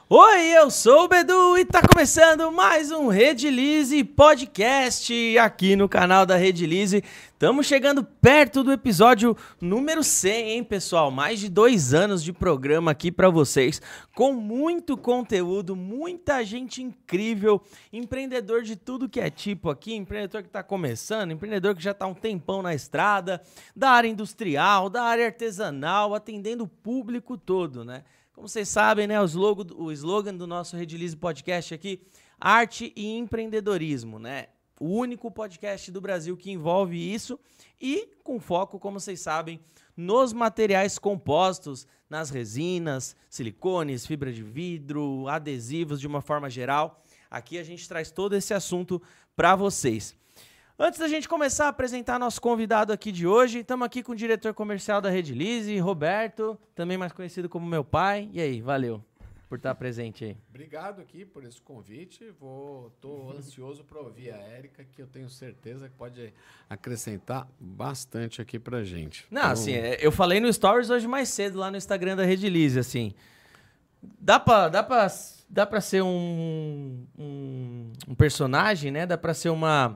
Oi, eu sou o Bedu e tá começando mais um Redilize Podcast aqui no canal da Redilize. Estamos chegando perto do episódio número 100, hein, pessoal? Mais de 2 anos de programa aqui para vocês, com muito conteúdo, muita gente incrível, empreendedor de tudo que é tipo aqui, empreendedor que tá começando, empreendedor que já tá um tempão na estrada, da área industrial, da área artesanal, atendendo o público todo, né? Como vocês sabem, né, o slogan do nosso Redilize Podcast aqui, arte e empreendedorismo, né? O único podcast do Brasil que envolve isso e com foco, como vocês sabem, nos materiais compostos, nas resinas, silicones, fibra de vidro, adesivos de uma forma geral. Aqui a gente traz todo esse assunto para vocês. Antes da gente começar a apresentar nosso convidado aqui de hoje, estamos aqui com o diretor comercial da Redilize, Roberto, também mais conhecido como meu pai. E aí, valeu por estar presente aí. Obrigado aqui por esse convite. Estou ansioso para ouvir a Érica, que eu tenho certeza que pode acrescentar bastante aqui pra gente. Não, então... assim, eu falei no Stories hoje mais cedo lá no Instagram da Redilize, assim, dá pra ser um personagem, né? Dá pra ser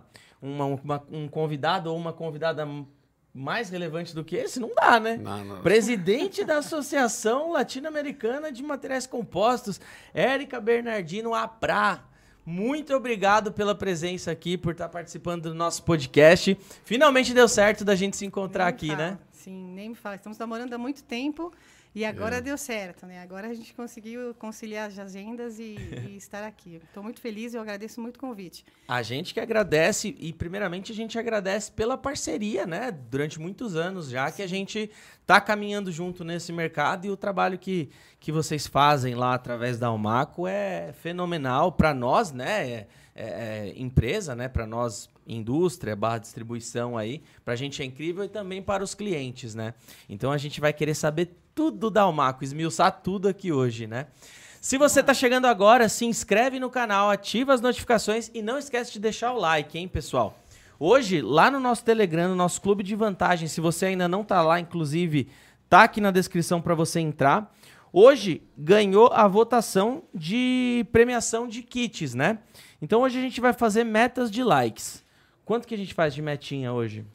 um convidado ou uma convidada mais relevante do que esse? Não dá, né? Não. Presidente da Associação Latino-Americana de Materiais Compostos, Érica Bernardino Aprá. Muito obrigado pela presença aqui, por estar participando do nosso podcast. Finalmente deu certo da gente se encontrar aqui, né? Sim, nem me fala. Estamos namorando há muito tempo e agora deu certo, né? Agora a gente conseguiu conciliar as agendas e estar aqui. Estou muito feliz e eu agradeço muito o convite. A gente que agradece e, primeiramente, a gente agradece pela parceria, né? Durante muitos anos já que a gente está caminhando junto nesse mercado e o trabalho que vocês fazem lá através da Almaco é fenomenal para nós, né? Empresa, né? Para nós, indústria, distribuição aí, para a gente é incrível e também para os clientes, né? Então a gente vai querer saber tudo da Almaco, esmiuçar tudo aqui hoje, né? Se você está chegando agora, se inscreve no canal, ativa as notificações e não esquece de deixar o like, hein, pessoal? Hoje, lá no nosso Telegram, no nosso clube de vantagens, se você ainda não está lá, inclusive, tá aqui na descrição para você entrar. Hoje ganhou a votação de premiação de kits, né? Então hoje a gente vai fazer metas de likes. Quanto que a gente faz de metinha hoje?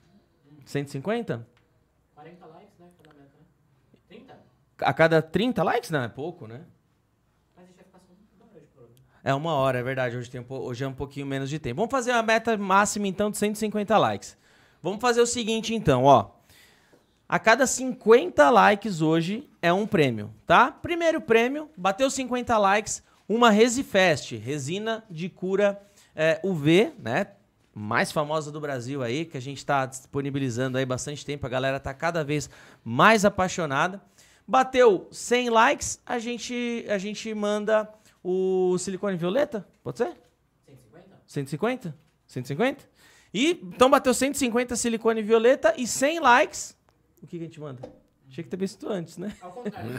150? 40 likes, né? Cada meta, né? 30? A cada 30 likes? Não, é pouco, né? Mas a gente vai ficar só 1 hora de programa. É 1 hora, é verdade. Hoje é um pouquinho menos de tempo. Vamos fazer uma meta máxima, então, de 150 likes. Vamos fazer o seguinte, então, ó. A cada 50 likes hoje é um prêmio, tá? Primeiro prêmio, bateu 50 likes, uma Resifest, resina de cura UV, né? Mais famosa do Brasil aí, que a gente está disponibilizando aí bastante tempo, a galera tá cada vez mais apaixonada. Bateu 100 likes, a gente manda o silicone violeta, pode ser? 150? 150? 150? E, então bateu 150 silicone violeta e 100 likes, o que a gente manda? Achei que ter visto antes, né? Ao contrário.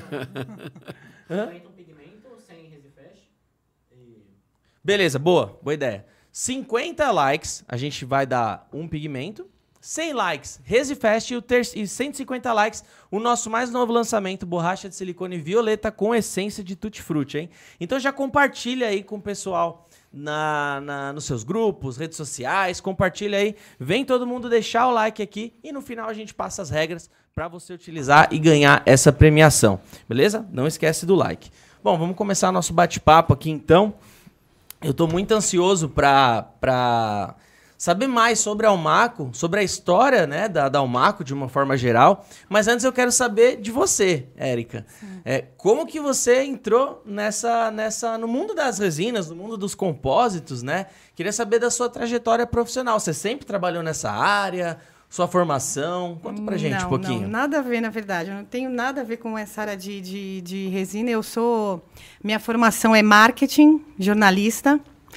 50 um pigmento, 100 Resifest e... Beleza, boa ideia. 50 likes, a gente vai dar um pigmento. 100 likes, Resifest e 150 likes, o nosso mais novo lançamento, borracha de silicone violeta com essência de tutti-frutti, hein? Então já compartilha aí com o pessoal nos seus grupos, redes sociais, compartilha aí, vem todo mundo deixar o like aqui e no final a gente passa as regras para você utilizar e ganhar essa premiação, beleza? Não esquece do like. Bom, vamos começar nosso bate-papo aqui então. Eu estou muito ansioso para saber mais sobre a Almaco, sobre a história, né, da Almaco de uma forma geral. Mas antes eu quero saber de você, Érica. Como que você entrou no mundo das resinas, no mundo dos compósitos, né? Queria saber da sua trajetória profissional. Você sempre trabalhou nessa área? Sua formação? Conta pra gente um pouquinho. Não, nada a ver, na verdade. Eu não tenho nada a ver com essa área de resina. Minha formação é marketing, jornalista.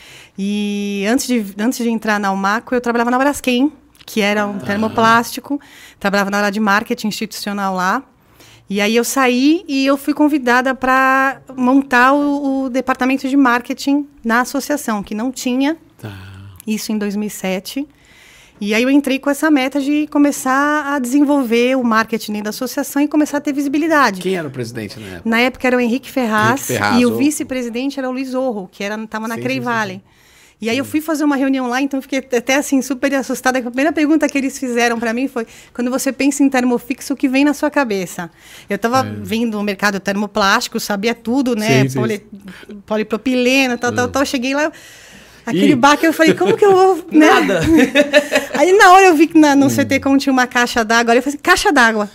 E antes de entrar na Almaco, eu trabalhava na Braskem, que era um termoplástico. Trabalhava na área de marketing institucional lá. E aí eu saí e eu fui convidada para montar o departamento de marketing na associação, que não tinha. Isso em 2007. E aí eu entrei com essa meta de começar a desenvolver o marketing da associação e começar a ter visibilidade. Quem era o presidente na época? Na época era o Henrique Ferraz, e o o- vice-presidente era o Luiz Orro, que estava na Sim, Crey sim, Valley. E aí eu fui fazer uma reunião lá, então eu fiquei até assim super assustada. A primeira pergunta que eles fizeram para mim foi: quando você pensa em termofixo, o que vem na sua cabeça? Eu estava vindo no mercado termoplástico, sabia tudo, né? Sim, Polipropileno, tal. Cheguei lá, aquele baque, eu falei, como que eu vou... né? Nada. Aí na hora eu vi que no CTCom tinha uma caixa d'água, eu falei, caixa d'água.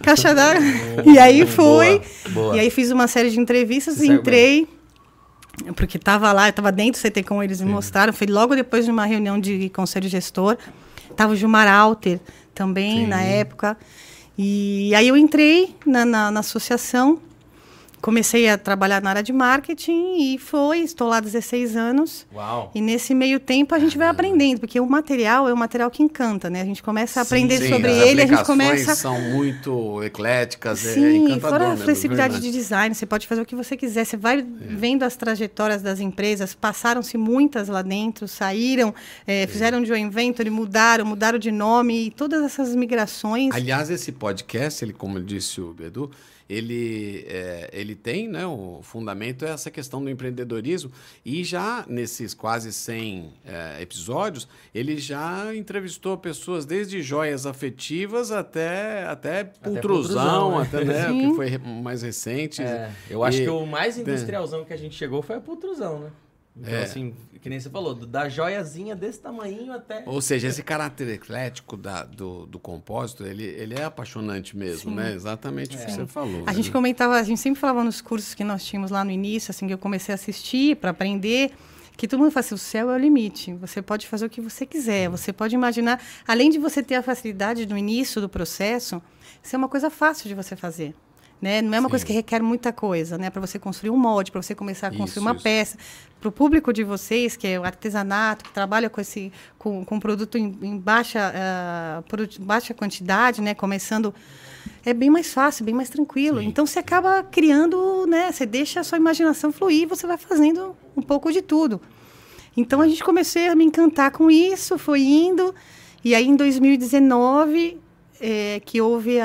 E aí fui, Boa. e aí fiz uma série de entrevistas, Você saiu entrei, porque estava lá, eu estava dentro do CTCom, eles me mostraram, foi logo depois de uma reunião de conselho gestor, estava o Gilmar Alter também, na época, e aí eu entrei na associação, comecei a trabalhar na área de marketing e estou lá há 16 anos. Uau. E nesse meio tempo a gente vai aprendendo, porque o material é um material que encanta, né? A gente começa a aprender sobre ele, a gente começa... são muito ecléticas, é Sim, encantador fora a mesmo, flexibilidade verdade. de design, você pode fazer o que você quiser, você vai vendo as trajetórias das empresas, passaram-se muitas lá dentro, saíram, fizeram joint venture, mudaram de nome, e todas essas migrações... Aliás, esse podcast, ele, como disse o Bedu, ele tem, né, o fundamento é essa questão do empreendedorismo, e já nesses quase 100 episódios, ele já entrevistou pessoas desde joias afetivas até pultruzão, né? até, né, Sim. que foi mais recente. Eu acho E- que o mais industrialzão que a gente chegou foi a pultruzão, né? Então, assim, que nem você falou, da joiazinha desse tamanho até... Ou seja, esse caráter eclético do compósito, ele é apaixonante mesmo, né? Exatamente o que você falou. A né? gente comentava, a gente sempre falava nos cursos que nós tínhamos lá no início, assim, que eu comecei a assistir para aprender, que todo mundo fala assim, o céu é o limite, você pode fazer o que você quiser, você pode imaginar, além de você ter a facilidade no início do processo, isso é uma coisa fácil de você fazer. Né? Não é uma coisa que requer muita coisa, né? Para você construir um molde, para você começar a construir uma peça. Para o público de vocês, que é o artesanato, que trabalha com produto em baixa quantidade, né? Começando, é bem mais fácil, bem mais tranquilo. Então, você acaba criando, né? Você deixa a sua imaginação fluir e você vai fazendo um pouco de tudo. Então, a gente começou a me encantar com isso, foi indo. E aí, em 2019, que houve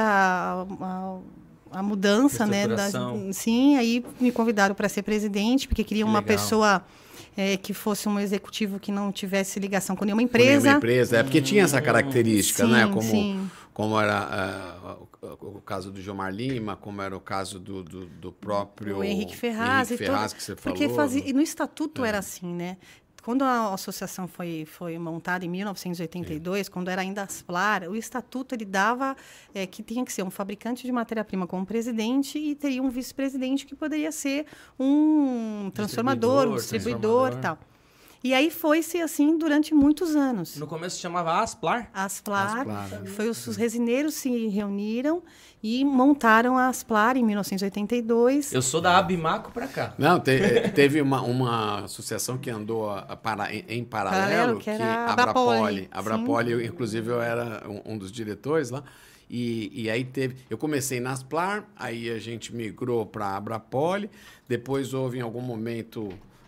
a mudança, né? Sim, aí me convidaram para ser presidente, porque queriam uma pessoa que fosse um executivo que não tivesse ligação com nenhuma empresa. Com nenhuma empresa, porque tinha essa característica, Sim, né? sim. Como era o caso do Gilmar Lima, como era o caso do próprio O Henrique Ferraz, que você porque falou. e no estatuto era assim, né? Quando a associação foi montada em 1982, quando era ainda Asplar, o estatuto ele dava que tinha que ser um fabricante de matéria-prima como presidente e teria um vice-presidente que poderia ser um transformador, um distribuidor e tal. E aí foi-se assim durante muitos anos. No começo se chamava Asplar? Asplar, Asplar. os resineiros se reuniram e montaram a Asplar em 1982. Eu sou da Abimaco pra cá. Não, teve uma associação que andou em paralelo, Que era a Abrapoli. Abrapoli. Abrapoli, inclusive, eu era um dos diretores lá. E aí eu comecei na Asplar, aí a gente migrou para a Abrapoli, depois houve em algum momento...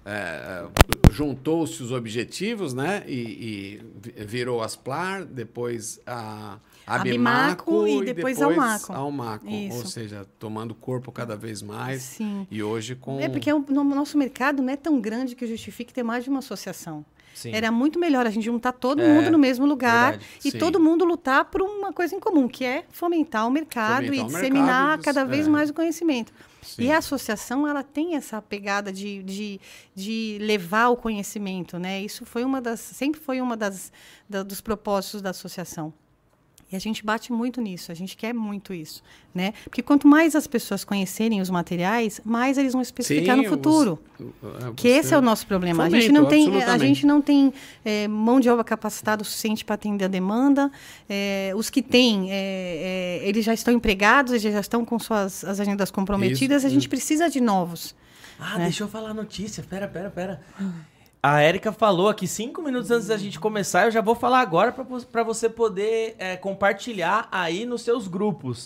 juntou-se os objetivos, né? E virou Asplar, depois a Abimaco e depois a Almaco. Isso. Ou seja, tomando corpo cada vez mais. Sim. E hoje com... Porque o nosso mercado não é tão grande que justifique ter mais de uma associação. Sim. Era muito melhor a gente juntar todo mundo no mesmo lugar verdade. e Sim. todo mundo lutar por uma coisa em comum, que é fomentar o mercado e disseminar cada vez mais o conhecimento. Sim. E a associação, ela tem essa pegada de levar o conhecimento, né? Isso foi sempre foi dos propósitos da associação. E a gente bate muito nisso, a gente quer muito isso, né? Porque quanto mais as pessoas conhecerem os materiais, mais eles vão especificar no futuro. Que esse é o nosso problema. A gente não tem mão de obra capacitada o suficiente para atender a demanda. Os que têm, eles já estão empregados, eles já estão com as agendas comprometidas. A gente precisa de novos. Deixa eu falar a notícia. Pera. A Érica falou aqui 5 minutos antes da gente começar, eu já vou falar agora para você poder compartilhar aí nos seus grupos.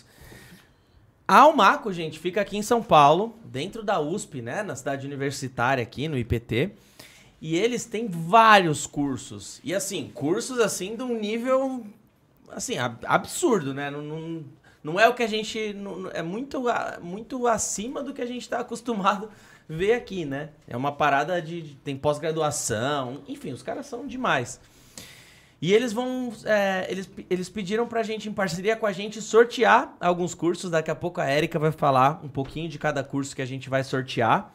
A Almaco, gente, fica aqui em São Paulo, dentro da USP, né, na cidade universitária aqui, no IPT. E eles têm vários cursos. E assim, cursos assim de um nível assim, absurdo, né? Não é o que a gente... é muito acima do que a gente está acostumado a ver aqui, né? É uma parada tem pós-graduação, enfim, os caras são demais. E eles vão... eles pediram pra gente, em parceria com a gente, sortear alguns cursos. Daqui a pouco a Érica vai falar um pouquinho de cada curso que a gente vai sortear.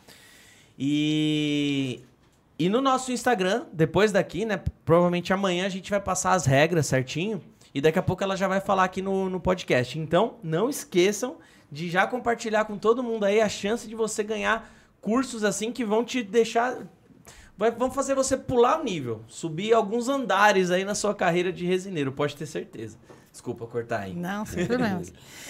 E no nosso Instagram, depois daqui, né? Provavelmente amanhã a gente vai passar as regras certinho. E daqui a pouco ela já vai falar aqui no podcast. Então, não esqueçam de já compartilhar com todo mundo aí a chance de você ganhar cursos assim que vão te deixar... vão fazer você pular o nível. Subir alguns andares aí na sua carreira de resineiro, pode ter certeza. Desculpa cortar aí. Não, sem problemas.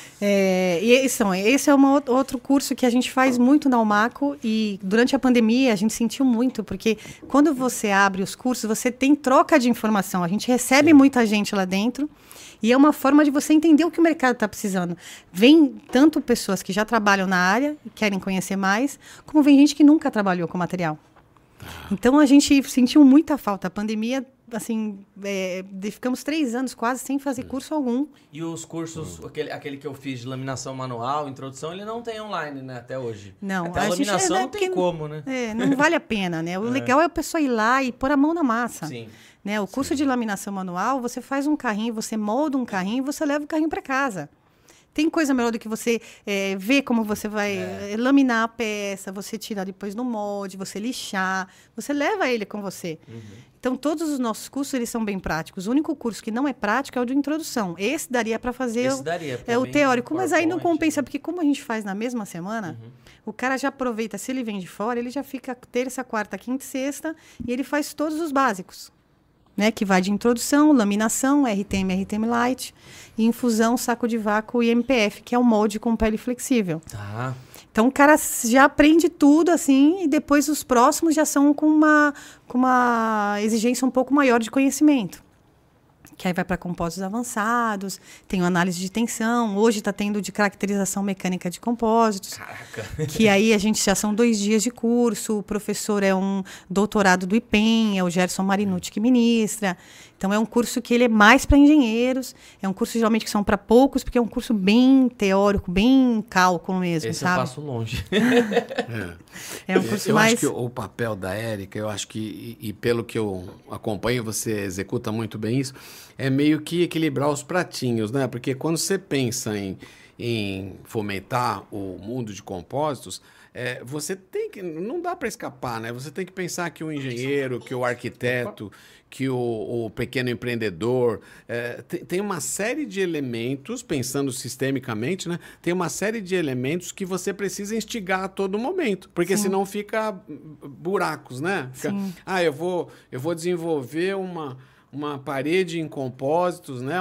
Esse é outro curso que a gente faz muito na Almaco e durante a pandemia a gente sentiu muito, porque quando você abre os cursos, você tem troca de informação. A gente recebe muita gente lá dentro e é uma forma de você entender o que o mercado está precisando. Vem tanto pessoas que já trabalham na área e querem conhecer mais, como vem gente que nunca trabalhou com material. Então a gente sentiu muita falta. A pandemia, assim, ficamos 3 anos quase sem fazer curso algum. E os cursos, aquele que eu fiz de laminação manual, introdução, ele não tem online, né, até hoje. Não, até a laminação não tem como, né? Não vale a pena, né? O legal é a pessoa ir lá e pôr a mão na massa. Sim. Né? O curso de laminação manual, você faz um carrinho, você molda um carrinho e você leva o carrinho para casa. Tem coisa melhor do que você ver como você vai laminar a peça, você tirar depois no molde, você lixar, você leva ele com você. Então, todos os nossos cursos, eles são bem práticos. O único curso que não é prático é o de introdução. Esse daria para fazer o teórico, mas aí não compensa, porque como a gente faz na mesma semana, o cara já aproveita, se ele vem de fora, ele já fica terça, quarta, quinta e sexta, e ele faz todos os básicos. Né, que vai de introdução, laminação, RTM, RTM Light, e infusão, saco de vácuo e MPF, que é o molde com pele flexível. Tá. Então, o cara já aprende tudo, assim, e depois os próximos já são com uma exigência um pouco maior de conhecimento. Que aí vai para compósitos avançados, tem análise de tensão, hoje está tendo de caracterização mecânica de compósitos. Caraca. Que aí a gente já são 2 dias de curso, o professor é um doutorado do IPEM, é o Gerson Marinucci que ministra. Então é um curso que ele é mais para engenheiros, é um curso geralmente que são para poucos, porque é um curso bem teórico, bem cálculo mesmo, Esse sabe? eu passo longe. É um curso eu mais... acho que o papel da Érica, eu acho que, e pelo que eu acompanho, você executa muito bem isso, é meio que equilibrar os pratinhos, né? Porque quando você pensa em fomentar o mundo de compósitos, você tem que... Não dá para escapar, né? Você tem que pensar que o engenheiro, que o arquiteto, que o pequeno empreendedor... tem uma série de elementos, pensando sistemicamente, né? Tem uma série de elementos que você precisa instigar a todo momento, porque senão fica buracos, né? Fica, eu vou desenvolver uma parede em compósitos, né?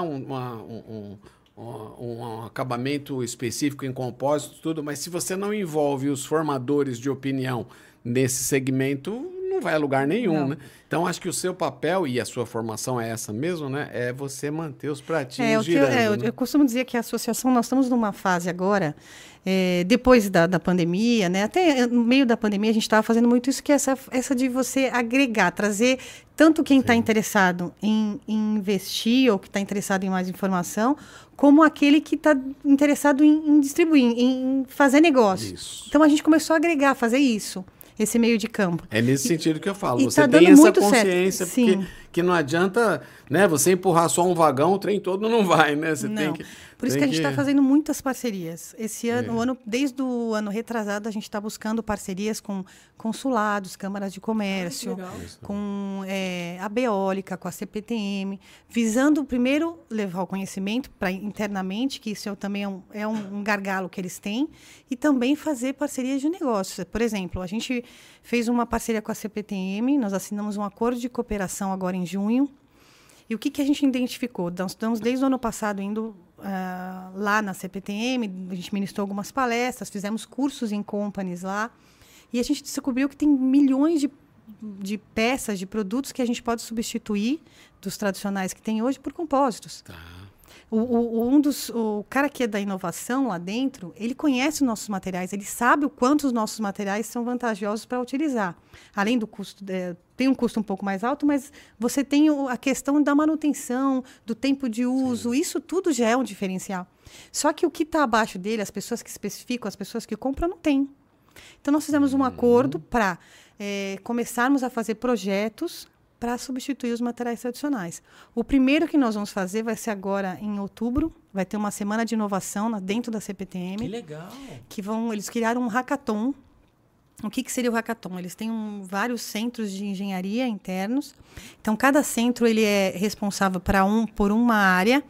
Um acabamento específico em compósitos, tudo, mas se você não envolve os formadores de opinião nesse segmento, não vai a lugar nenhum, né? Então, acho que o seu papel, e a sua formação é essa mesmo, né? É você manter os pratinhos girando. Eu costumo dizer que a associação, nós estamos numa fase agora, depois da pandemia, né? Até no meio da pandemia, a gente estava fazendo muito isso, que é essa de você agregar, trazer tanto quem está interessado em investir ou que está interessado em mais informação, como aquele que está interessado em distribuir, em fazer negócio. Isso. Então, a gente começou a agregar, fazer isso. Esse meio de campo. É nesse sentido que eu falo. E Você tá tem dando essa muito consciência, certo. Sim. porque não adianta, né, você empurrar só um vagão, o trem todo não vai, né? Você não. tem que... Por isso que a gente está fazendo muitas parcerias. Esse ano, desde o ano retrasado, a gente está buscando parcerias com consulados, câmaras de comércio, com a Beólica, com a CPTM, visando primeiro levar o conhecimento para internamente, que isso também é um gargalo que eles têm, e também fazer parcerias de negócios. Por exemplo, a gente fez uma parceria com a CPTM, nós assinamos um acordo de cooperação agora em junho. E o que a gente identificou? Nós estamos desde o ano passado indo lá na CPTM, a gente ministrou algumas palestras, fizemos cursos em companies lá, e a gente descobriu que tem milhões de peças, de produtos que a gente pode substituir dos tradicionais que tem hoje por compósitos. Tá. O cara que é da inovação lá dentro, ele conhece os nossos materiais, ele sabe o quanto os nossos materiais são vantajosos para utilizar. Além do custo, tem um custo um pouco mais alto, mas você tem a questão da manutenção, do tempo de uso, isso tudo já é um diferencial. Só que o que está abaixo dele, as pessoas que especificam, as pessoas que compram, não tem. Então, nós fizemos um acordo para começarmos a fazer projetos para substituir os materiais tradicionais. O primeiro que nós vamos fazer vai ser agora em outubro, vai ter uma semana de inovação dentro da CPTM. Que legal! Eles criaram um hackathon. O que seria o hackathon? Eles têm vários centros de engenharia internos. Então, cada centro ele é responsável por uma área.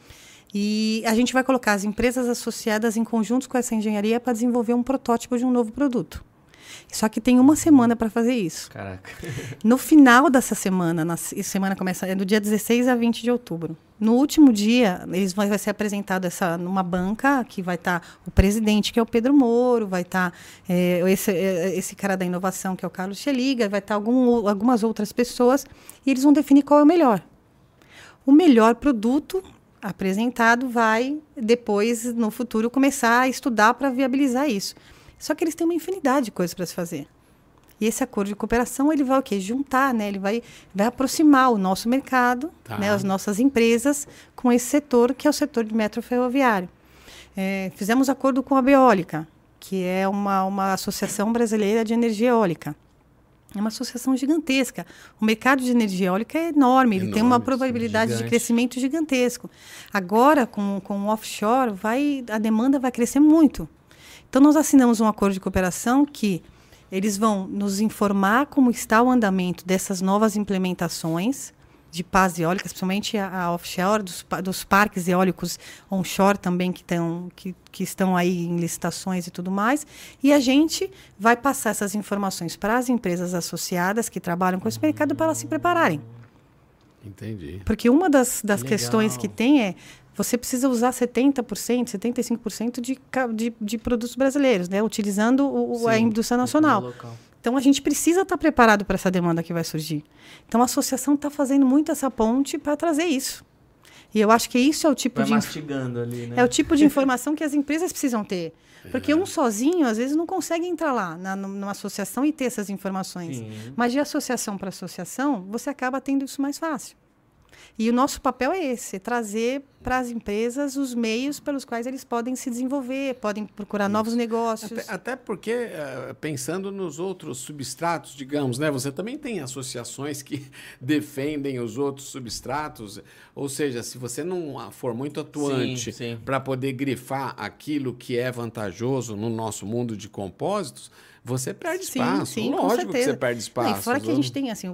E a gente vai colocar as empresas associadas em conjunto com essa engenharia para desenvolver um protótipo de um novo produto. Só que tem uma semana para fazer isso. Caraca. No final dessa semana, semana começa do dia 16 a 20 de outubro. No último dia, vai ser apresentado numa banca, que vai estar o presidente, que é o Pedro Moro, vai estar esse cara da inovação, que é o Carlos Schelliga, vai estar algumas outras pessoas, e eles vão definir qual é o melhor. O melhor produto apresentado vai, depois, no futuro, começar a estudar para viabilizar isso. Só que eles têm uma infinidade de coisas para se fazer. E esse acordo de cooperação, ele vai o quê? Juntar, né? Ele vai aproximar o nosso mercado, né? As nossas empresas, com esse setor, que é o setor de metro ferroviário. Fizemos acordo com a Beólica, que é uma associação brasileira de energia eólica. É uma associação gigantesca. O mercado de energia eólica é enorme, ele tem uma probabilidade de crescimento gigantesco. Agora, com o offshore, a demanda vai crescer muito. Então, nós assinamos um acordo de cooperação que eles vão nos informar como está o andamento dessas novas implementações de pás eólicas, principalmente a offshore, dos parques eólicos onshore também que estão aí em licitações e tudo mais. E a gente vai passar essas informações para as empresas associadas que trabalham com esse mercado para elas se prepararem. Entendi. Porque uma das questões que tem é você precisa usar 70%, 75% de produtos brasileiros, né? Utilizando a indústria nacional. Então, a gente precisa estar preparado para essa demanda que vai surgir. Então, a associação está fazendo muito essa ponte para trazer isso. E eu acho que isso é o tipo mastigando ali, né? É o tipo de informação que as empresas precisam ter. Porque um sozinho, às vezes, não consegue entrar lá numa associação e ter essas informações. Sim. Mas de associação para associação, você acaba tendo isso mais fácil. E o nosso papel é esse, trazer para as empresas os meios pelos quais eles podem se desenvolver, podem procurar novos negócios. Até porque, pensando nos outros substratos, digamos, né, você também tem associações que defendem os outros substratos, ou seja, se você não for muito atuante para poder grifar aquilo que é vantajoso no nosso mundo de compósitos, você perde espaço. Sim, lógico que você perde espaço. E fora que a gente tem assim, o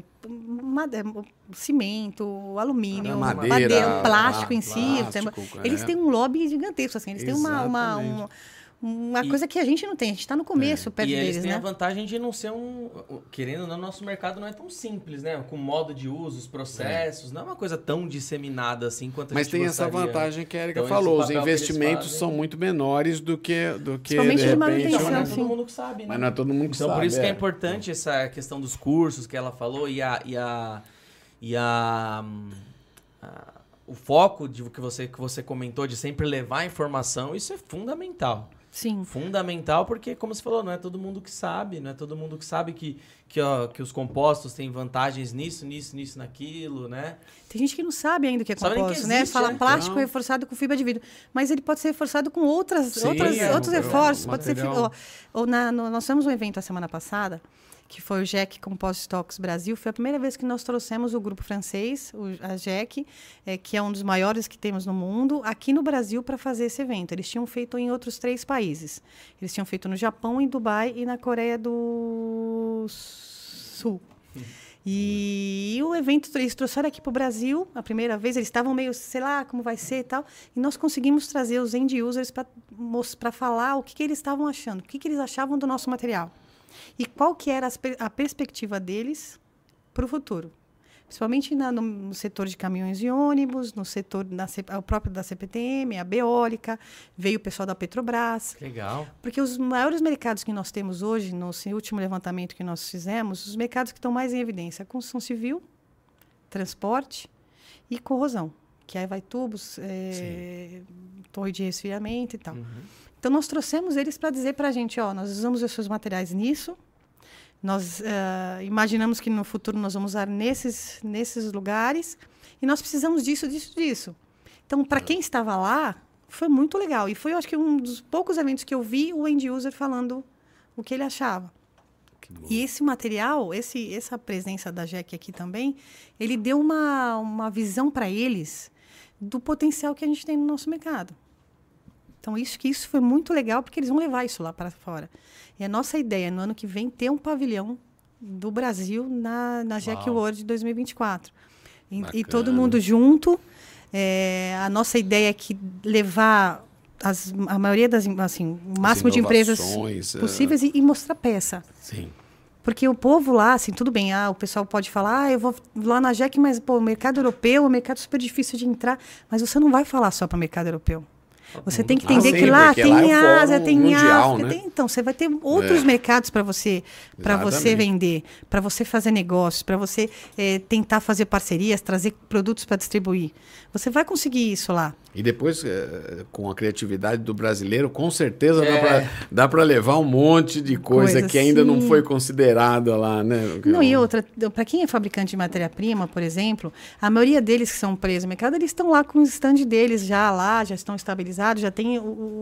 cimento, o alumínio, madeira, o plástico em si. Eles têm um lobby gigantesco. Assim, eles têm uma coisa que a gente não tem. A gente está no começo perto deles. E eles têm a né? vantagem de não ser querendo ou não, nosso mercado não é tão simples, né? Com modo de uso, os processos, não é uma coisa tão disseminada assim quanto a gente gostaria. Mas tem essa vantagem que a Erika falou, os investimentos são muito menores do que principalmente de manutenção, não é todo mundo que sabe, né? Mas não é todo mundo que sabe. Então, por isso que é importante essa questão dos cursos que ela falou o foco que você comentou de sempre levar informação, isso é fundamental. Sim. Fundamental porque, como você falou, não é todo mundo que sabe, não é todo mundo que sabe que os compostos têm vantagens nisso, naquilo, né? Tem gente que não sabe ainda o que é composto, né? Existe, Fala né? plástico reforçado com fibra de vidro, mas ele pode ser reforçado com outros reforços. Pode ser nós tivemos um evento a semana passada, que foi o GEC Composite Talks Brasil. Foi a primeira vez que nós trouxemos o grupo francês, a GEC, que é um dos maiores que temos no mundo, aqui no Brasil para fazer esse evento. Eles tinham feito em outros 3 países. Eles tinham feito no Japão, em Dubai e na Coreia do Sul. E o evento, eles trouxeram aqui para o Brasil, a primeira vez, eles estavam meio, sei lá, como vai ser e tal, e nós conseguimos trazer os end users para falar o que eles estavam achando, o que eles achavam do nosso material. E qual que era a perspectiva deles para o futuro. Principalmente no setor de caminhões e ônibus, no setor o próprio da CPTM, a Beólica, veio o pessoal da Petrobras. Legal. Porque os maiores mercados que nós temos hoje, no último levantamento que nós fizemos, os mercados que estão mais em evidência, construção civil, transporte e corrosão. que aí vai tubos, torre de resfriamento e tal. Então, nós trouxemos eles para dizer para a gente, nós usamos os seus materiais nisso, nós imaginamos que no futuro nós vamos usar nesses lugares, e nós precisamos disso, disso, disso. Então, para quem estava lá, foi muito legal. E foi, eu acho que, um dos poucos eventos que eu vi o end user falando o que ele achava. E esse material, essa presença da JEC aqui também, ele deu uma visão para eles do potencial que a gente tem no nosso mercado. Então, isso foi muito legal, porque eles vão levar isso lá para fora. E a nossa ideia, no ano que vem, ter um pavilhão do Brasil na JEC World 2024. E todo mundo junto. A nossa ideia é que levar a maioria o máximo de empresas possíveis e mostrar peça. Sim. Porque o povo lá, assim, tudo bem, o pessoal pode falar, eu vou lá na JEC, mas o mercado europeu é um mercado super difícil de entrar, mas você não vai falar só para o mercado europeu. Você tem que entender que lá tem Ásia, tem África, então você vai ter outros mercados para você vender, para você fazer negócios, para você tentar fazer parcerias, trazer produtos para distribuir. Você vai conseguir isso lá. E depois, com a criatividade do brasileiro, com certeza dá para levar um monte de coisa que ainda não foi considerada lá, né? Não, e outra, para quem é fabricante de matéria-prima, por exemplo, a maioria deles que são presos no mercado, eles estão lá com o stand deles já estão estabilizados, já tem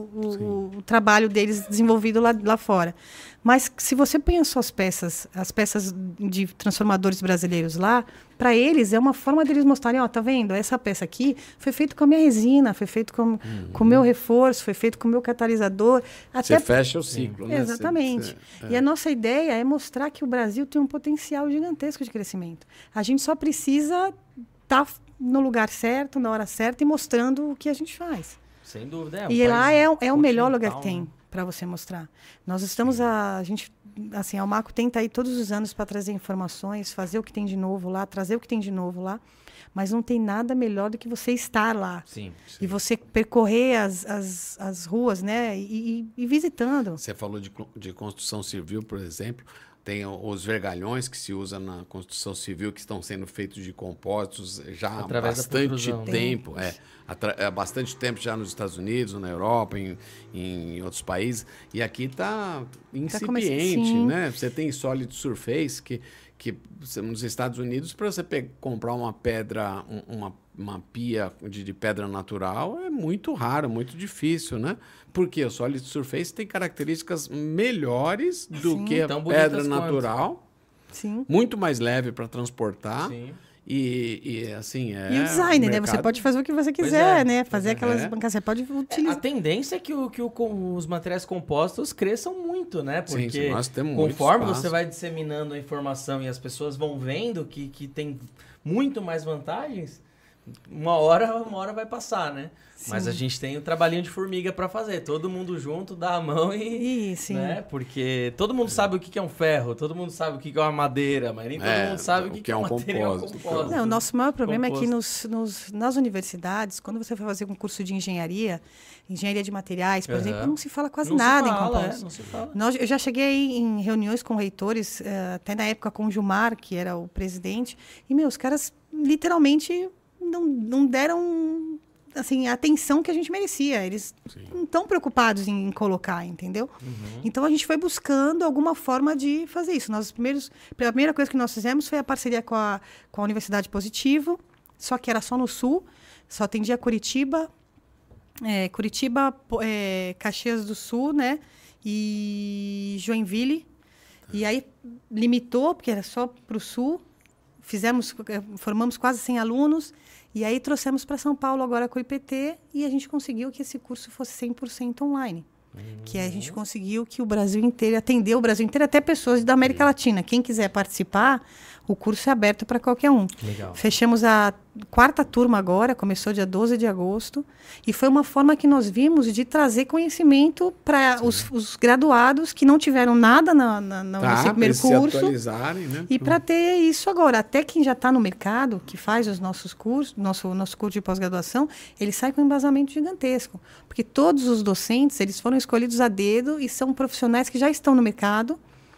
o trabalho deles desenvolvido lá fora. Mas se você põe as peças de transformadores brasileiros lá, para eles é uma forma deles mostrarem, tá vendo? Essa peça aqui foi feita com a minha resina, foi feito com o meu reforço, foi feito com o meu catalisador. Você fecha o ciclo, né? Exatamente. E a nossa ideia é mostrar que o Brasil tem um potencial gigantesco de crescimento. A gente só precisa estar no lugar certo, na hora certa e mostrando o que a gente faz. Sem dúvida. E lá é o melhor lugar que tem para você mostrar. Nós estamos a gente, assim, a Almaco tenta ir todos os anos para trazer informações, fazer o que tem de novo lá, trazer o que tem de novo lá, mas não tem nada melhor do que você estar lá. Sim. E você percorrer as ruas, né, e visitando. Você falou de construção civil, por exemplo. Tem os vergalhões que se usa na construção civil, que estão sendo feitos de compósitos já há bastante tempo. Há bastante tempo já nos Estados Unidos, na Europa, em outros países. E aqui está incipiente, né? Você tem Solid Surface, que nos Estados Unidos, para você comprar uma pedra, uma pia de pedra natural, é muito raro, muito difícil, né? Porque o Solid Surface tem características melhores do que a pedra natural. Sim. Muito mais leve para transportar. Sim. E assim, e o design, né? Você pode fazer o que você quiser, né? Fazer aquelas bancadas, você pode utilizar. A tendência é que os materiais compostos cresçam muito, né? Porque nós temos conforme você vai disseminando a informação e as pessoas vão vendo que tem muito mais vantagens, uma hora vai passar, né? Sim. Mas a gente tem o trabalhinho de formiga para fazer. Todo mundo junto, dá a mão né? Porque todo mundo sabe o que é um ferro, todo mundo sabe o que é uma madeira, mas nem todo mundo sabe o que é um material composto. Não, o nosso maior problema é que nas universidades, quando você vai fazer um curso de engenharia de materiais, por exemplo, não se fala quase nada em compostos. Não se fala. Eu já cheguei em reuniões com reitores, até na época com o Gilmar, que era o presidente, e, os caras literalmente não deram assim, a atenção que a gente merecia. Eles não estão preocupados em colocar, entendeu? Então, a gente foi buscando alguma forma de fazer isso. A primeira coisa que nós fizemos foi a parceria com a Universidade Positivo, só que era só no Sul, só atendia Curitiba, Caxias do Sul, né? E Joinville. E aí, limitou, porque era só para o Sul. Formamos quase 100 alunos, e aí trouxemos para São Paulo agora com o IPT, e a gente conseguiu que esse curso fosse 100% online. Que a gente conseguiu que o Brasil inteiro, atender o Brasil inteiro, até pessoas da América Latina. Quem quiser participar, o curso é aberto para qualquer um. Legal. Fechamos a 4ª turma agora, começou dia 12 de agosto, e foi uma forma que nós vimos de trazer conhecimento para os graduados que não tiveram nada nesse primeiro curso. Né? E para ter isso agora. Até quem já está no mercado, que faz os nossos cursos, nosso curso de pós-graduação, ele sai com um embasamento gigantesco. Porque todos os docentes, eles foram escolhidos a dedo e são profissionais que já estão no mercado,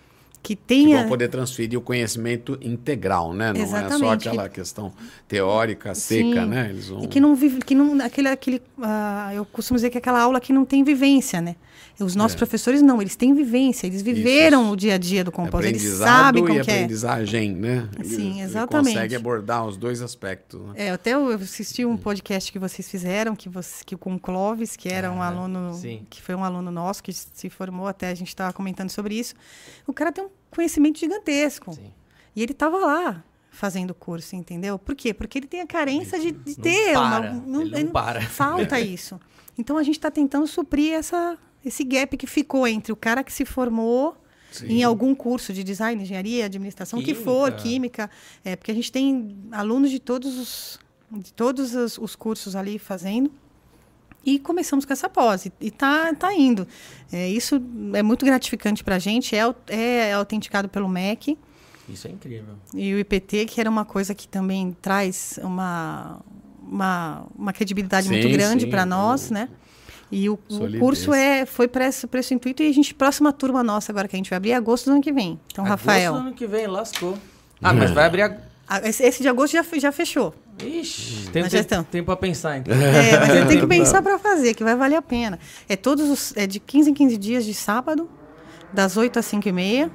que Que tenha... vão poder transferir o conhecimento integral, né? Não é só Exatamente. aquela questão teórica, seca, Sim. né? Eles vão... E que não vive, que não, eu costumo dizer que é aquela aula que não tem vivência, né? Os nossos professores não, eles têm vivência, eles viveram Isso. o dia a dia do composto, eles Aprendizado sabem como e que é. aprendizagem, né? Sim, Ele exatamente. consegue abordar os dois aspectos. Né? Até eu assisti um podcast que vocês fizeram, que com o Clóvis, que era um aluno, sim. que foi um aluno nosso, que se formou, até a gente estava comentando sobre isso. O cara tem um conhecimento gigantesco. Sim. E ele estava lá fazendo o curso, entendeu? Por quê? Porque ele tem a carência de Não ter. para, ele não para. Falta isso. Então a gente está tentando suprir esse gap que ficou entre o cara que se formou em algum curso de design, engenharia, administração, que for, química. Porque a gente tem alunos de todos os cursos ali fazendo. E começamos com essa pós. E tá indo. Isso é muito gratificante para a gente. É autenticado pelo MEC. Isso é incrível. E o IPT, que era uma coisa que também traz uma credibilidade muito grande para nós, né? E o curso foi para esse intuito. E próxima turma nossa agora que a gente vai abrir é agosto do ano que vem. Então, Rafael... Agosto do ano que vem, lascou. Mas vai abrir... Esse de agosto já fechou. Ixi, tem tempo para pensar, então. Mas ele tem que pensar para fazer, que vai valer a pena. É de 15 em 15 dias de sábado, das 8 às 5h30.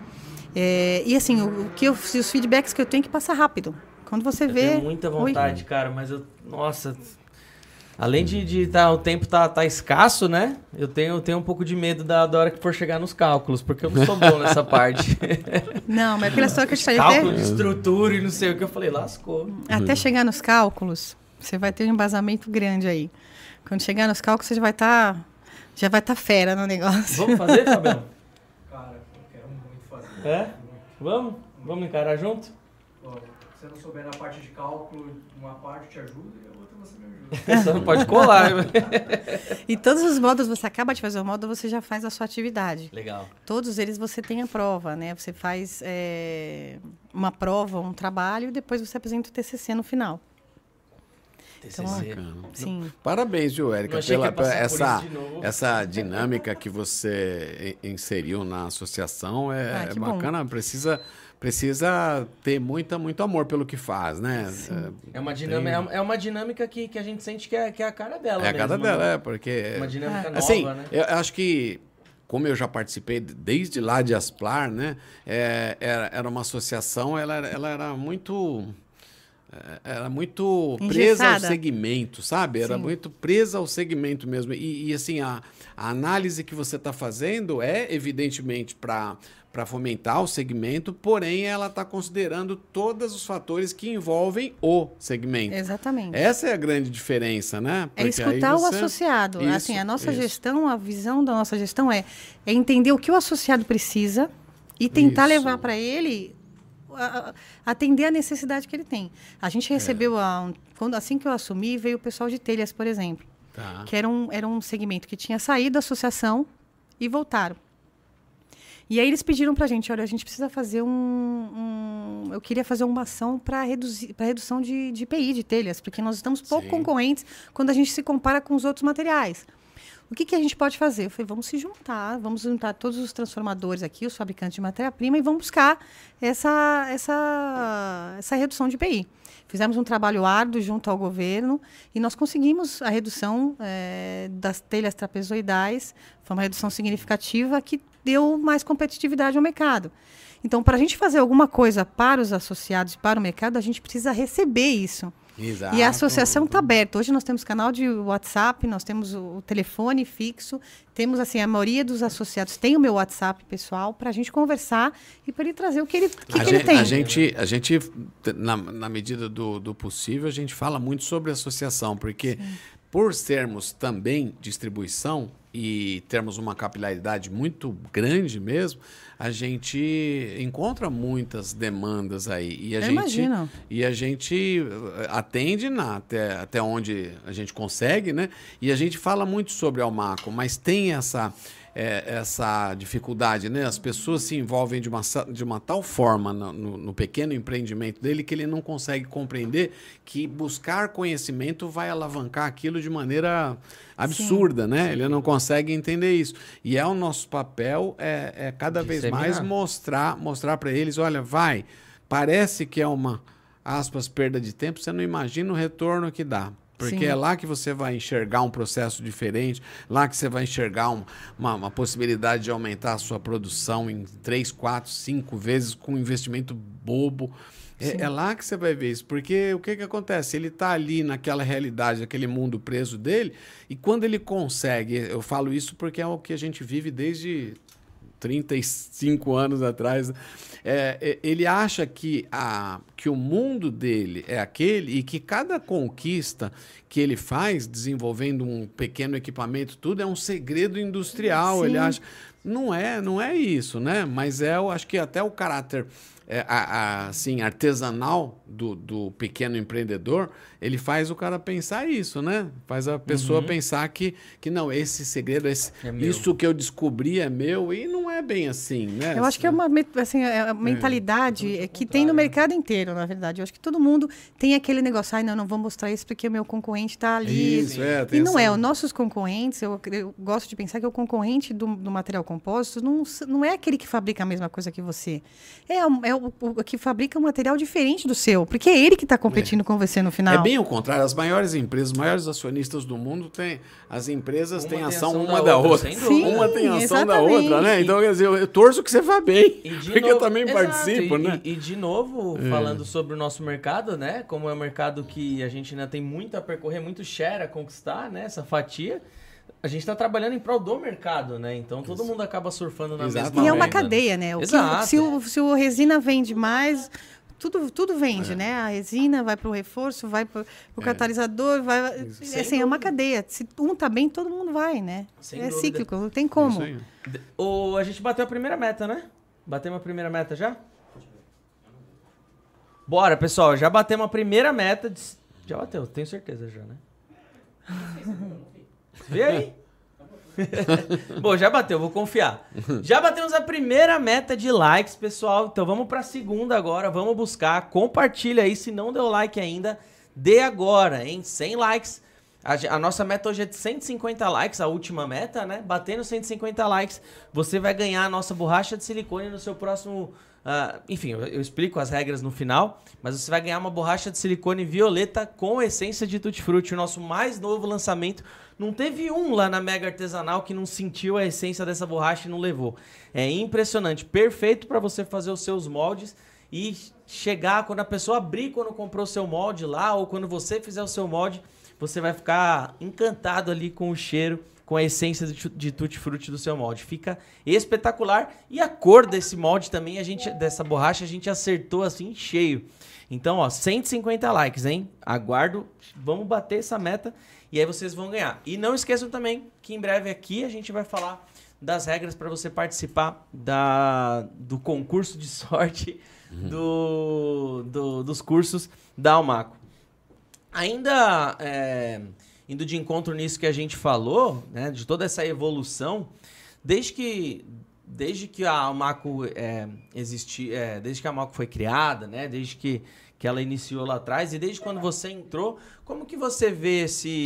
E assim, os feedbacks que eu tenho é que passa rápido. Quando você vê... Eu tenho muita vontade, cara, mas nossa... Além de o tempo tá escasso, né? Eu tenho um pouco de medo da hora que for chegar nos cálculos, porque eu não sou bom nessa parte. Não, mas aquela história que eu te falei... Cálculo de estrutura e não sei o que eu falei, lascou. Até chegar nos cálculos, você vai ter um embasamento grande aí. Quando chegar nos cálculos, você já vai tá fera no negócio. Vamos fazer, Fabião? Cara, eu quero muito fazer. Vamos? Vamos encarar junto? Olha, se você não souber na parte de cálculo, uma parte te ajuda e a outra você me ajuda. Só não pode colar. E todos os módulos, você acaba de fazer o módulo, você já faz a sua atividade. Legal. Todos eles você tem a prova, né? Você faz uma prova, um trabalho, e depois você apresenta o TCC no final. TCC. Bacana. Sim. Parabéns, viu, Érica, Não achei que ia pela passar por isso de novo. essa dinâmica que você inseriu na associação. É que bacana, precisa ter muito amor pelo que faz, né? É uma dinâmica que a gente sente que é a cara dela. É a cara mesmo, dela, né? porque... Uma dinâmica nova, assim, né? eu acho que, como eu já participei desde lá de Asplar, né? Era uma associação, ela era muito... Era muito presa ao segmento, sabe? Era muito presa ao segmento mesmo. E assim, a análise que você está fazendo é, evidentemente, para fomentar o segmento, porém ela está considerando todos os fatores que envolvem o segmento. Exatamente. Essa é a grande diferença, né? Porque escutar o associado. Isso, assim, a nossa gestão, a visão da nossa gestão é entender o que o associado precisa e tentar levar para ele... atender a necessidade que ele tem. A gente recebeu, assim que eu assumi, veio o pessoal de telhas, por exemplo, que era um segmento que tinha saído da associação e voltaram. E aí eles pediram para a gente, olha, a gente precisa fazer eu queria fazer uma ação para redução de IPI de telhas, porque nós estamos pouco concorrentes quando a gente se compara com os outros materiais. O que a gente pode fazer? Eu falei, vamos juntar todos os transformadores aqui, os fabricantes de matéria-prima, e vamos buscar essa redução de IPI. Fizemos um trabalho árduo junto ao governo e nós conseguimos a redução das telhas trapezoidais. Foi uma redução significativa que deu mais competitividade ao mercado. Então, para a gente fazer alguma coisa para os associados e para o mercado, a gente precisa receber isso. Exato. E a associação está aberta. Hoje nós temos canal de WhatsApp, nós temos o telefone fixo, temos assim, a maioria dos associados tem o meu WhatsApp pessoal para a gente conversar e para ele trazer o que ele tem. A gente na medida do possível, a gente fala muito sobre associação, porque por sermos também distribuição e termos uma capilaridade muito grande mesmo, a gente encontra muitas demandas aí. E a gente atende até onde a gente consegue, né? E a gente fala muito sobre Almaco, mas tem essa dificuldade, né? As pessoas se envolvem de uma tal forma no pequeno empreendimento dele que ele não consegue compreender que buscar conhecimento vai alavancar aquilo de maneira absurda, né? Ele não consegue entender isso. E o nosso papel cada vez mais mostrar para eles, olha, parece que é uma, aspas, perda de tempo, você não imagina o retorno que dá. Porque é lá que você vai enxergar um processo diferente, lá que você vai enxergar uma possibilidade de aumentar a sua produção em 3, 4, 5 vezes com um investimento bobo. É lá que você vai ver isso. Porque o que acontece? Ele está ali naquela realidade, naquele mundo preso dele, e quando ele consegue, eu falo isso porque é o que a gente vive desde 35 anos atrás, ele acha que o mundo dele é aquele e que cada conquista que ele faz, desenvolvendo um pequeno equipamento, tudo é um segredo industrial. Sim. Ele acha... Não é isso, né? Mas eu acho que até o caráter assim, artesanal do pequeno empreendedor, ele faz o cara pensar isso, né? Faz a pessoa pensar que não, esse segredo, isso que eu descobri é meu, e não é bem assim, né? Eu acho que é uma mentalidade que tem no mercado inteiro, na verdade. Eu acho que todo mundo tem aquele negócio, não vou mostrar isso porque o meu concorrente está ali. Isso, e não os nossos concorrentes, eu gosto de pensar que o concorrente do material composto não é aquele que fabrica a mesma coisa que você. É o que fabrica um material diferente do seu, porque é ele que está competindo com você no final. É bem o contrário. As maiores empresas, os maiores acionistas do mundo, as empresas têm ação uma da outra. Sim, uma tem ação da outra, né? Então, quer dizer, eu torço que você vá bem, porque eu também participo, né? E de novo, falando sobre o nosso mercado, né? Como é um mercado que a gente ainda tem muito a percorrer, muito share a conquistar, né? Essa fatia. A gente está trabalhando em prol do mercado, né? Então todo mundo acaba surfando na mesma onda. E é uma cadeia, né? Se o resina vende mais, tudo vende, né? A resina vai para o reforço, vai para o catalisador, vai. Assim, é uma cadeia. Se um tá bem, todo mundo vai, né? Cíclico, não tem como. A gente bateu a primeira meta, né? Batemos a primeira meta já? Bora, pessoal, já batemos a primeira meta. Já bateu, tenho certeza já, né? Vê aí. Bom, já bateu, vou confiar. Já batemos a primeira meta de likes, pessoal. Então vamos para a segunda agora. Vamos buscar. Compartilha aí. Se não deu like ainda, dê agora, hein? 100 likes. A nossa meta hoje é de 150 likes, a última meta, né? Batendo 150 likes, você vai ganhar a nossa borracha de silicone no seu próximo... enfim, eu explico as regras no final, mas você vai ganhar uma borracha de silicone violeta com essência de tutti-frutti, o nosso mais novo lançamento. Não teve um lá na Mega Artesanal que não sentiu a essência dessa borracha e não levou. É impressionante, perfeito para você fazer os seus moldes e chegar quando a pessoa abrir, quando comprou o seu molde lá, ou quando você fizer o seu molde, você vai ficar encantado ali com o cheiro, com a essência de tutti-frutti do seu molde. Fica espetacular. E a cor desse molde também, dessa borracha, a gente acertou assim cheio. Então, ó, 150 likes, hein? Aguardo, vamos bater essa meta e aí vocês vão ganhar. E não esqueçam também que em breve aqui a gente vai falar das regras para você participar do concurso de sorte dos cursos da Almaco. Ainda indo de encontro nisso que a gente falou, né, de toda essa evolução, desde que a Almaco desde que a Almaco foi criada, né, desde que ela iniciou lá atrás e desde quando você entrou, como que você vê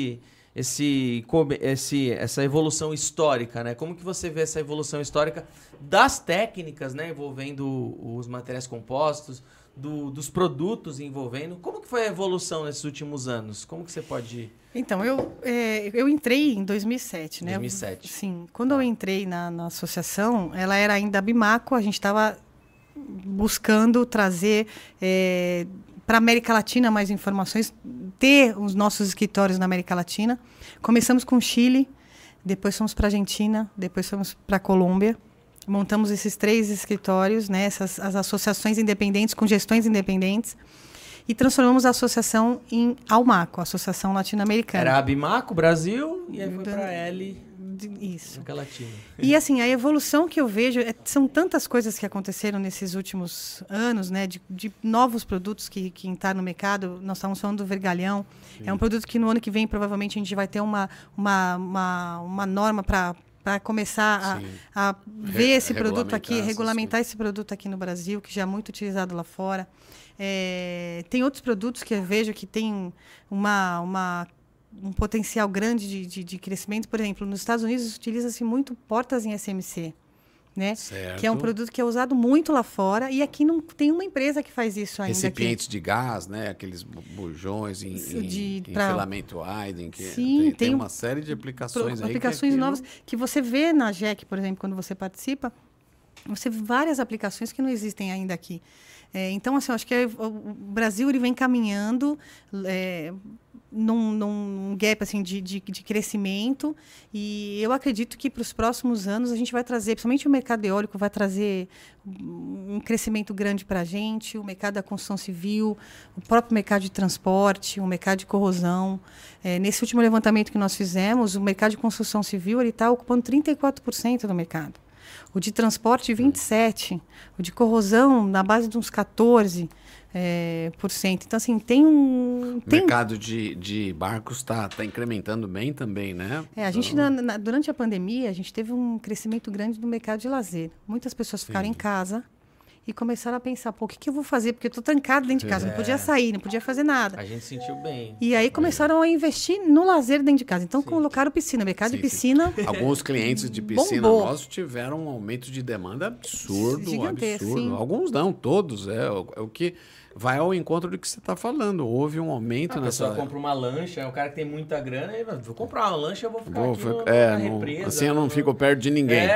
essa evolução histórica, né? Como que você vê essa evolução histórica das técnicas, né, envolvendo os materiais compostos, dos produtos envolvendo? Como que foi a evolução nesses últimos anos? Como que você pode... Então, eu entrei em 2007, né? 2007. Sim. Quando eu entrei na associação, ela era ainda a Bimaco, a gente estava buscando trazer para a América Latina mais informações, ter os nossos escritórios na América Latina. Começamos com o Chile, depois fomos para a Argentina, depois fomos para a Colômbia. Montamos esses 3 escritórios, né, as associações independentes com gestões independentes, e transformamos a associação em Almaco, a Associação Latino-Americana. Era a Bimaco, Brasil, e aí foi para a L, isso. América Latina. E assim, a evolução que eu vejo, são tantas coisas que aconteceram nesses últimos anos, né, de novos produtos que entraram no mercado. Nós estávamos falando do vergalhão. Sim. É um produto que no ano que vem provavelmente a gente vai ter uma norma para para começar a ver esse produto aqui, regulamentar esse produto aqui no Brasil, que já é muito utilizado lá fora. Tem outros produtos que eu vejo que tem um potencial grande de crescimento. Por exemplo, nos Estados Unidos utiliza-se muito portas em SMC, né? Que é um produto que é usado muito lá fora, e aqui não tem uma empresa que faz isso ainda. Recipientes de gás, né? Aqueles bujões em filamento Widen, que tem uma série de aplicações aí. Aplicações novas que você vê na JEC, por exemplo, quando você participa, você vê várias aplicações que não existem ainda aqui. Então, assim, eu acho que o Brasil ele vem caminhando num gap assim, de crescimento, e eu acredito que para os próximos anos a gente vai trazer, principalmente o mercado eólico, vai trazer um crescimento grande para a gente, o mercado da construção civil, o próprio mercado de transporte, o mercado de corrosão. Nesse último levantamento que nós fizemos, o mercado de construção civil está ocupando 34% do mercado. O de transporte, 27%. O de corrosão, na base de uns 14%. Então, assim, O mercado de barcos está incrementando bem também, né? A gente, durante a pandemia, a gente teve um crescimento grande no mercado de lazer. Muitas pessoas ficaram em casa e começaram a pensar, o que eu vou fazer? Porque eu estou trancado dentro de casa, não podia sair, não podia fazer nada. A gente sentiu bem. E aí começaram a investir no lazer dentro de casa. Então, colocaram piscina, mercado de piscina. Alguns clientes de piscina nossos tiveram um aumento de demanda absurdo. Sim. Alguns não, todos. É o que vai ao encontro do que você está falando. Houve um aumento nessa... A pessoa compra uma lancha, o cara que tem muita grana, vou comprar uma lancha, eu vou ficar aqui na represa. Assim eu não fico perto de ninguém.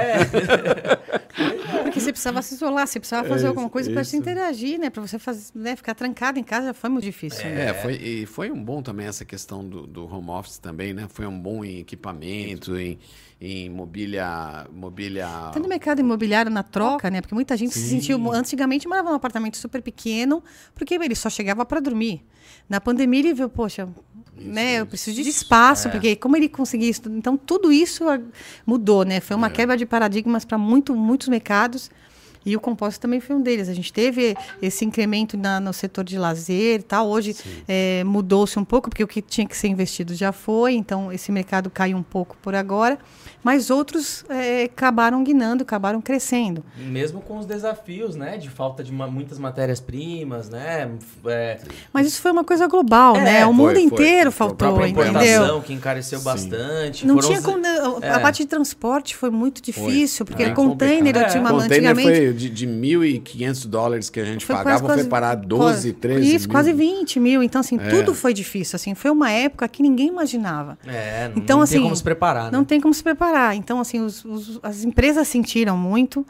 Porque você precisava se isolar, você precisava fazer alguma coisa para se interagir, né? Para você fazer, né? Ficar trancado em casa já foi muito difícil. Foi um bom também essa questão do home office também, né? Foi um bom em equipamento, em mobília... Até no mercado imobiliário, na troca, né? Porque muita gente se sentiu... Antigamente morava num apartamento super pequeno, porque ele só chegava para dormir. Na pandemia ele viu, poxa, eu preciso de espaço, porque como ele conseguia isso? Então, tudo isso mudou, né? Foi uma quebra de paradigmas para muitos mercados, e o compósito também foi um deles. A gente teve esse incremento no setor de lazer e tal. Hoje mudou-se um pouco, porque o que tinha que ser investido já foi, então esse mercado caiu um pouco por agora, mas outros acabaram guinando, acabaram crescendo. Mesmo com os desafios, né, de falta de muitas matérias-primas, né? Mas isso foi uma coisa global, né? O mundo inteiro faltou, entendeu? Que encareceu bastante. Não tinha a parte de transporte foi muito difícil, porque container antigamente... De $1.500 que a gente pagava, foi parar 12, 13 isso, mil. quase 20 mil. Então, assim, tudo foi difícil. Assim, foi uma época que ninguém imaginava. Não tem como se preparar, né? Não tem como se preparar. Então, assim, as empresas sentiram muito.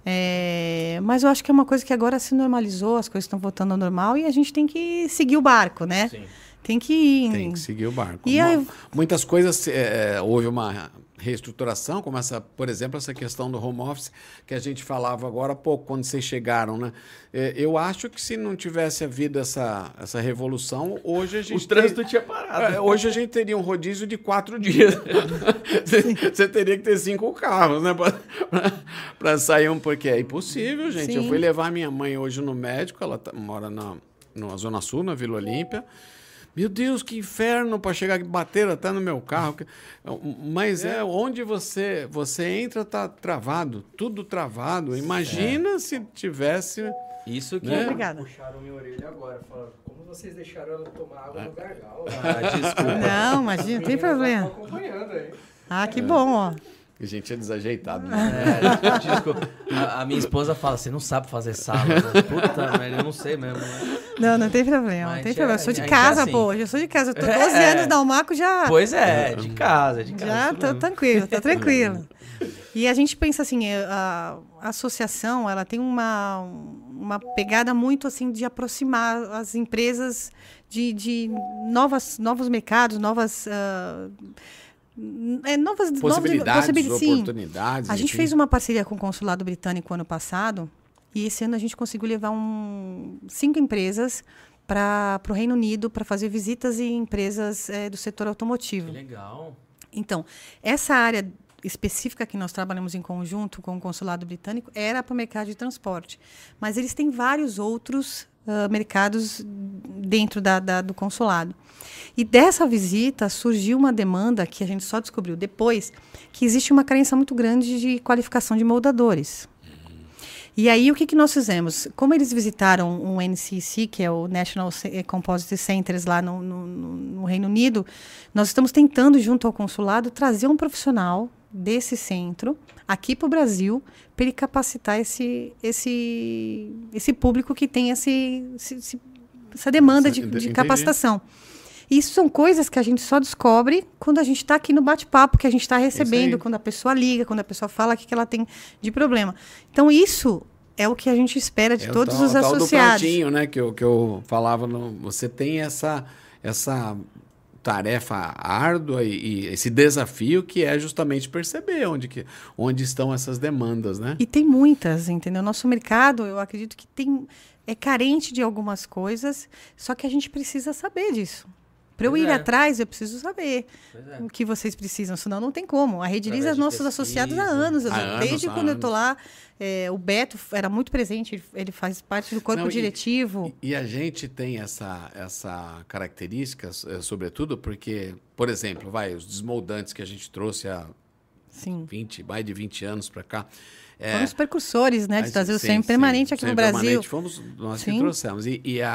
Mas eu acho que é uma coisa que agora se normalizou, as coisas estão voltando ao normal e a gente tem que seguir o barco, né? Sim. Tem que ir. Tem que seguir o barco. E muitas coisas, houve uma reestruturação, como por exemplo, essa questão do home office, que a gente falava agora há pouco, quando vocês chegaram, né? Eu acho que se não tivesse havido essa revolução, hoje a gente... O trânsito tinha parado. Hoje a gente teria um rodízio de 4 dias. Você teria que ter 5 carros, né? Para sair porque é impossível, gente. Sim. Eu fui levar minha mãe hoje no médico, ela mora na Zona Sul, na Vila Olímpia. Meu Deus, que inferno para chegar aqui, bater até no meu carro. Mas onde você entra, tá travado, tudo travado. Imagina se tivesse... Isso que... Obrigada. Puxaram minha orelha agora, falaram, como vocês deixaram ela tomar água no gargalo? Desculpa. Não, imagina, não tem problema. Acompanhando aí. Que bom, ó. A gente é desajeitado, né? Desculpa. A minha esposa fala, você não sabe fazer sala, né? Puta, mas eu não sei mesmo. Né? Não tem problema, Mas não tem problema. Eu sou de a casa, gente é assim. eu sou de casa. Eu tô 12 anos na Almaco já... Pois de casa. Já tô tranquilo, tá tranquilo. E a gente pensa assim, a associação, ela tem uma pegada muito assim de aproximar as empresas de novos mercados, novas possibilidades, oportunidades. A gente fez uma parceria com o Consulado Britânico ano passado, e esse ano a gente conseguiu levar 5 empresas para o Reino Unido para fazer visitas em empresas do setor automotivo. Que legal. Então, essa área específica que nós trabalhamos em conjunto com o Consulado Britânico era para o mercado de transporte. Mas eles têm vários outros mercados dentro do consulado. E dessa visita surgiu uma demanda que a gente só descobriu depois, que existe uma carência muito grande de qualificação de moldadores. E aí, o que nós fizemos? Como eles visitaram o NCC, que é o National Composite Centers lá no Reino Unido, nós estamos tentando, junto ao consulado, trazer um profissional desse centro aqui para o Brasil, para ele capacitar esse público que tem essa demanda de capacitação. Isso são coisas que a gente só descobre quando a gente está aqui no bate-papo, que a gente está recebendo, quando a pessoa liga, quando a pessoa fala o que ela tem de problema. Então, isso é o que a gente espera de todos os associados. É o tal do prontinho, né, que eu falava. Você tem essa tarefa árdua e esse desafio que é justamente perceber onde estão essas demandas, né? E tem muitas, entendeu? Nosso mercado, eu acredito que é carente de algumas coisas, só que a gente precisa saber disso. Para eu ir atrás, eu preciso saber o que vocês precisam, senão não tem como. A Redilize é nossos associados há anos. Desde quando eu estou lá, o Beto era muito presente, ele faz parte do corpo diretivo. E a gente tem essa característica, sobretudo, porque, por exemplo, os desmoldantes que a gente trouxe há mais de 20 anos para cá. Fomos precursores, né, de trazer o semi-permanente aqui no Brasil. Fomos nós que trouxemos.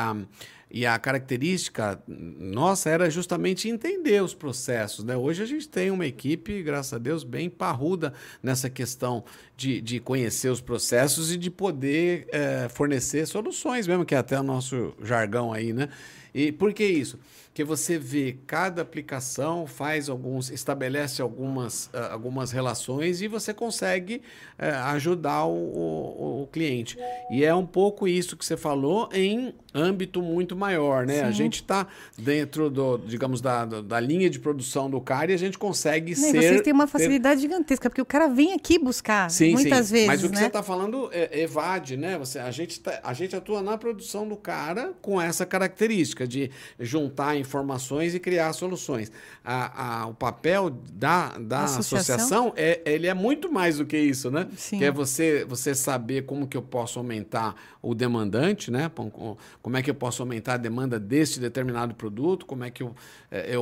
E a característica nossa era justamente entender os processos, né? Hoje a gente tem uma equipe, graças a Deus, bem parruda nessa questão de conhecer os processos e de poder fornecer soluções mesmo, que é até o nosso jargão aí, né? E por que isso? Porque você vê cada aplicação, estabelece algumas relações e você consegue ajudar o cliente. E é um pouco isso que você falou em âmbito muito maior, né? Sim. A gente está dentro digamos, da linha de produção do cara e a gente consegue Vocês têm uma facilidade gigantesca, porque o cara vem aqui buscar muitas vezes, mas o que né? você está falando evade, né? A gente atua na produção do cara com essa característica de juntar informações e criar soluções. O papel da associação ele é muito mais do que isso, né? Sim. Que é você saber como que eu posso aumentar o demandante, né? Como é que eu posso aumentar a demanda deste determinado produto, como é que eu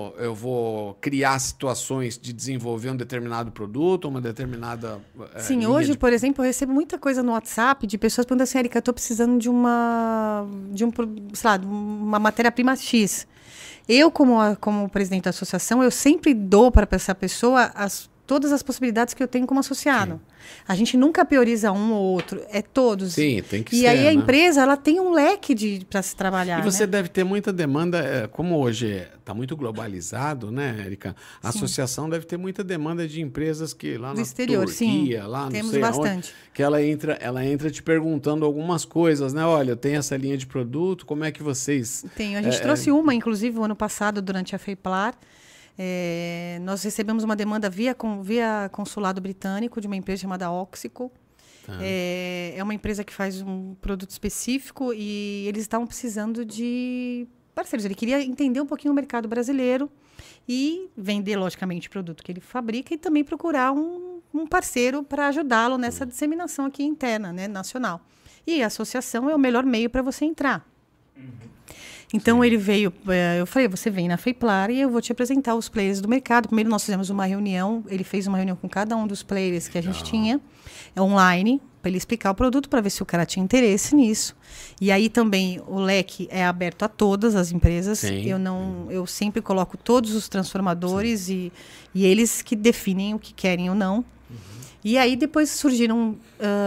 vou criar situações de desenvolver um determinado produto, uma determinada Sim, hoje, por exemplo, eu recebo muita coisa no WhatsApp de pessoas perguntando assim, Erika, eu estou precisando de uma matéria-prima X. Eu, como presidente da associação, eu sempre dou para essa pessoa todas as possibilidades que eu tenho como associado. Sim. A gente nunca prioriza um ou outro, é todos. Sim, tem que ser. E aí a empresa ela tem um leque para se trabalhar. E você deve ter muita demanda, como hoje está muito globalizado, né, Erika? A associação deve ter muita demanda de empresas que lá do na exterior, Turquia, lá temos não sei bastante. Onde, que ela entra te perguntando algumas coisas, né? Olha, eu tenho essa linha de produto, como é que vocês... Tem, a gente trouxe uma, inclusive, o ano passado, durante a FEIPLAR. Nós recebemos uma demanda via consulado britânico de uma empresa chamada Oxico. É uma empresa que faz um produto específico e eles estavam precisando de parceiros. Ele queria entender um pouquinho o mercado brasileiro e vender, logicamente, o produto que ele fabrica e também procurar um parceiro para ajudá-lo nessa disseminação aqui interna, né, nacional. E a associação é o melhor meio para você entrar. Então, ele veio, eu falei, você vem na FEIPLAR e eu vou te apresentar os players do mercado. Primeiro, nós fizemos uma reunião, ele fez uma reunião com cada um dos players que a gente tinha, online, para ele explicar o produto, para ver se o cara tinha interesse nisso. E aí também o leque é aberto a todas as empresas. Eu sempre coloco todos os transformadores e eles que definem o que querem ou não. E aí depois surgiram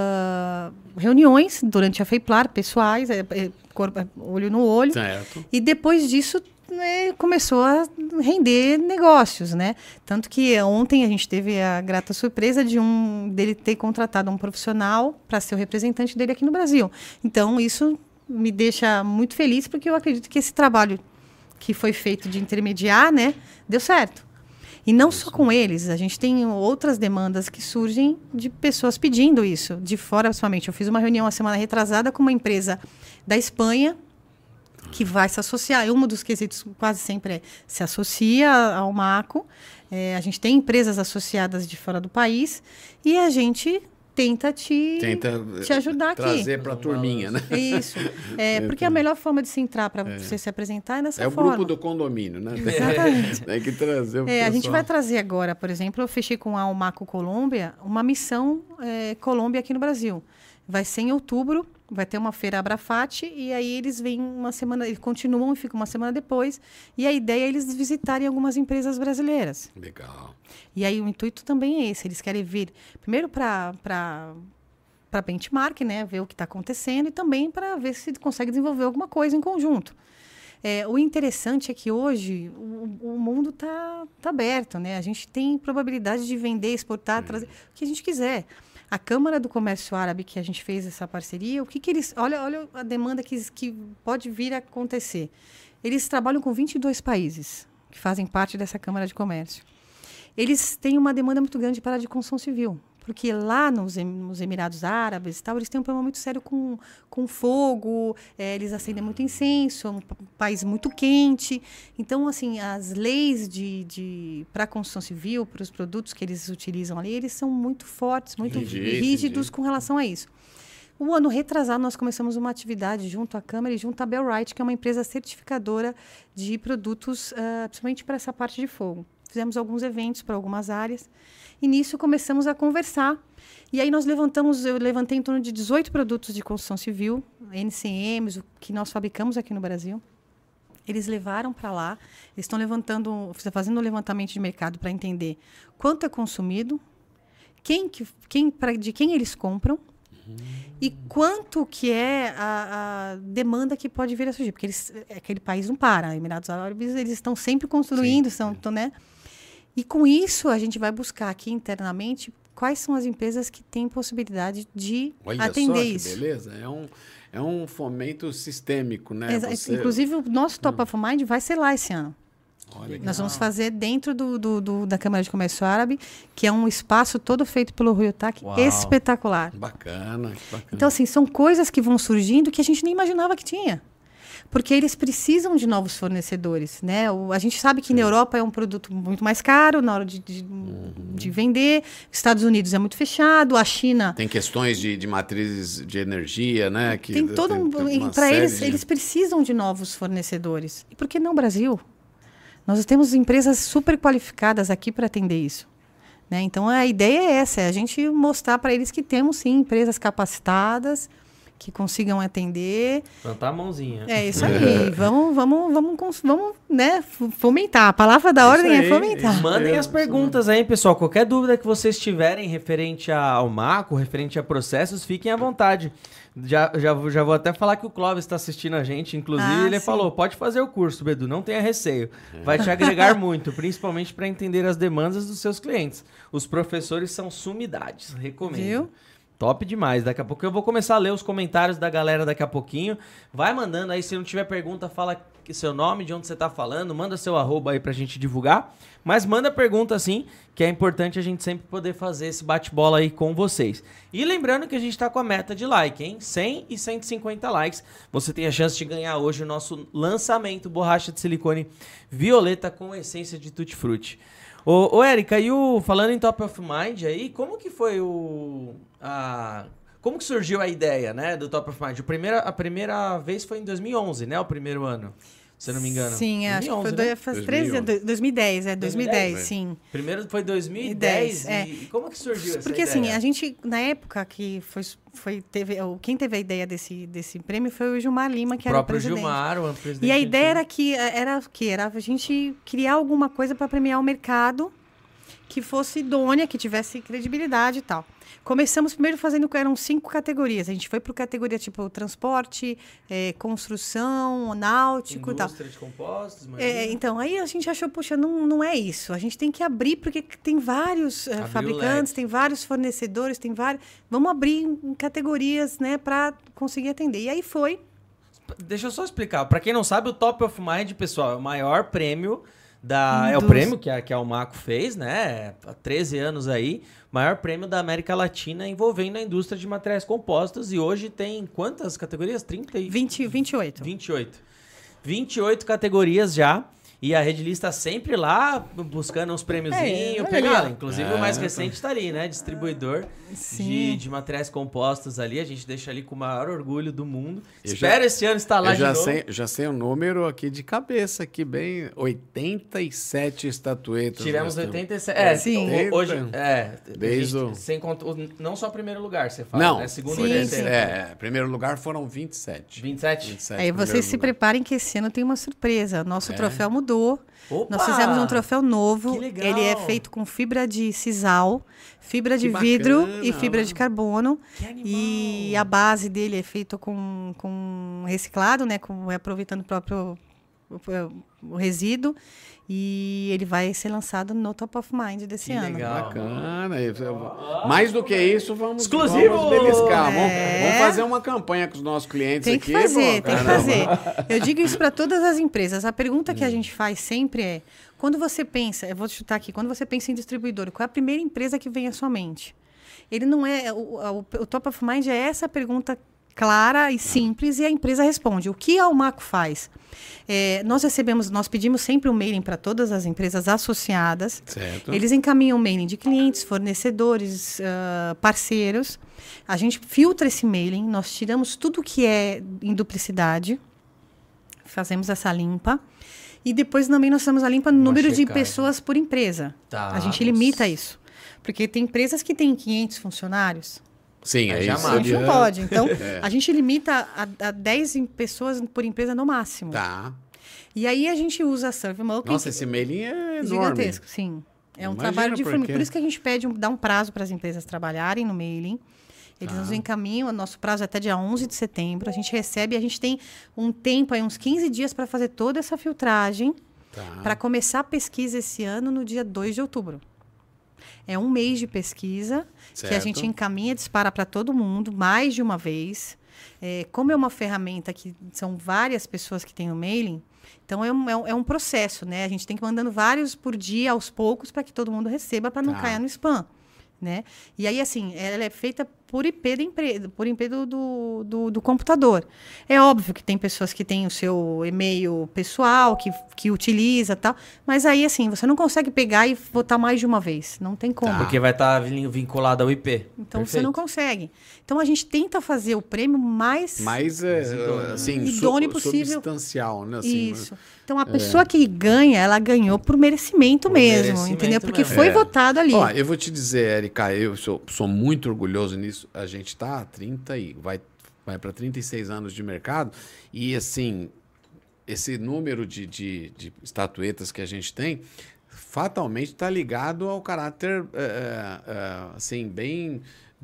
reuniões durante a FEIPLAR, pessoais, olho no olho. Certo. E depois disso começou a render negócios, né? Tanto que ontem a gente teve a grata surpresa dele ter contratado um profissional para ser o representante dele aqui no Brasil. Então, isso me deixa muito feliz, porque eu acredito que esse trabalho que foi feito de intermediar, né, deu certo. E não só com eles, a gente tem outras demandas que surgem de pessoas pedindo isso, de fora principalmente. Eu fiz uma reunião a semana retrasada com uma empresa da Espanha que vai se associar. E um dos quesitos quase sempre se associa ao MACO. A gente tem empresas associadas de fora do país e a gente tenta te ajudar aqui. Trazer para a turminha, né? Isso. Porque a melhor forma de se entrar para você se apresentar é nessa forma. É o grupo do condomínio, né? Exatamente. Tem que trazer o pessoal. A gente vai trazer agora, por exemplo, eu fechei com a Almaco Colômbia uma missão Colômbia aqui no Brasil. Vai ser em outubro, vai ter uma feira Abrafate, e aí eles vêm uma semana, eles continuam e ficam uma semana depois, e a ideia é eles visitarem algumas empresas brasileiras. Legal. E aí o intuito também é esse, eles querem vir primeiro para benchmark, né, ver o que está acontecendo, e também para ver se consegue desenvolver alguma coisa em conjunto. O interessante é que hoje o mundo está aberto, né? A gente tem probabilidade de vender, exportar, trazer o que a gente quiser. A Câmara do Comércio Árabe, que a gente fez essa parceria, o que eles... Olha a demanda que pode vir a acontecer. Eles trabalham com 22 países que fazem parte dessa Câmara de Comércio. Eles têm uma demanda muito grande para a de construção civil, porque lá nos Emirados Árabes e tal, eles têm um problema muito sério com fogo, eles acendem muito incenso, é um país muito quente. Então, assim, as leis para a construção civil, para os produtos que eles utilizam ali, eles são muito fortes, muito rígidos com relação a isso. O ano retrasado, nós começamos uma atividade junto à Câmara e junto à Bellwright, que é uma empresa certificadora de produtos, principalmente para essa parte de fogo. Fizemos alguns eventos para algumas áreas. E nisso começamos a conversar. E aí eu levantei em torno de 18 produtos de construção civil, NCMs, o que nós fabricamos aqui no Brasil. Eles levaram para lá, eles estão fazendo um levantamento de mercado para entender quanto é consumido, de quem eles compram, e quanto que é a demanda que pode vir a surgir. Porque aquele país não para, Emirados Árabes, eles estão sempre construindo, né? E com isso, a gente vai buscar aqui internamente quais são as empresas que têm possibilidade de atender isso. Beleza, é um fomento sistêmico, né? Inclusive, o nosso Top of Mind vai ser lá esse ano. Nós vamos fazer dentro da Câmara de Comércio Árabe, que é um espaço todo feito pelo Rui Otaki, espetacular. Bacana. Então, assim, são coisas que vão surgindo que a gente nem imaginava que tinha. Porque eles precisam de novos fornecedores, né? A gente sabe que na Europa é um produto muito mais caro na hora de vender. Estados Unidos é muito fechado, a China... Tem questões de matrizes de energia, né? Tem todo para eles precisam de novos fornecedores. E por que não o Brasil? Nós temos empresas super qualificadas aqui para atender isso. Né? Então, a ideia é essa, é a gente mostrar para eles que temos, sim, empresas capacitadas, que consigam atender. Plantar a mãozinha. É isso aí. Vamos, né, fomentar. A palavra da ordem é fomentar. Mandem as perguntas aí, pessoal. Qualquer dúvida que vocês tiverem referente ao Maco, referente a processos, fiquem à vontade. Já vou até falar que o Clóvis está assistindo a gente. Inclusive, ele falou, pode fazer o curso, Bedu, não tenha receio. Vai te agregar muito, principalmente para entender as demandas dos seus clientes. Os professores são sumidades. Recomendo. Viu? Top demais. Daqui a pouco eu vou começar a ler os comentários da galera daqui a pouquinho. Vai mandando aí, se não tiver pergunta, fala seu nome, de onde você tá falando, manda seu arroba aí pra gente divulgar. Mas manda pergunta sim, que é importante a gente sempre poder fazer esse bate-bola aí com vocês. E lembrando que a gente tá com a meta de like, hein? 100 e 150 likes. Você tem a chance de ganhar hoje o nosso lançamento borracha de silicone violeta com essência de tutti-frutti. Ô Érica, falando em Top of Mind aí, como que foi como que surgiu a ideia, né, do Top of Mind? A primeira vez foi em 2011, né, o primeiro ano, se eu não me engano. Sim, 2011, acho que foi né? faz 13 anos, 2010, 2010, sim. Primeiro foi 2010, e como que surgiu essa Porque ideia? Assim, a gente, na época que quem teve a ideia desse prêmio foi o Gilmar Lima, que era o presidente. O presidente. E a ideia era a gente criar alguma coisa para premiar o mercado que fosse idônea, que tivesse credibilidade e tal. Começamos primeiro eram 5 categorias. A gente foi para categoria tipo transporte, construção, náutico e tal. Indústria de compostos. Então, aí a gente achou, poxa, não é isso. A gente tem que abrir, porque tem vários fabricantes, tem vários fornecedores, tem vários... Vamos abrir em categorias, né, para conseguir atender. E aí foi. Deixa eu só explicar. Para quem não sabe, o Top of Mind, pessoal, é o maior prêmio é o prêmio que a Almaco fez, né? Há 13 anos aí. Maior prêmio da América Latina envolvendo a indústria de materiais compostos. E hoje tem quantas categorias? 28. 28 categorias já. E a Rede Liz tá sempre lá buscando uns prêmiozinhos. Inclusive o mais recente tá ali, né? Distribuidor de materiais compostos ali. A gente deixa ali com o maior orgulho do mundo. Espero esse ano estar lá de novo. Já sei o número aqui de cabeça, aqui bem 87 estatuetas. Tivemos 87. Sim. Hoje, desde sem não só o primeiro lugar, você fala, não, né? Segundo sim, e terceiro. Primeiro lugar foram 27. 27? Aí vocês se preparem que esse ano tem uma surpresa. Nosso troféu mudou. Opa! Nós fizemos um troféu novo. Que legal! Ele é feito com fibra de sisal, fibra de Que vidro bacana, e fibra de carbono. Que animal! E a base dele é feita com reciclado, né? Aproveitando o próprio o resíduo. E ele vai ser lançado no Top of Mind desse ano. Legal. Bacana. Mais do que isso, vamos Exclusivo! beliscar. Vamos fazer uma campanha com os nossos clientes Tem aqui. que fazer, pô, tem que fazer. Eu digo isso para todas as empresas. A pergunta que a gente faz sempre é, quando você pensa, eu vou chutar aqui, quando você pensa em distribuidor, qual é a primeira empresa que vem à sua mente? Ele não é, o Top of Mind é essa pergunta clara e simples, e a empresa responde. O que a Almaco faz? Nós pedimos sempre um mailing para todas as empresas associadas. Certo. Eles encaminham mailing de clientes, fornecedores, parceiros. A gente filtra esse mailing, nós tiramos tudo que é em duplicidade, fazemos essa limpa. E depois também nós fazemos a limpa no número de pessoas por empresa. Tá, a gente limita isso. Porque tem empresas que têm 500 funcionários. Sim, é isso. A gente não pode. Então, a gente limita a 10 pessoas por empresa no máximo. Tá. E aí a gente usa a SurveyMonkey. Nossa, esse mailing é enorme. Gigantesco, sim. É um trabalho de formiga. Por isso que a gente dá um prazo para as empresas trabalharem no mailing. Eles nos encaminham, o nosso prazo é até dia 11 de setembro. A gente recebe, a gente tem um tempo, aí, uns 15 dias para fazer toda essa filtragem, para começar a pesquisa esse ano no dia 2 de outubro. É um mês de pesquisa que a gente encaminha, dispara para todo mundo, mais de uma vez. Como é uma ferramenta que são várias pessoas que têm o mailing, então é um processo, né? A gente tem que ir mandando vários por dia, aos poucos, para que todo mundo receba, para não cair no spam. Né? E aí, assim, ela é feita por IP da empresa, por IP do computador. É óbvio que tem pessoas que têm o seu e-mail pessoal, que utiliza e tal, mas aí, assim, você não consegue pegar e votar mais de uma vez. Não tem como. Porque vai estar vinculado ao IP. Então, você não consegue. Então, a gente tenta fazer o prêmio mais assim, idôneo possível. Substancial, né? Assim, isso. Então, a pessoa que ganha, ela ganhou por merecimento mesmo, entendeu? Porque foi votado ali. Ó, eu vou te dizer, Érica, eu sou muito orgulhoso nisso. A gente está há 30 e vai para 36 anos de mercado. E, assim, esse número de estatuetas que a gente tem, fatalmente está ligado ao caráter, assim, bem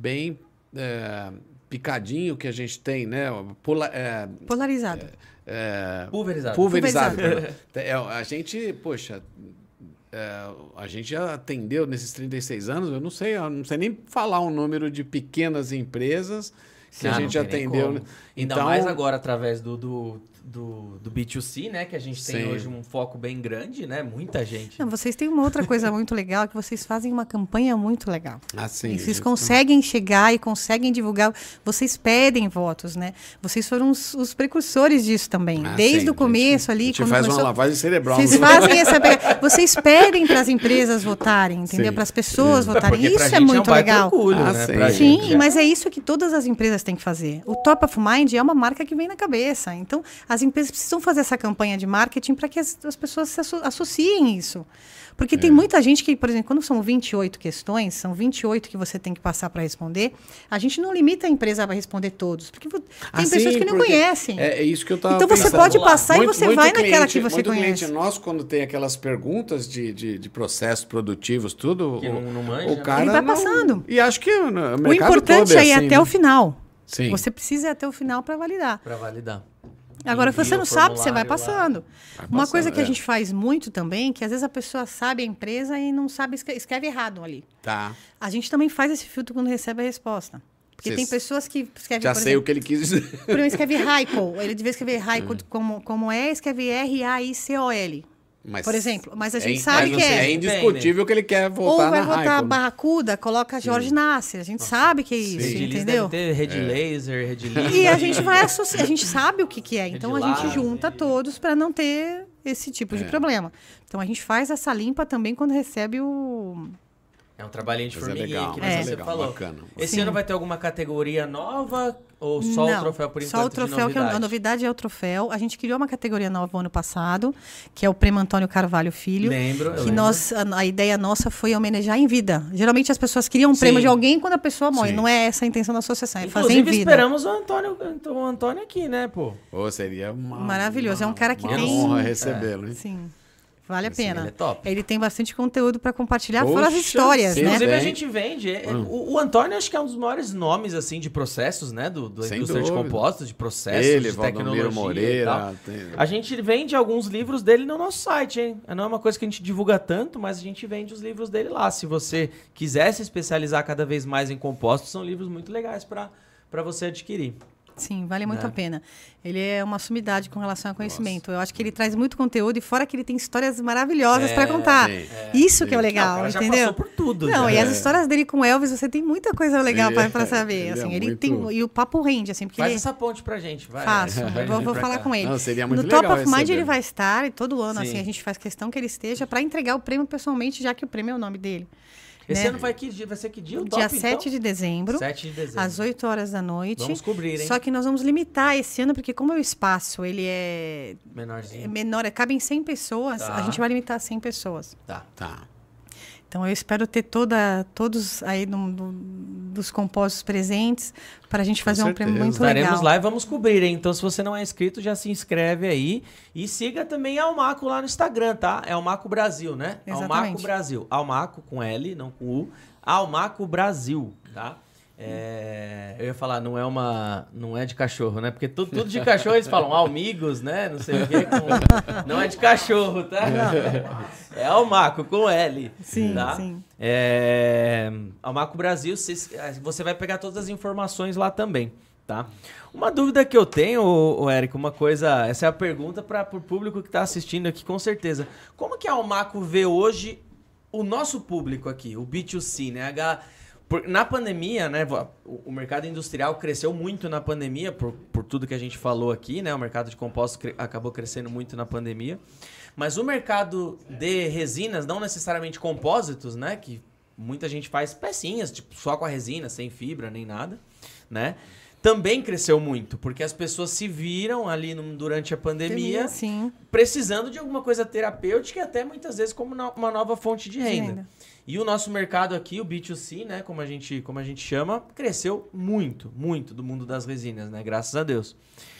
picadinho que a gente tem, né? Polarizado. Pulverizado. A gente, poxa, a gente já atendeu nesses 36 anos, eu não sei nem falar um número de pequenas empresas que a gente atendeu. Ainda mais agora através do B2C, né? Que a gente tem hoje um foco bem grande, né? Muita gente. Não, vocês têm uma outra coisa muito legal, que vocês fazem uma campanha muito legal. Sim, vocês conseguem chegar e conseguem divulgar. Vocês pedem votos, né? Vocês foram os precursores disso também. Desde o começo ali. A gente faz uma lavagem cerebral. Vocês fazem essa... Vocês pedem para as empresas votarem, entendeu? Para as pessoas votarem. Isso é muito legal. Orgulho, né? Sim, mas é isso que todas as empresas têm que fazer. O Top of Mind é uma marca que vem na cabeça. Então, as empresas precisam fazer essa campanha de marketing para que as pessoas se associem isso. Porque tem muita gente que, por exemplo, quando são 28 questões, são 28 que você tem que passar para responder, a gente não limita a empresa a responder todos. Porque tem pessoas que não conhecem. É isso que eu estava Então você pode passar e você vai naquela que você conhece. Cliente nosso, quando tem aquelas perguntas de processos produtivos, tudo, que não manja, o cara ele vai passando. E acho que o mercado o importante todo é ir até o final. Sim. Você precisa ir até o final para validar. Para validar. Agora, se você não sabe, você vai passando. Uma coisa que a gente faz muito também, que às vezes a pessoa sabe a empresa e não sabe, escreve errado ali. Tá. A gente também faz esse filtro quando recebe a resposta. Porque tem pessoas que escrevem, já sei o que ele quis dizer. Por exemplo, escreve Raicol. Ele devia escrever Raicol como escreve R-A-I-C-O-L. Por exemplo, mas a gente sabe que é indiscutível que ele quer votar na Raicol. Ou vai votar Barracuda, coloca Jorge Nasser. A gente sabe que é isso, entendeu? Deve ter Red Laser, Red Laser. E a gente vai associar, a gente sabe o que é. Então a gente junta todos para não ter esse tipo de problema. Então, a gente faz essa limpa também quando recebe o... É um trabalhinho de formiguinha, legal, que mas você legal, falou. bacana. Esse Sim. ano vai ter alguma categoria nova ou só Não, o troféu por enquanto só o troféu, de que novidade? a novidade é o troféu. A gente criou uma categoria nova ano passado, que é o Prêmio Antônio Carvalho Filho. Lembro, eu Que lembro. a ideia nossa foi homenagear em vida. Geralmente as pessoas criam um prêmio Sim. de alguém quando a pessoa morre. Sim. Não é essa a intenção da associação, é fazer em Inclusive, vida. esperamos o Antônio aqui, né, pô? Ou seria uma... Maravilhoso. É um cara que uma tem- honra recebê-lo, hein? Sim, vale a Esse pena. ele é top. Ele tem bastante conteúdo para compartilhar, Poxa, fora as histórias, sim, né? Inclusive, a Tem. gente vende. O Antônio, acho que é um dos maiores nomes, assim, de processos, né? Da Sem indústria de dúvida. compostos, de processos, Ele, de Valdomiro tecnologia e tal. Moreira... tem- A gente vende alguns livros dele no nosso site, hein? Não é uma coisa que a gente divulga tanto, mas a gente vende os livros dele lá. Se você quiser se especializar cada vez mais em compostos, são livros muito legais para você adquirir. Sim, vale muito Né? a pena. Ele é uma sumidade com relação ao conhecimento. Eu acho que ele traz muito conteúdo e fora que ele tem histórias maravilhosas para contar. sim, Isso que é o Não, o legal, cara já entendeu? passou por tudo. Não, já. e as histórias dele com o Elvis, você tem muita coisa legal para saber. ele é Assim, ele muito- tem e o papo rende, assim, porque Faz ele essa ponte pra gente, vai. faço. Vai Vou vir pra falar cá. com ele. Não, seria muito no legal Top of Mind receber. ele vai estar e todo ano, Sim. assim, a gente faz questão que ele esteja para entregar o prêmio pessoalmente, já que o prêmio é o nome dele. Esse né? ano vai ser que dia? O Dia top, 7 então? de dezembro. 7 de dezembro. Às 8 horas da noite. Vamos cobrir, hein? Só que nós vamos limitar esse ano, porque como é o espaço, ele é Menorzinho. menor, cabem 100 pessoas, Tá. a gente vai limitar a 100 pessoas. Tá. Tá. Então eu espero ter todos aí dos compósitos presentes para a gente fazer um prêmio certeza. muito Estaremos legal. lá e vamos cobrir, hein? Então, se você não é inscrito, já se inscreve aí. E siga também a Almaco lá no Instagram, tá? É Almaco Brasil, né? Exatamente. Almaco Brasil. Almaco com L, não com U. Almaco Brasil, tá? Eu ia falar, não é de cachorro, né? Porque tudo de cachorro eles falam almigos, né? Não sei o quê. Não é de cachorro, tá? É Almaco com L. Sim, tá? sim. Almaco Brasil, você vai pegar todas as informações lá também, tá? Uma dúvida que eu tenho, ô Érico, uma coisa, essa é a pergunta para o público que está assistindo aqui, com certeza. Como que a Almaco vê hoje o nosso público aqui, o B2C, né? Na pandemia, né, o mercado industrial cresceu muito na pandemia, por tudo que a gente falou aqui, né? O mercado de compostos acabou crescendo muito na pandemia. Mas o mercado de resinas, não necessariamente compósitos, né? Que muita gente faz pecinhas, tipo, só com a resina, sem fibra, nem nada, né? Também cresceu muito, porque as pessoas se viram ali durante a pandemia Sim. precisando de alguma coisa terapêutica e até muitas vezes como uma nova fonte de renda. E o nosso mercado aqui, o B2C, né, como a gente chama, cresceu muito, muito do mundo das resinas, né, graças a Deus.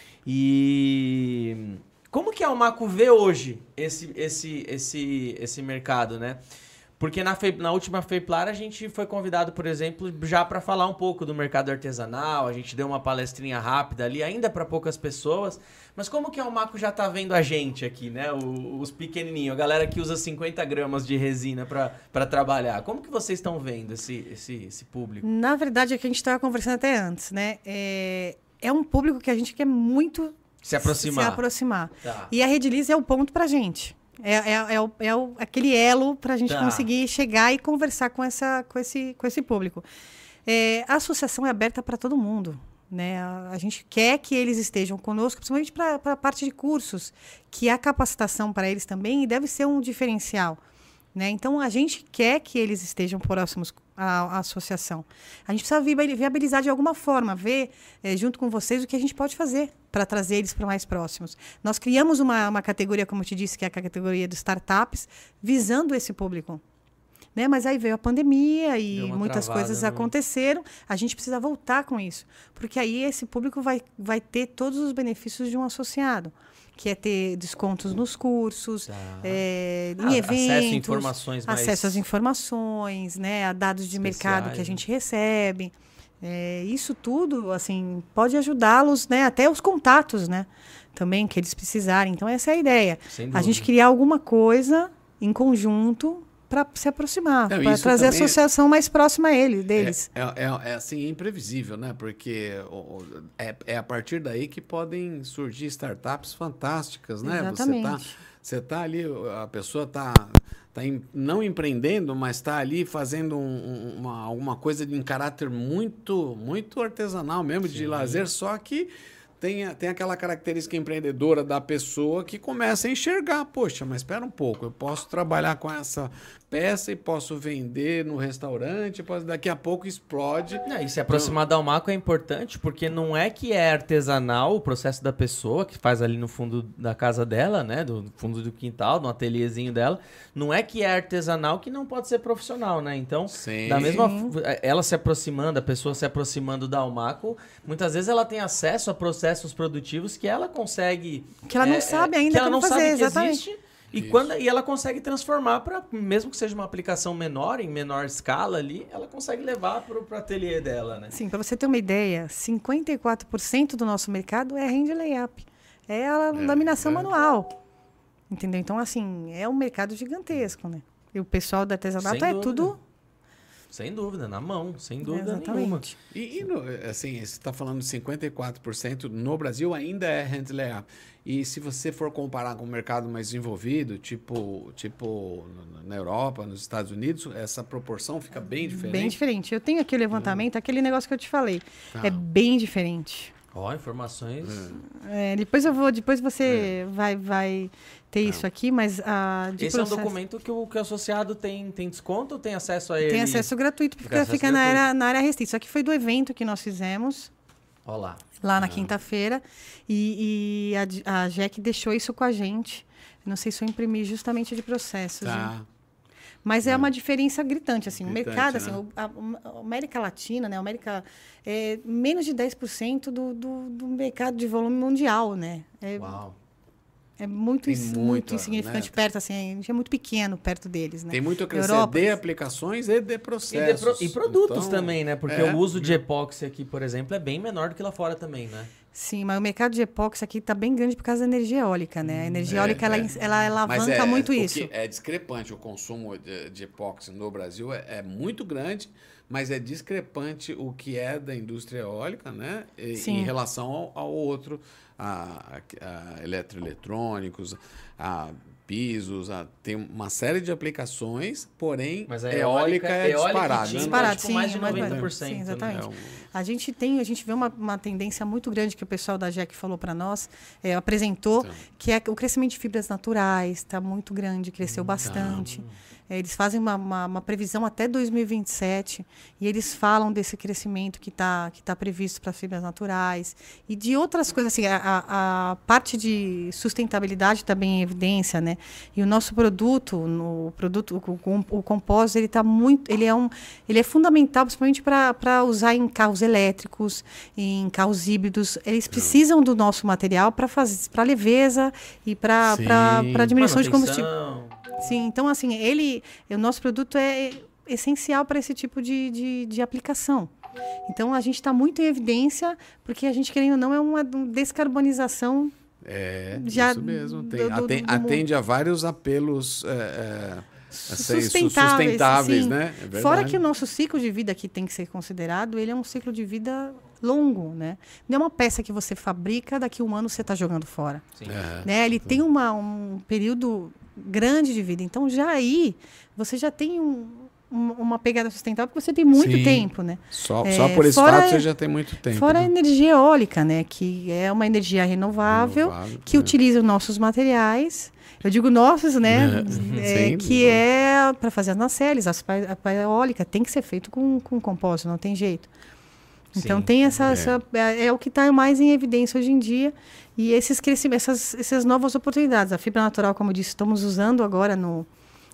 E como que a Almaco vê hoje esse mercado, né? Porque na última Feiplar a gente foi convidado, por exemplo, já para falar um pouco do mercado artesanal, a gente deu uma palestrinha rápida ali, ainda para poucas pessoas, mas como que a Almaco já tá vendo a gente aqui, né? Os pequenininhos, a galera que usa 50 gramas de resina para trabalhar. Como que vocês estão vendo esse público? Na verdade, é que a gente estava conversando até antes, né? É um público que a gente quer muito Se aproximar. Tá. E a Redilize é o ponto pra gente. Aquele elo para a gente conseguir chegar e conversar com esse público. A associação é aberta para todo mundo, né? A gente quer que eles estejam conosco, principalmente para a parte de cursos, que a capacitação para eles também deve ser um diferencial, né? Então, a gente quer que eles estejam próximos à associação. A gente precisa viabilizar de alguma forma, ver junto com vocês o que a gente pode fazer para trazer eles para mais próximos. Nós criamos uma categoria, como eu te disse, que é a categoria de startups, visando esse público. Né? Mas aí veio a pandemia e muitas coisas aconteceram. A gente precisa voltar com isso, porque aí esse público vai ter todos os benefícios de um associado, que é ter descontos nos cursos, em eventos, acesso às informações, né, a dados de mercado que a gente recebe. Isso tudo, assim, pode ajudá-los, né, até os contatos, né, também que eles precisarem. Então, essa é a ideia. A gente criar alguma coisa em conjunto para se aproximar, para trazer a associação mais próxima deles. Assim, imprevisível, né? Porque é a partir daí que podem surgir startups fantásticas, né? Exatamente. Você tá ali, a pessoa tá não empreendendo, mas está ali fazendo alguma coisa em caráter muito, muito artesanal mesmo, de lazer, só que tem aquela característica empreendedora da pessoa que começa a enxergar, poxa, mas espera um pouco, eu posso trabalhar com essa peça e posso vender no restaurante, daqui a pouco explode. E se aproximar da Almaco é importante, porque não é que é artesanal o processo da pessoa, que faz ali no fundo da casa dela, né? Do fundo do quintal, no ateliêzinho dela. Não é que é artesanal que não pode ser profissional, né? Então, da mesma ela se aproximando, a pessoa se aproximando da Almaco, muitas vezes ela tem acesso a processos produtivos que ela consegue... Que ela não sabe ainda como fazer, sabe que exatamente. Existe. E ela consegue transformar para, mesmo que seja uma aplicação menor, em menor escala ali, ela consegue levar para o ateliê dela, né? Sim, para você ter uma ideia, 54% do nosso mercado é hand layup. É a laminação manual. Entendeu? Então, assim, é um mercado gigantesco, né? E o pessoal do artesanato é tudo... Sem dúvida, na mão, sem dúvida Exatamente. nenhuma. Assim, você está falando de 54%, no Brasil ainda é hand layup. E se você for comparar com o mercado mais desenvolvido, tipo na Europa, nos Estados Unidos, essa proporção fica bem diferente? Bem diferente. Eu tenho aqui o levantamento, aquele negócio que eu te falei. É bem diferente. Informações... Depois você vai ter isso aqui, mas... Esse é um documento que o associado tem desconto ou tem acesso a ele? Tem acesso gratuito, porque fica na área restrita. Isso aqui foi do evento que nós fizemos. Olá. Lá na quinta-feira. E a Jack deixou isso com a gente. Não sei se eu imprimi justamente de processos. Tá. Mas é uma diferença gritante, assim. Gritante, o mercado, né? assim, a América Latina, né? A América é menos de 10% do mercado de volume mundial, né? Uau. É muito insignificante, né? perto, assim, a gente é muito pequeno perto deles, né? Tem muito a crescer Europa, de aplicações e de processos. E produtos então, também, né? Porque o uso de epóxi aqui, por exemplo, é bem menor do que lá fora também, né? Sim, mas o mercado de epóxi aqui está bem grande por causa da energia eólica, né? A energia eólica, ela alavanca muito isso. O que é discrepante o consumo de epóxi no Brasil, é muito grande, mas é discrepante o que é da indústria eólica, né? Em relação ao outro, a eletroeletrônicos, a pisos, tem uma série de aplicações, porém, mas a eólica é disparada. Disparado, sim, mais de 90%. Sim, exatamente. Né? A gente vê uma tendência muito grande que o pessoal da Jack falou para nós, apresentou, que é o crescimento de fibras naturais, está muito grande, cresceu bastante. Eles fazem uma previsão até 2027 e eles falam desse crescimento que tá previsto para fibras naturais e de outras coisas, assim, a parte de sustentabilidade está bem em evidência, né? E o nosso produto, o compósito, ele é fundamental, principalmente para usar em carros elétricos, em carros híbridos. Eles precisam do nosso material para leveza e para diminuição de combustível. Sim, então, assim, o nosso produto é essencial para esse tipo de aplicação. Então, a gente está muito em evidência, porque a gente, querendo ou não, é uma descarbonização. Isso mesmo. Atende a vários apelos sustentáveis, né? É fora que o nosso ciclo de vida que tem que ser considerado, ele é um ciclo de vida longo, né? Não é uma peça que você fabrica, daqui a um ano você está jogando fora. Sim. Né? Ele tem um período grande de vida. Então, já aí, você já tem uma pegada sustentável, porque você tem muito tempo, né? Só por esse fato, você já tem muito tempo. Fora a energia eólica, né? Que é uma energia renovável que utiliza os nossos materiais. Eu digo nossos, né? Que é para fazer as nacelles, a eólica tem que ser feito com compósito, não tem jeito. Então, tem é o que está mais em evidência hoje em dia. E esses crescimentos, essas novas oportunidades. A fibra natural, como eu disse, estamos usando agora no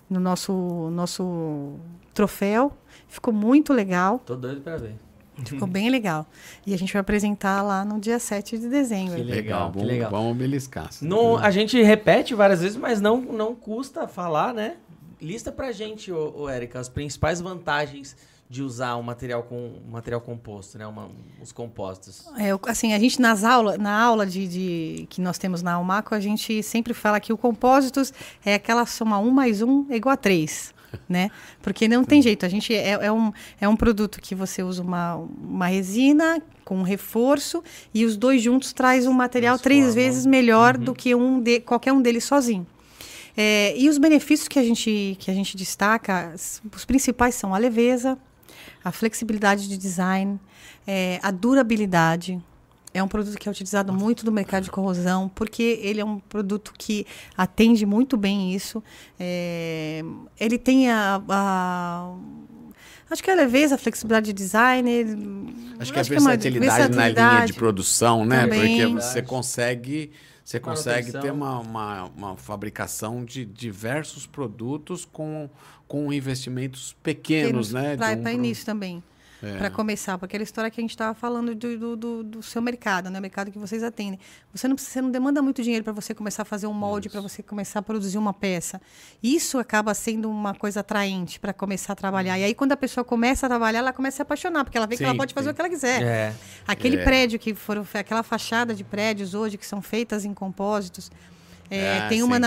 nosso troféu. Ficou muito legal. Tô doido para ver. Ficou bem legal. E a gente vai apresentar lá no dia 7 de dezembro. Que legal, que legal. Vamos beliscar. A gente repete várias vezes, mas não custa falar, né? Lista pra gente, Érica, as principais vantagens de usar um material composto, né? Os compostos. Assim, a gente na aula que nós temos na Almaco, a gente sempre fala que o compósitos é aquela soma 1 mais 1 é igual a 3, né? Porque não tem jeito. A gente é um produto que você usa uma resina com um reforço e os dois juntos traz um material 3 vezes melhor do que qualquer um deles sozinho. E os benefícios que a gente destaca, os principais são a leveza, a flexibilidade de design, a durabilidade, É um produto que é utilizado muito no mercado de corrosão, porque ele é um produto que atende muito bem isso. Ele tem acho que a leveza, a flexibilidade de design. Acho que a versatilidade na linha de produção, né? Também. Porque você consegue Manutenção. ter uma fabricação de diversos produtos com investimentos pequenos, né? Para início também. Para começar, porque aquela história que a gente estava falando do seu mercado, né? O mercado que vocês atendem. Você não demanda muito dinheiro para você começar a fazer um molde, para você começar a produzir uma peça. Isso acaba sendo uma coisa atraente para começar a trabalhar. E aí, quando a pessoa começa a trabalhar, ela começa a se apaixonar, porque ela vê que ela pode fazer o que ela quiser. Aquele prédio aquela fachada de prédios hoje que são feitas em compósitos. Tem uma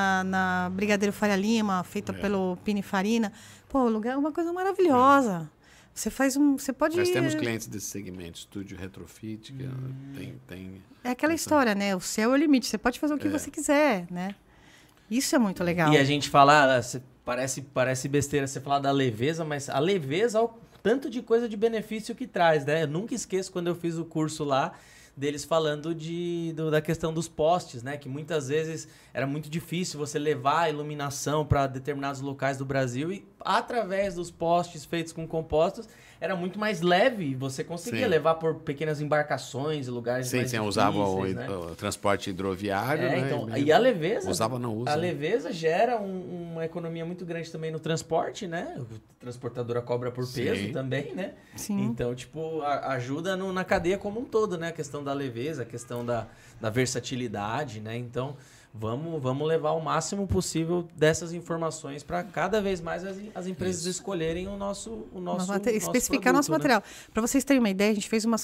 na Brigadeiro Faria Lima, feita pelo Pininfarina. Pô, o lugar é uma coisa maravilhosa. Você pode... Nós temos clientes desse segmento, estúdio retrofit, que tem... É aquela história, né? O céu é o limite. Você pode fazer o que você quiser, né? Isso é muito legal. E a gente fala, parece besteira você falar da leveza, mas a leveza, o tanto de coisa de benefício que traz, né? Eu nunca esqueço quando eu fiz o curso lá, deles falando da questão dos postes, né? Que muitas vezes era muito difícil você levar a iluminação para determinados locais do Brasil e através dos postes feitos com compostos era muito mais leve, você conseguia levar por pequenas embarcações e lugares mais difíceis, usava né? o transporte hidroviário, né? Então, e a leveza, não usa. A leveza gera uma economia muito grande também no transporte, né? A transportadora cobra por peso também, né? Sim. Então, tipo, ajuda na cadeia como um todo, né? A questão da leveza, a questão da versatilidade, né? Então, vamos levar o máximo possível dessas informações para cada vez mais as empresas escolherem o nosso especificar produto, nosso né? material. Para vocês terem uma ideia, a gente fez uma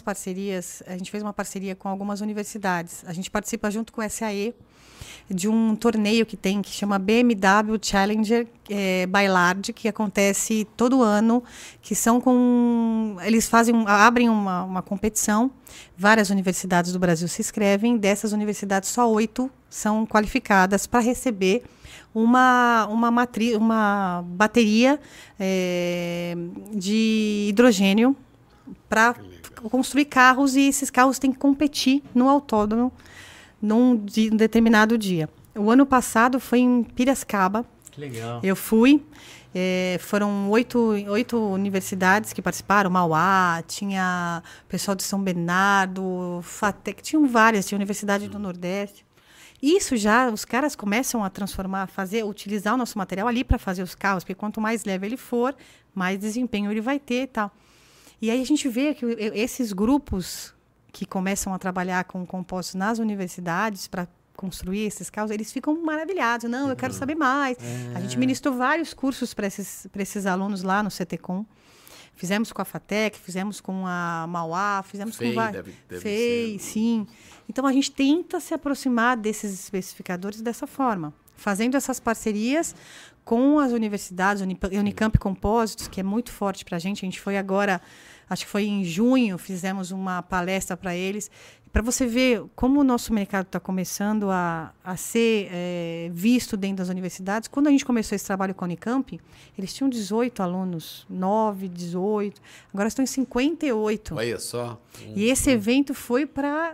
parceria com algumas universidades. A gente participa junto com o SAE de um torneio que chama BMW Challenger Bailard, que acontece todo ano, que são eles abrem uma competição, várias universidades do Brasil se inscrevem, dessas universidades só 8 são qualificadas para receber uma bateria de hidrogênio para construir carros, e esses carros têm que competir no autódromo num determinado dia. O ano passado foi em Piracicaba. Que legal. Eu fui. Foram 8 universidades que participaram. Mauá, tinha pessoal de São Bernardo, FATEC, tinham várias, tinha Universidade do Nordeste. Isso já, os caras começam a transformar, utilizar o nosso material ali para fazer os carros, porque quanto mais leve ele for, mais desempenho ele vai ter e tal. E aí a gente vê que esses grupos que começam a trabalhar com compostos nas universidades para construir esses carros, eles ficam maravilhados. Não, eu quero saber mais. A gente ministrou vários cursos para esses alunos lá no CTCom. Fizemos com a FATEC, fizemos com a Mauá, fizemos com vários. FEI, sim. Então, a gente tenta se aproximar desses especificadores dessa forma, fazendo essas parcerias com as universidades, Unicamp Compósitos, que é muito forte para a gente. A gente foi agora, acho que foi em junho, fizemos uma palestra para eles, para você ver como o nosso mercado está começando a ser visto dentro das universidades. Quando a gente começou esse trabalho com a Unicamp, eles tinham 18 alunos, 9, 18, agora estão em 58. Olha só. E esse evento foi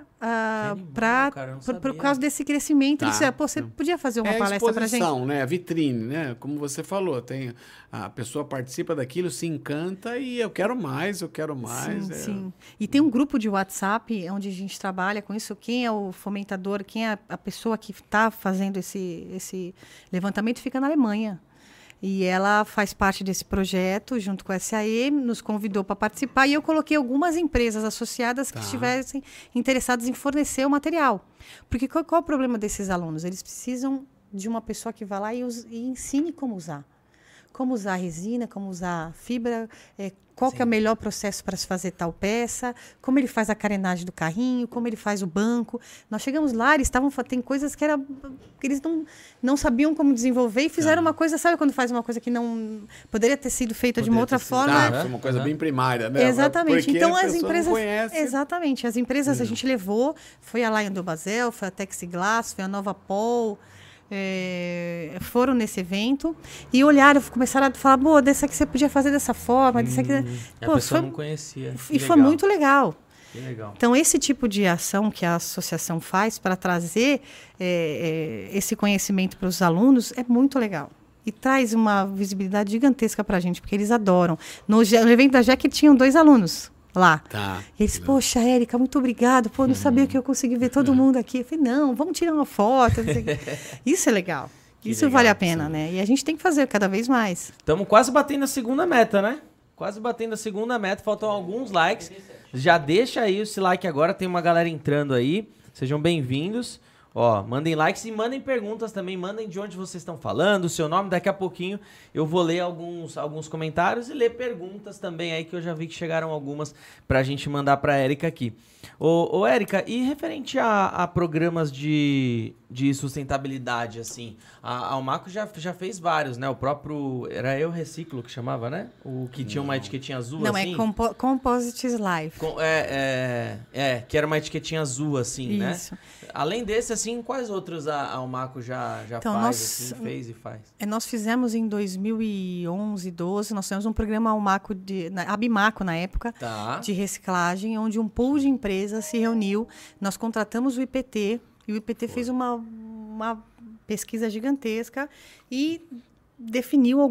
por causa desse crescimento. Eles disseram, você podia fazer uma palestra para a gente? Né? A vitrine, né? Como você falou, a pessoa participa daquilo, se encanta e eu quero mais. Sim, sim. E tem um grupo de WhatsApp onde a gente trabalha com isso. Quem é o fomentador, quem é a pessoa que está fazendo esse levantamento fica na Alemanha. E ela faz parte desse projeto, junto com a SAE, nos convidou para participar, e eu coloquei algumas empresas associadas que estivessem interessadas em fornecer o material. Porque qual é o problema desses alunos? Eles precisam de uma pessoa que vá lá e ensine como usar. Como usar a resina, como usar a fibra, qual que é o melhor processo para se fazer tal peça, como ele faz a carenagem do carrinho, como ele faz o banco. Nós chegamos lá, tem coisas que eles não sabiam como desenvolver e fizeram uma coisa, sabe quando faz uma coisa que não poderia ter sido feita de uma outra forma? Foi uma coisa bem primária, né? Exatamente. Porque então as empresas exatamente, as empresas a gente levou, foi a Lion do Basel, foi a Texiglass, foi a Nova Pol, foram nesse evento e olharam, começaram a falar, dessa aqui você podia fazer dessa forma, dessa aqui... A pessoa não conhecia. E foi muito legal. Que legal. Então, esse tipo de ação que a associação faz para trazer esse conhecimento para os alunos é muito legal. E traz uma visibilidade gigantesca para a gente, porque eles adoram. No evento da JEC tinham 2 alunos lá. Tá. Eles, poxa, Érica, muito obrigado. Pô, não sabia que eu consegui ver todo mundo aqui. Eu falei, não, vamos tirar uma foto. Não sei o quê. Isso é legal. Isso legal, vale a pena, sim. né? E a gente tem que fazer cada vez mais. Estamos quase batendo a segunda meta, né? Quase batendo a segunda meta. Faltam alguns likes. Já deixa aí esse like agora. Tem uma galera entrando aí. Sejam bem-vindos. Ó, mandem likes e mandem perguntas também. Mandem de onde vocês estão falando, o seu nome. Daqui a pouquinho eu vou ler alguns comentários e ler perguntas também aí, que eu já vi que chegaram algumas pra gente mandar pra Érica aqui. Ô Érica, e referente a programas de sustentabilidade, assim, a Almaco já fez vários, né? O próprio, era Eu Reciclo que chamava, né? O que tinha uma etiquetinha azul, Não, assim. é Composites Life. Que era uma etiquetinha azul, assim, né? Isso. Além desse, assim, quais outros a Almaco já Então, faz, assim, fez e faz? Nós fizemos em 2011, 12, nós fizemos um programa Abimaco na época, Tá. de reciclagem, onde um pool de empresas se reuniu. Nós contratamos o IPT, e o IPT fez uma pesquisa gigantesca e definiu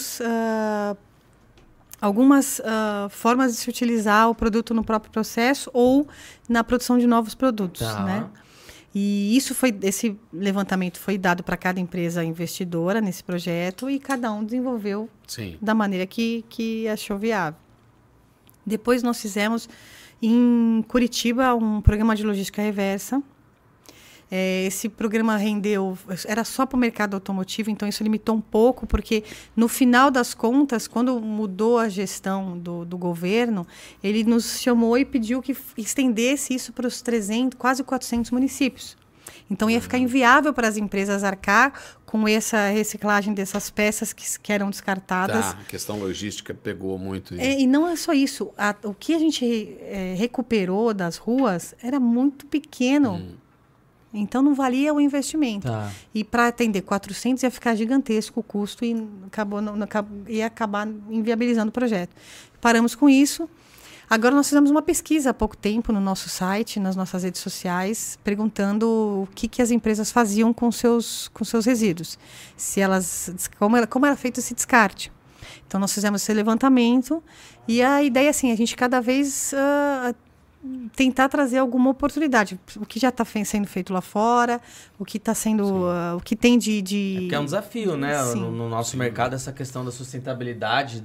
algumas formas de se utilizar o produto no próprio processo ou na produção de novos produtos, Tá. né? E esse levantamento foi dado para cada empresa investidora nesse projeto e cada um desenvolveu Sim. da maneira que achou viável. Depois nós fizemos em Curitiba um programa de logística reversa. Esse programa era só para o mercado automotivo, então isso limitou um pouco, porque no final das contas, quando mudou a gestão do governo, ele nos chamou e pediu que estendesse isso para os 300, quase 400 municípios. Então ia ficar inviável para as empresas arcar com essa reciclagem dessas peças que eram descartadas. Tá, a questão logística pegou muito. E não é só isso. O que a gente recuperou das ruas era muito pequeno. Então, não valia o investimento. Tá. E para atender 400 ia ficar gigantesco o custo e ia acabar inviabilizando o projeto. Paramos com isso. Agora, nós fizemos uma pesquisa há pouco tempo no nosso site, nas nossas redes sociais, perguntando o que as empresas faziam com seus resíduos. Como era feito esse descarte. Então, nós fizemos esse levantamento e a ideia é assim, a gente cada vez tentar trazer alguma oportunidade. O que já está sendo feito lá fora, o que está sendo... o que tem de... Porque é um desafio, né? Sim. No nosso mercado, essa questão da sustentabilidade,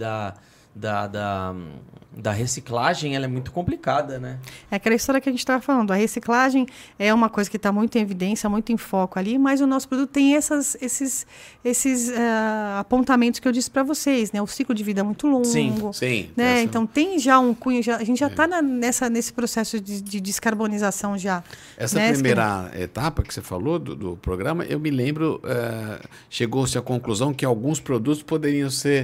da reciclagem, ela é muito complicada, né? É aquela história que a gente estava falando. A reciclagem é uma coisa que está muito em evidência, muito em foco ali, mas o nosso produto tem esses apontamentos que eu disse para vocês, né? O ciclo de vida é muito longo. Sim. Né? Então, tem já um cunho... a gente já está nesse processo de descarbonização já. Essa né? primeira etapa que você falou do programa, eu me lembro, chegou-se à conclusão que alguns produtos poderiam ser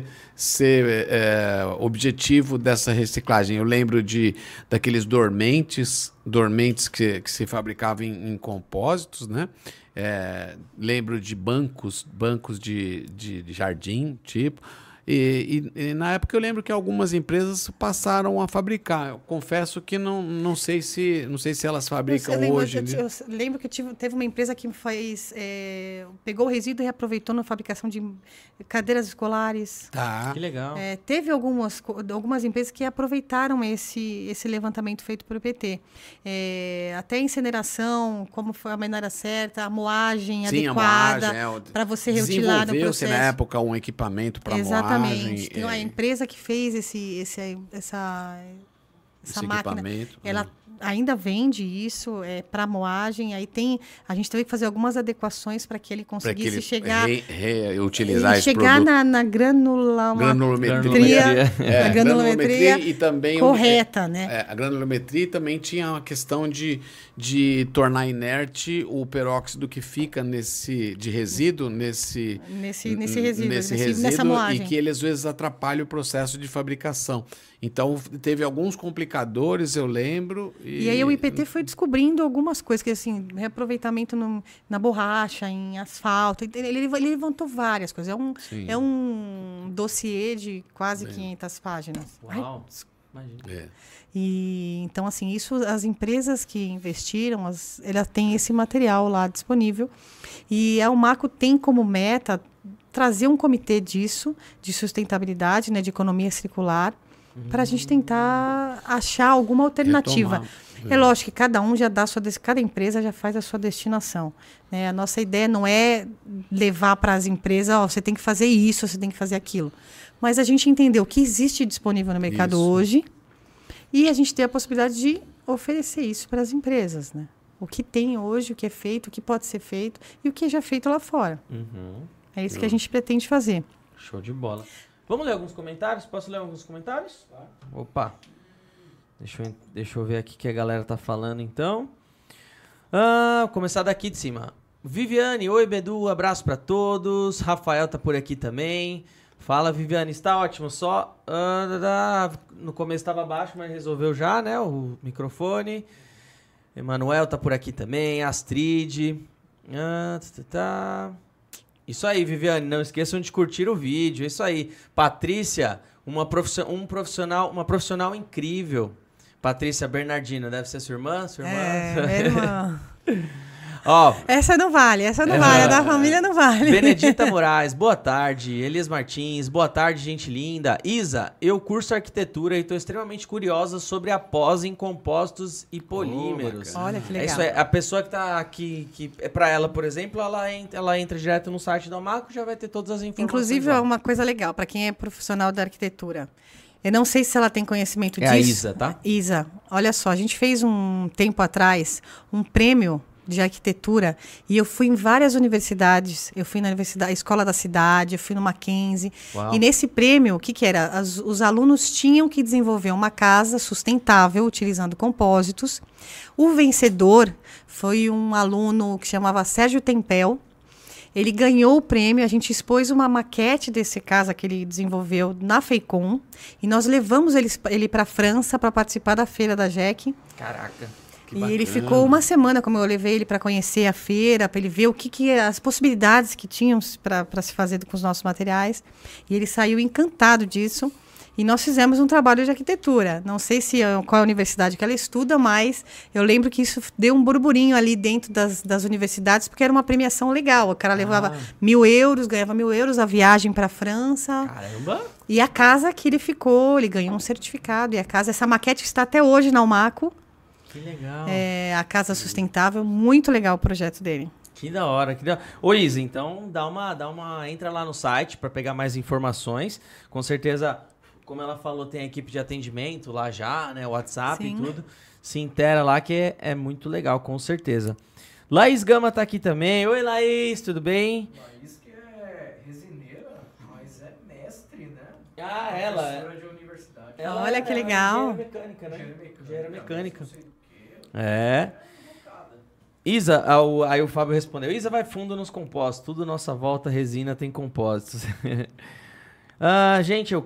objetivo dessa reciclagem. Eu lembro daqueles dormentes que se fabricavam em compósitos, né? Lembro de bancos de jardim, tipo. E na época eu lembro que algumas empresas passaram a fabricar. Eu confesso que não sei se elas fabricam hoje. Eu lembro que teve uma empresa que pegou o resíduo e reaproveitou na fabricação de cadeiras escolares. Tá. Que legal. Teve algumas empresas que aproveitaram esse levantamento feito por IPT. Até a incineração, como foi a maneira certa, a moagem adequada para você reutilar no processo. Desenvolveu-se na época um equipamento para moagem. Exatamente. Tem a empresa que fez essa máquina, ela ainda vende isso para moagem. Aí a gente teve que fazer algumas adequações para que ele conseguisse chegar reutilizar esse chegar produto. na granulometria e também correta, né? A granulometria também tinha uma questão de tornar inerte o peróxido que fica de resíduo nesse resíduo, nessa moagem. E que ele às vezes atrapalha o processo de fabricação. Então, teve alguns complicadores, eu lembro. E aí o IPT foi descobrindo algumas coisas, que assim, reaproveitamento na borracha, em asfalto. Ele levantou várias coisas. É um dossiê de quase 500 páginas. Uau. Imagina. É. E então, assim, isso as empresas que investiram, elas têm esse material lá disponível. E a Almaco tem como meta trazer um comitê disso, de sustentabilidade, né, de economia circular, para a gente tentar achar alguma alternativa. Retomar. É lógico que cada um já dá cada empresa já faz a sua destinação, né? A nossa ideia não é levar para as empresas, você tem que fazer isso, você tem que fazer aquilo. Mas a gente entendeu o que existe disponível no mercado Isso. hoje e a gente tem a possibilidade de oferecer isso para as empresas, né? O que tem hoje, o que é feito, o que pode ser feito e o que é já feito lá fora. É isso que a gente pretende fazer. Show de bola. Vamos ler alguns comentários? Posso ler alguns comentários? Opa. Deixa eu ver aqui o que a galera tá falando, então. Vou começar daqui de cima. Viviane, oi, Bedu, abraço pra todos. Rafael tá por aqui também. Fala, Viviane, está ótimo, só... no começo estava baixo, mas resolveu já, né, o microfone. Emanuel tá por aqui também, Astrid. Isso aí, Viviane, não esqueçam de curtir o vídeo, isso aí. Patrícia, uma profissional incrível. Patrícia Bernardino, deve ser sua irmã? Minha irmã. Ó, Essa não vale, a da família não vale. Benedita Moraes, boa tarde. Elias Martins, boa tarde, gente linda. Isa, eu curso arquitetura e estou extremamente curiosa sobre a pós em compostos e polímeros. Olha que legal. É isso aí. A pessoa que está aqui, que é para ela, por exemplo, ela entra direto no site da Almaco, já vai ter todas as informações. Inclusive, lá. é uma coisa legal, para quem é profissional da arquitetura. Eu não sei se ela tem conhecimento disso. É a Isa, tá? Isa, olha só, a gente fez um tempo atrás um prêmio de arquitetura e eu fui em várias universidades. Eu fui na Escola da Cidade, eu fui no Mackenzie. Uau. E nesse prêmio, o que era? Os alunos tinham que desenvolver uma casa sustentável utilizando compósitos. O vencedor foi um aluno que chamava Sérgio Tempel. Ele ganhou o prêmio, a gente expôs uma maquete desse casa que ele desenvolveu na FEICOM e nós levamos ele para a França para participar da feira da JEC. Caraca. Que E bacana. ele ficou uma semana, como eu levei ele para conhecer a feira, para ele ver as possibilidades que tinham para se fazer com os nossos materiais. E ele saiu encantado disso. E nós fizemos um trabalho de arquitetura. Não sei qual é a universidade que ela estuda, mas eu lembro que isso deu um burburinho ali dentro das universidades, porque era uma premiação legal. O cara levava 1.000 euros, ganhava 1.000 euros a viagem para a França. Caramba. E a casa que ele ficou, ele ganhou um certificado. E essa maquete está até hoje na Almaco. Que legal. É a Casa Sustentável, muito legal o projeto dele. Que da hora, que da hora. Ô, Isa, então entra lá no site para pegar mais informações. Com certeza, como ela falou, tem a equipe de atendimento lá já, né? WhatsApp Sim. e tudo. Se intera lá que é muito legal, com certeza. Laís Gama tá aqui também. Oi, Laís, tudo bem? Laís que é resineira, mas é mestre, né? Ah, ela Professora de universidade. Olha que legal. Engenheira mecânica, né? Engenheira Engenheira mecânica. Não sei o quê. É. Isa, aí o Fábio respondeu, Isa vai fundo nos compostos, tudo nossa volta resina tem compostos. Gente, eu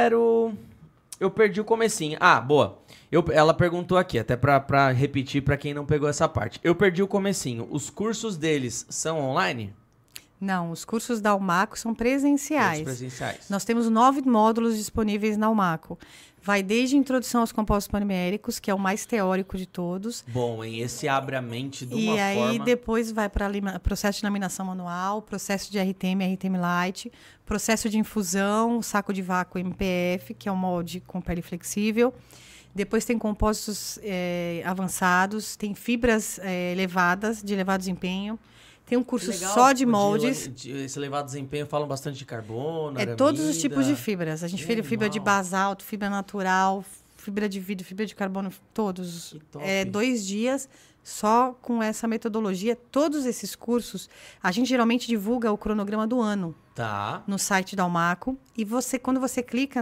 perdi o comecinho. Boa. Ela perguntou aqui, até pra repetir pra quem não pegou essa parte. Eu perdi o comecinho. Os cursos deles são online? Não, os cursos da Almaco são presenciais. Todos presenciais. Nós temos 9 módulos disponíveis na Almaco. Vai desde a introdução aos compostos poliméricos, que é o mais teórico de todos. Bom, hein? Esse abre a mente de uma E aí forma... depois vai para processo de laminação manual, processo de RTM Light, processo de infusão, saco de vácuo MPF, que é um molde com pele flexível. Depois tem compósitos avançados, tem fibras elevadas, de elevado desempenho. Tem um curso Legal, só de moldes. Esse elevado desempenho falam bastante de carbono, Todos os aramida. tipos de fibras. A gente fez fibra de basalto, fibra natural, fibra de vidro, fibra de carbono, todos. Que top. 2 dias só com essa metodologia. Todos esses cursos, a gente geralmente divulga o cronograma do ano Tá. no site da Almaco. E quando você clica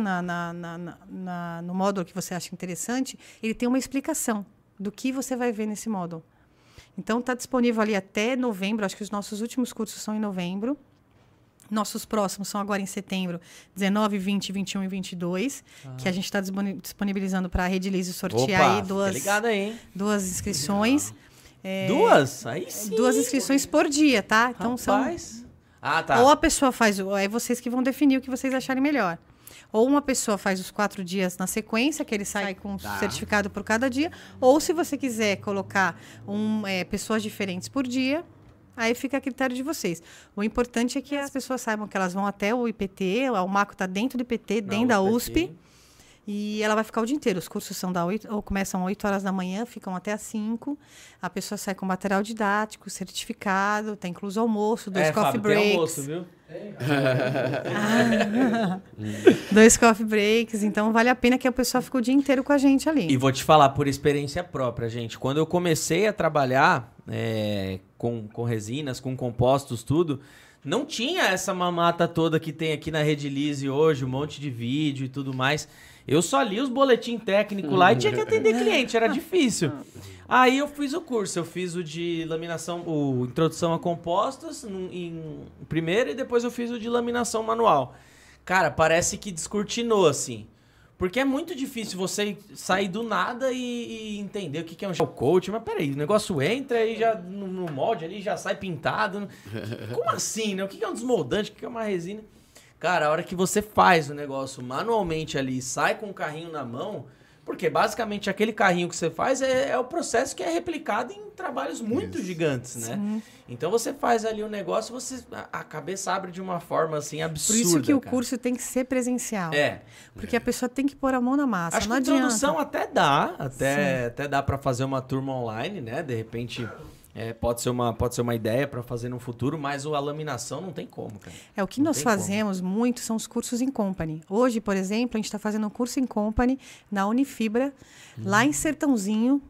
no módulo que você acha interessante, ele tem uma explicação do que você vai ver nesse módulo. Então, está disponível ali até novembro. Acho que os nossos últimos cursos são em novembro. Nossos próximos são agora em setembro, 19, 20, 21 e 22, que a gente está disponibilizando para a Redilize sortear aí duas inscrições. Duas? Aí sim. 2 inscrições por dia, tá? Então, Rapaz. Tá. ou a pessoa faz, é vocês que vão definir o que vocês acharem melhor. Ou uma pessoa faz os 4 dias na sequência, que ele sai com Tá. certificado por cada dia. Ou se você quiser colocar pessoas diferentes por dia, aí fica a critério de vocês. O importante é que as pessoas saibam que elas vão até o IPT, o Almaco está dentro do IPT, dentro da USP. E ela vai ficar o dia inteiro. Os cursos são começam às 8 horas da manhã, ficam até às 5. A pessoa sai com material didático, certificado, tá incluso almoço, 2 coffee Fábio, breaks. tem almoço, viu? 2 coffee breaks. Então, vale a pena que a pessoa fique o dia inteiro com a gente ali. E vou te falar por experiência própria, gente. Quando eu comecei a trabalhar com resinas, com compostos, tudo, não tinha essa mamata toda que tem aqui na Redilize hoje, um monte de vídeo e tudo mais. Eu só li os boletim técnico lá e tinha que atender cliente, era difícil. Aí eu fiz o curso, eu fiz o de laminação, o Introdução a Compostos em primeiro e depois eu fiz o de laminação manual. Cara, parece que descortinou, assim. Porque é muito difícil você sair do nada e entender o que é um gel coat. Mas peraí, o negócio entra e já no molde ali já sai pintado. Como assim, né? O que é um desmoldante? O que é uma resina? Cara, a hora que você faz o negócio manualmente ali e sai com o carrinho na mão, porque basicamente aquele carrinho que você faz é o processo que é replicado em trabalhos muito gigantes, né? Sim. Então você faz ali o negócio, a cabeça abre de uma forma assim absurda. Por isso que o cara. curso tem que ser presencial. É. Porque a pessoa tem que pôr a mão na massa. Acho não que a adianta. introdução até dá para fazer uma turma online, né? De repente pode ser uma ideia para fazer no futuro, mas a laminação não tem como, cara. O que Não nós tem fazemos muito são os cursos em company. Hoje, por exemplo, a gente está fazendo um curso em company na Unifibra, lá em Sertãozinho.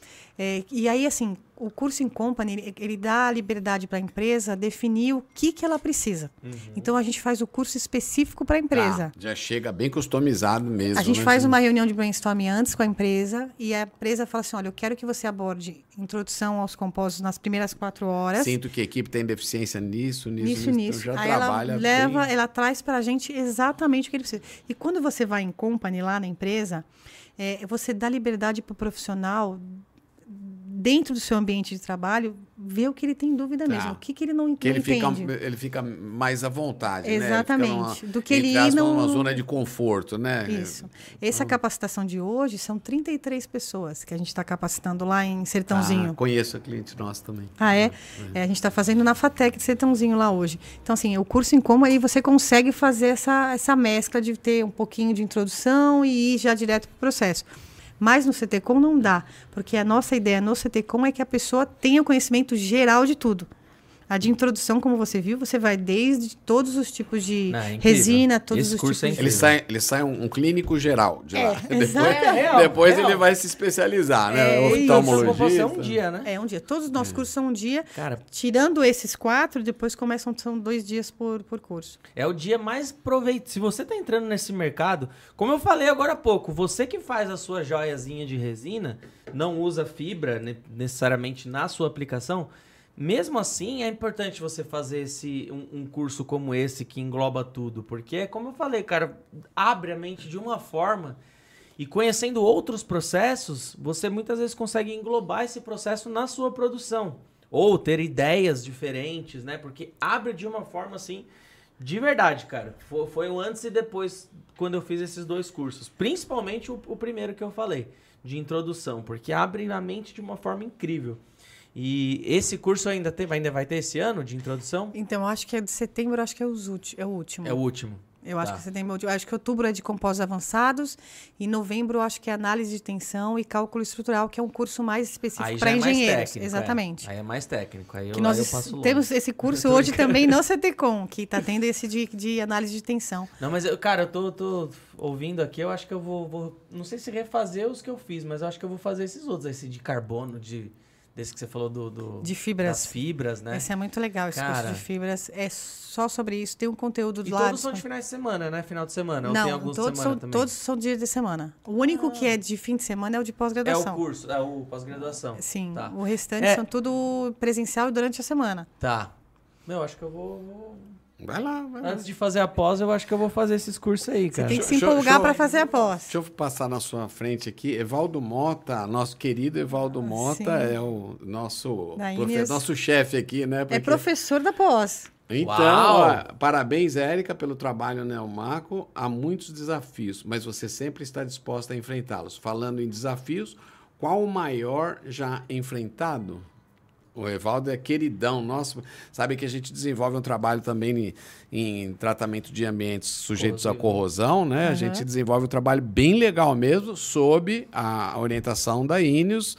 E aí, assim, o curso em company, ele dá a liberdade para a empresa definir o que ela precisa. Então, a gente faz o curso específico para a empresa. Tá, já chega bem customizado mesmo. A gente né? faz uma reunião de brainstorming antes com a empresa e a empresa fala assim, olha, eu quero que você aborde introdução aos compostos nas primeiras 4 horas. Sinto que a equipe tem deficiência nisso. Então já aí trabalha ela traz para a gente exatamente o que ele precisa. E quando você vai em company lá na empresa, você dá liberdade para o profissional dentro do seu ambiente de trabalho, ver o que ele tem dúvida mesmo, o que ele não entende. Ele fica mais à vontade, exatamente, né? Do que ele ir numa zona de conforto, né? Isso. Essa capacitação de hoje são 33 pessoas que a gente está capacitando lá em Sertãozinho. Conheço a cliente nossa também. A gente está fazendo na FATEC de Sertãozinho lá hoje. Então, assim, o curso em como aí você consegue fazer essa mescla de ter um pouquinho de introdução e ir já direto para o processo. Mas no CTCom não dá, porque a nossa ideia no CTCom é que a pessoa tenha o conhecimento geral de tudo. A de introdução, como você viu, você vai desde todos os tipos de resina, todos os tipos de... Ele sai um clínico geral de lá. Depois ele vai se especializar, né? Oftalmologista. É um dia, né? É um dia. Todos os nossos cursos são um dia. Cara, tirando esses 4, depois são 2 dias por curso. É o dia mais proveitoso. Se você está entrando nesse mercado, como eu falei agora há pouco, você que faz a sua joiazinha de resina, não usa fibra necessariamente na sua aplicação, mesmo assim é importante você fazer um curso como esse que engloba tudo, porque, como eu falei, cara, abre a mente de uma forma e conhecendo outros processos, você muitas vezes consegue englobar esse processo na sua produção ou ter ideias diferentes, né? Porque abre de uma forma assim, de verdade, cara. Foi um antes e depois quando eu fiz esses 2 cursos, principalmente o primeiro que eu falei, de introdução, porque abre a mente de uma forma incrível. E esse curso ainda vai ter esse ano de introdução? Então, eu acho que é de setembro, acho que é o último. É o último. Eu acho que setembro, acho que outubro é de compostos avançados e novembro eu acho que é análise de tensão e cálculo estrutural, que é um curso mais específico para engenheiros. Técnico, exatamente. Aí é mais técnico. Aí nós eu passo longe. Temos esse curso hoje também no CTCom, que está tendo esse de análise de tensão. Não, mas cara, eu tô ouvindo aqui, eu acho que eu vou não sei se refazer os que eu fiz, mas eu acho que eu vou fazer esses outros, esse de carbono, desse que você falou de fibras. Das fibras, né? Esse é muito legal, esse curso de fibras. É só sobre isso, tem um conteúdo do lado. E todos são de finais de semana, né? Final de semana? Não, ou tem alguns de semana também? Todos são dias de semana. O único que é de fim de semana é o de pós-graduação. É o curso, é o pós-graduação. Sim, tá. O restante são tudo presencial durante a semana. Tá. Meu, acho que eu vou... Vai lá. Antes de fazer a pós, eu acho que eu vou fazer esses cursos aí, cara. Você tem que se empolgar para fazer a pós. Deixa eu passar na sua frente aqui. Evaldo Mota, nosso querido Evaldo Mota, é o nosso chefe aqui, né? É professor da pós. Então, Uau! ó, parabéns, Érica, pelo trabalho na Elmaco. Há muitos desafios, mas você sempre está disposta a enfrentá-los. Falando em desafios, qual o maior já enfrentado? O Evaldo é queridão nosso. Sabe que a gente desenvolve um trabalho também em tratamento de ambientes sujeitos à corrosão, né? A gente desenvolve um trabalho bem legal mesmo, sob a orientação da Ineos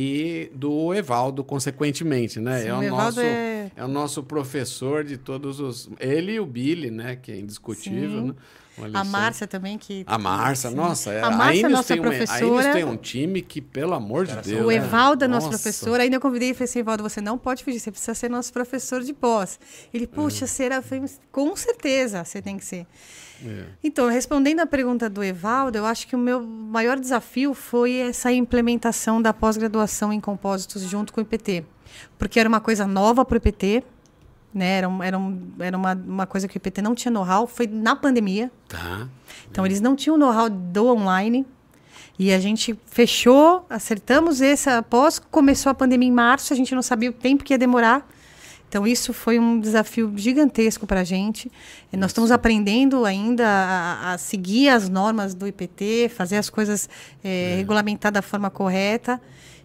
e do Evaldo, consequentemente, né? Sim, É o o Evaldo nosso, é- é o nosso professor de todos os... Ele e o Billy, né? Que é indiscutível, Sim. né? Uma A lição. Márcia também, que... A Márcia, Sim. nossa. A Márcia, Ineos nossa tem a Ineos professora... tem um time que, pelo amor de Deus, O né? Evaldo é nosso Nossa. professor. Ainda eu convidei e falei assim, Evaldo, você não pode fugir, você precisa ser nosso professor de pós. Ele, puxa, será? Eu falei, com certeza você tem que ser. É. Então, respondendo à pergunta do Evaldo, eu acho que o meu maior desafio foi essa implementação da pós-graduação em compósitos junto com o IPT. Porque era uma coisa nova para o IPT, né? Era uma coisa que o IPT não tinha know-how, foi na pandemia. Tá. Então, eles não tinham know-how do online. E a gente fechou, acertamos essa pós, começou a pandemia em março, a gente não sabia o tempo que ia demorar. Então, isso foi um desafio gigantesco para a gente. E nós estamos aprendendo ainda a seguir as normas do IPT, fazer as coisas regulamentar da forma correta.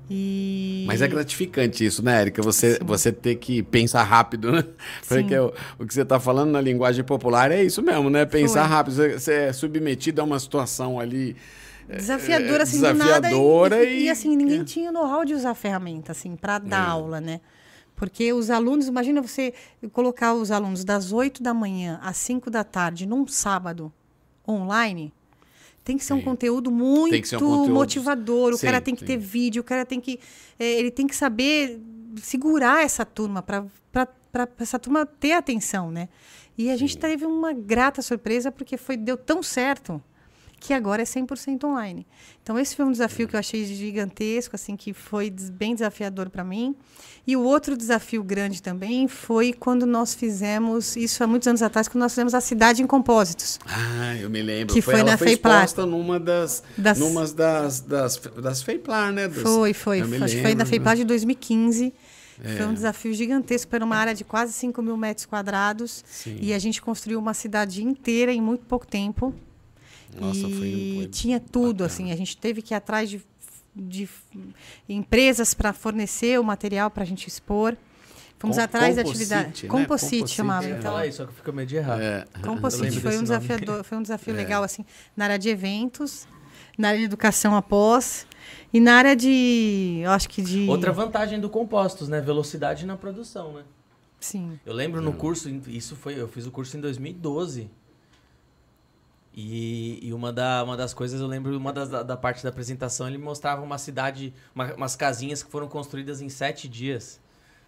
Mas é gratificante isso, né, Érica? Você ter que pensar rápido, né? Porque o que você está falando na linguagem popular é isso mesmo, né? Pensar rápido. Você é submetido a uma situação ali... Desafiadora, assim, desafiadora do nada. E assim, ninguém tinha know-how de usar a ferramenta, assim, para dar aula, né? Porque os alunos, imagina você colocar os alunos das 8 da manhã às 5 da tarde, num sábado, online... Tem que ser um conteúdo muito motivador. O cara tem que ter vídeo, o cara tem que... ele tem que saber segurar essa turma para essa turma ter atenção, né? E a gente teve uma grata surpresa porque deu tão certo que agora é 100% online. Então, esse foi um desafio que eu achei gigantesco, assim, que foi bem desafiador para mim. E o outro desafio grande também foi quando nós fizemos, isso há muitos anos atrás, quando nós fizemos a Cidade em Compósitos. Ah, eu me lembro. Que foi na foi FEIPLAR. exposta numa das FEIPLAR, né? Foi. Acho que foi na FEIPLAR de 2015. É. Foi um desafio gigantesco para uma área de quase 5 mil metros quadrados. Sim. E a gente construiu uma cidade inteira em muito pouco tempo. Nossa, e foi tinha tudo, bacana. assim. A gente teve que ir atrás de empresas para fornecer o material para a gente expor. Fomos atrás da atividade. Né? Composite chamava. Eu ia Então, falar isso, só que fica meio de errado. Eu Composite lembro foi um desse nome. desafiador, foi um desafio legal, assim, na área de eventos, na área de educação após e na área de, eu acho que de... Outra vantagem do compostos, né? Velocidade na produção, né? Sim. Eu lembro no curso, eu fiz o curso em 2012. E uma das coisas, eu lembro, da parte da apresentação, ele mostrava uma cidade, umas casinhas que foram construídas em 7 dias.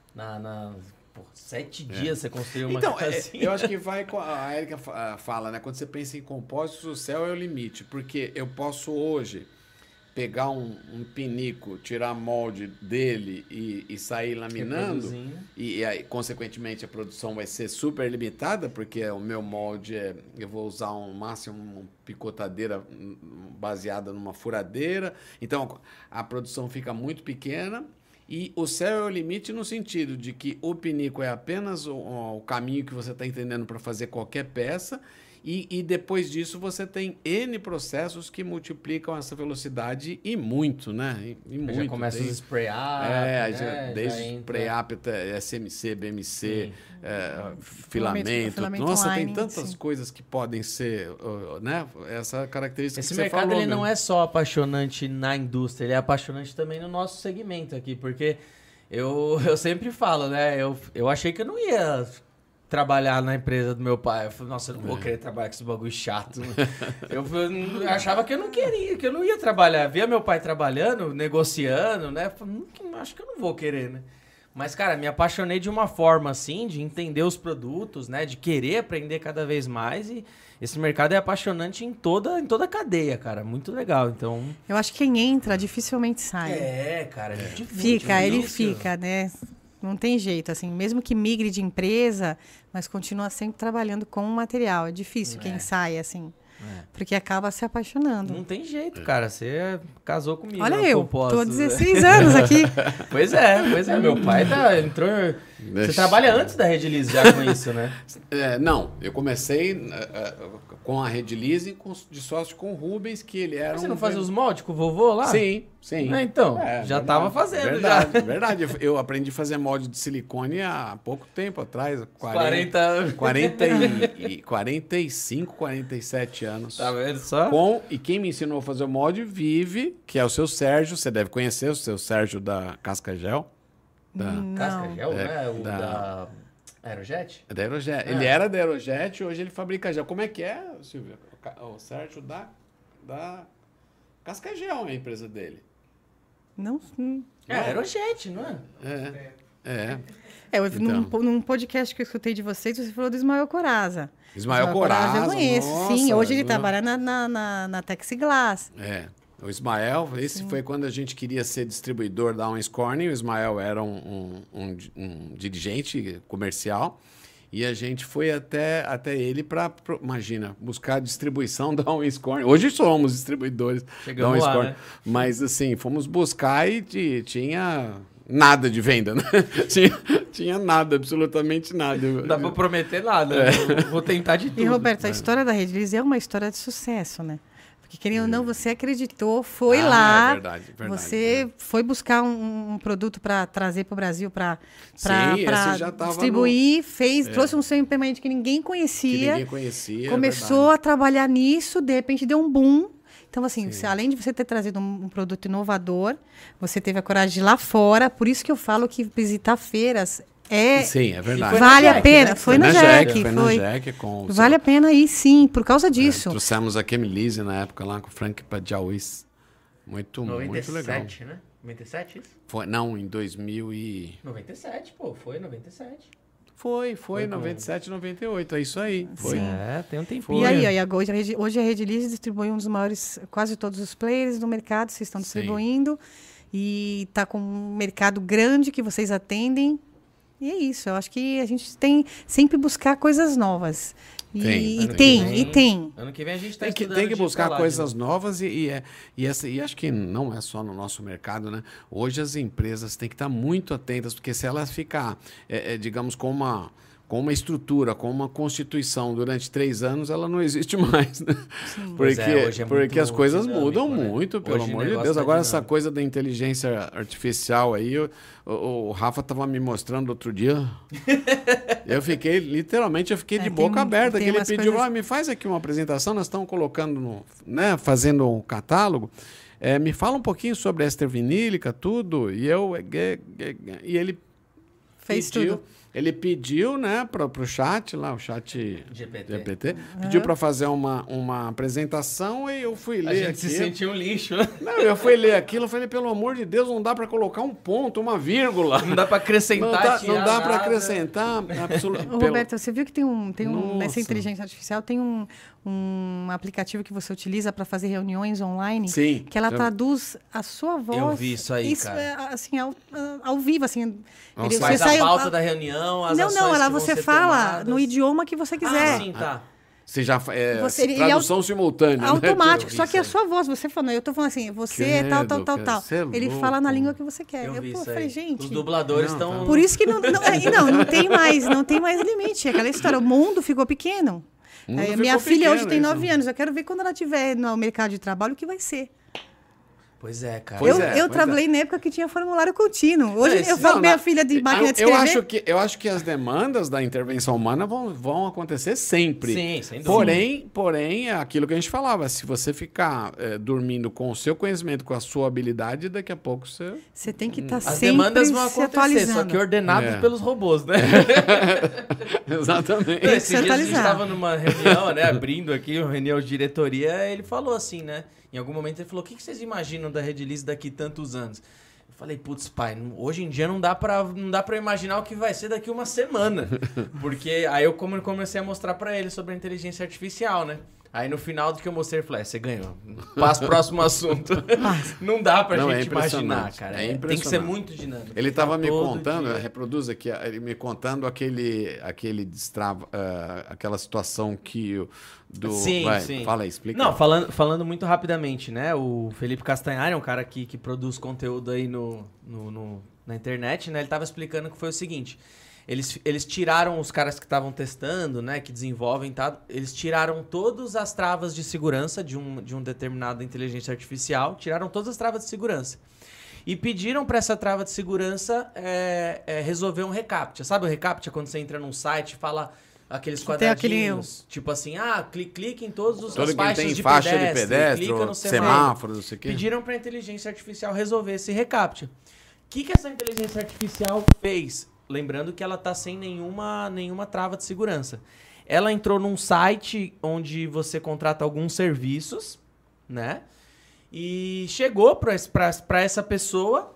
7 dias você construiu uma casinha. Eu acho que vai com a Érica fala, né? Quando você pensa em compósitos, o céu é o limite. Porque eu posso hoje pegar um pinico, tirar molde dele e sair laminando. E aí, consequentemente, a produção vai ser super limitada, porque o meu molde eu vou usar um máximo uma picotadeira baseada numa furadeira. Então, a produção fica muito pequena. E o céu é o limite no sentido de que o pinico é apenas o caminho que você está entendendo para fazer qualquer peça. E depois disso você tem N processos que multiplicam essa velocidade e muito, né? E muito. Já começa os spray-up, né? Desde spray-up até SMC, BMC, filamento. filamento Nossa, online, tem tantas sim. coisas que podem ser, né? Essa característica Esse que você mercado falou, ele não né? é só apaixonante na indústria, ele é apaixonante também no nosso segmento aqui, porque eu sempre falo, né? Eu achei que eu não ia trabalhar na empresa do meu pai. Eu falei, nossa, eu não vou querer trabalhar com esse bagulho chato. Eu achava que eu não queria, que eu não ia trabalhar. Via meu pai trabalhando, negociando, né? Eu falei, acho que eu não vou querer, né? Mas, cara, me apaixonei de uma forma, assim, de entender os produtos, né? De querer aprender cada vez mais. E esse mercado é apaixonante em toda a cadeia, cara. Muito legal, então... Eu acho que quem entra dificilmente sai. Cara. É difícil, Ele fica, né? Não tem jeito, assim, mesmo que migre de empresa, mas continua sempre trabalhando com o material. É difícil quem sai, assim. Porque acaba se apaixonando. Não tem jeito, cara. Você casou comigo. Olha não eu, posso. tô há 16 anos aqui. Pois é. Meu pai entrou... Você trabalha antes da Redilize já com isso, né? Não, eu comecei com a Redilize de sócio com o Rubens, que ele era Você não fazia os moldes com o vovô lá? Sim. Então, já verdade, tava fazendo. Verdade, já. verdade. Eu aprendi a fazer molde de silicone há pouco tempo atrás. 45, 47 anos. Tá vendo só? E quem me ensinou a fazer o molde vive, que é o seu Sérgio. Você deve conhecer o seu Sérgio da Cascagel. Cascagel, né? O da Aerojet? Da Aerojet. Ele era da Aerojet, hoje ele fabrica gel. Como é que é, Silvio? O Sérgio da Cascagel é a empresa dele. Não. Aerojet, não é? Num podcast que eu escutei de vocês, você falou do Ismael Coraza. Ismael Coraza, eu conheço, nossa, sim. Hoje ele trabalha na Texiglass. O Ismael, esse foi quando a gente queria ser distribuidor da Owens Corning. O Ismael era um dirigente comercial. E a gente foi até ele para, imagina, buscar a distribuição da Owens Corning. Hoje somos distribuidores da Owens Corning. Né? Mas, assim, fomos buscar e tinha nada de venda, né? tinha nada, absolutamente nada. Não dá para prometer nada. Vou tentar de tudo. E, Roberto, a história da Redilize é uma história de sucesso, né? Porque, querendo ou não, você acreditou, foi lá. É verdade. Você foi buscar um produto para trazer para o Brasil, para distribuir, trouxe um seu empenhamento que ninguém conhecia. Começou a trabalhar nisso, de repente deu um boom. Então, assim, além de você ter trazido um produto inovador, você teve a coragem de ir lá fora. Por isso que eu falo que visitar feiras Sim, é verdade. Vale a pena. Né? Foi na Jack. Vale a seu... pena ir, sim, por causa disso. Trouxemos a Kemilise na época lá com o Frank Padiauís. Muito legal. 97, né? 97 isso? Foi, não, em 2000 e... 97, pô. Foi 97. Foi 97, 98. É isso aí. Foi. Tem um tempinho. E aí, hoje a Redilize distribui um dos maiores, quase todos os players do mercado, vocês estão distribuindo. E está com um mercado grande que vocês atendem. E é isso, eu acho que a gente tem sempre buscar coisas novas. Tem. Ano que vem a gente está estudando. Tem que buscar coisas novas e acho que não é só no nosso mercado, né? Hoje as empresas têm que estar muito atentas, porque se elas ficar, digamos, com uma estrutura, com uma constituição durante 3 anos, ela não existe mais, né? Porque as coisas mudam muito, pelo amor de Deus. Agora, essa coisa da inteligência artificial aí, o Rafa estava me mostrando outro dia. Eu fiquei de boca aberta, que ele pediu, me faz aqui uma apresentação, nós estamos colocando, fazendo um catálogo. Me fala um pouquinho sobre ester vinílica, tudo. E ele fez tudo. Ele pediu, né, para o chat, lá, o chat GPT, pediu para fazer uma apresentação e eu fui ler aquilo. A gente se sentiu um lixo, né? Não, eu fui ler aquilo, eu falei, pelo amor de Deus, não dá para colocar um ponto, uma vírgula. Não dá para acrescentar. Não dá para acrescentar. Roberto, você viu que nessa inteligência artificial tem um aplicativo que você utiliza para fazer reuniões online? Sim. Que ela traduz a sua voz. Eu vi isso aí, cara. Assim, ao vivo, assim. Faz a pauta da reunião, as ações ela que você vão ser fala tomadas. No idioma que você quiser. Sim, tá. Você já tradução simultânea, automático, né? só que a sua voz, você falando, eu tô falando assim, você é tal. Ele fala na língua que você quer. Eu falei, gente. Os dubladores estão. Por isso que não tem mais limite. Aquela história, o mundo ficou pequeno. Minha filha hoje tem 9 anos. Eu quero ver quando ela estiver no mercado de trabalho o que vai ser. Pois é, cara. Eu trabalhei na época que tinha formulário contínuo. Hoje eu falo minha filha de máquina de escrever. Eu acho que as demandas da intervenção humana vão acontecer sempre. Sim, sem dúvida. Porém, é aquilo que a gente falava. Se você ficar dormindo com o seu conhecimento, com a sua habilidade, daqui a pouco você... Você tem que estar sempre As demandas vão se acontecer, atualizando. só que ordenados pelos robôs, né? Exatamente. Esses dias a gente estava numa reunião, né? Abrindo aqui, uma reunião de diretoria, ele falou assim, né? Em algum momento ele falou, o que vocês imaginam da Redilize daqui tantos anos? Eu falei, putz, pai, hoje em dia não dá pra imaginar o que vai ser daqui uma semana. Porque aí eu comecei a mostrar pra ele sobre a inteligência artificial, né? Aí no final do que eu mostrei, eu falei, você ganhou. Passa o próximo assunto. Não dá pra gente imaginar, cara. Tem que ser muito dinâmico. Ele estava me Todo contando, dia. reproduz aqui, ele me contando aquele destrava, aquela situação que Sim, vai, sim. Fala aí, explica. Não, falando muito rapidamente, né? O Felipe Castanhari é um cara que produz conteúdo aí na internet, né? Ele tava explicando que foi o seguinte: eles tiraram os caras que estavam testando, né? Que desenvolvem, tá? Eles tiraram todas as travas de segurança de um determinada inteligência artificial, tiraram todas as travas de segurança. E pediram para essa trava de segurança resolver um reCAPTCHA. Sabe o reCAPTCHA quando você entra num site e fala aqueles quadradinhos? Tipo assim, clique em todos os faixas de faixa pedestre, de pedestre, clica no semáforo, não sei o quê. Pediram para a inteligência artificial resolver esse reCAPTCHA. O que essa inteligência artificial fez? Lembrando que ela está sem nenhuma trava de segurança. Ela entrou num site onde você contrata alguns serviços, né? E chegou para essa pessoa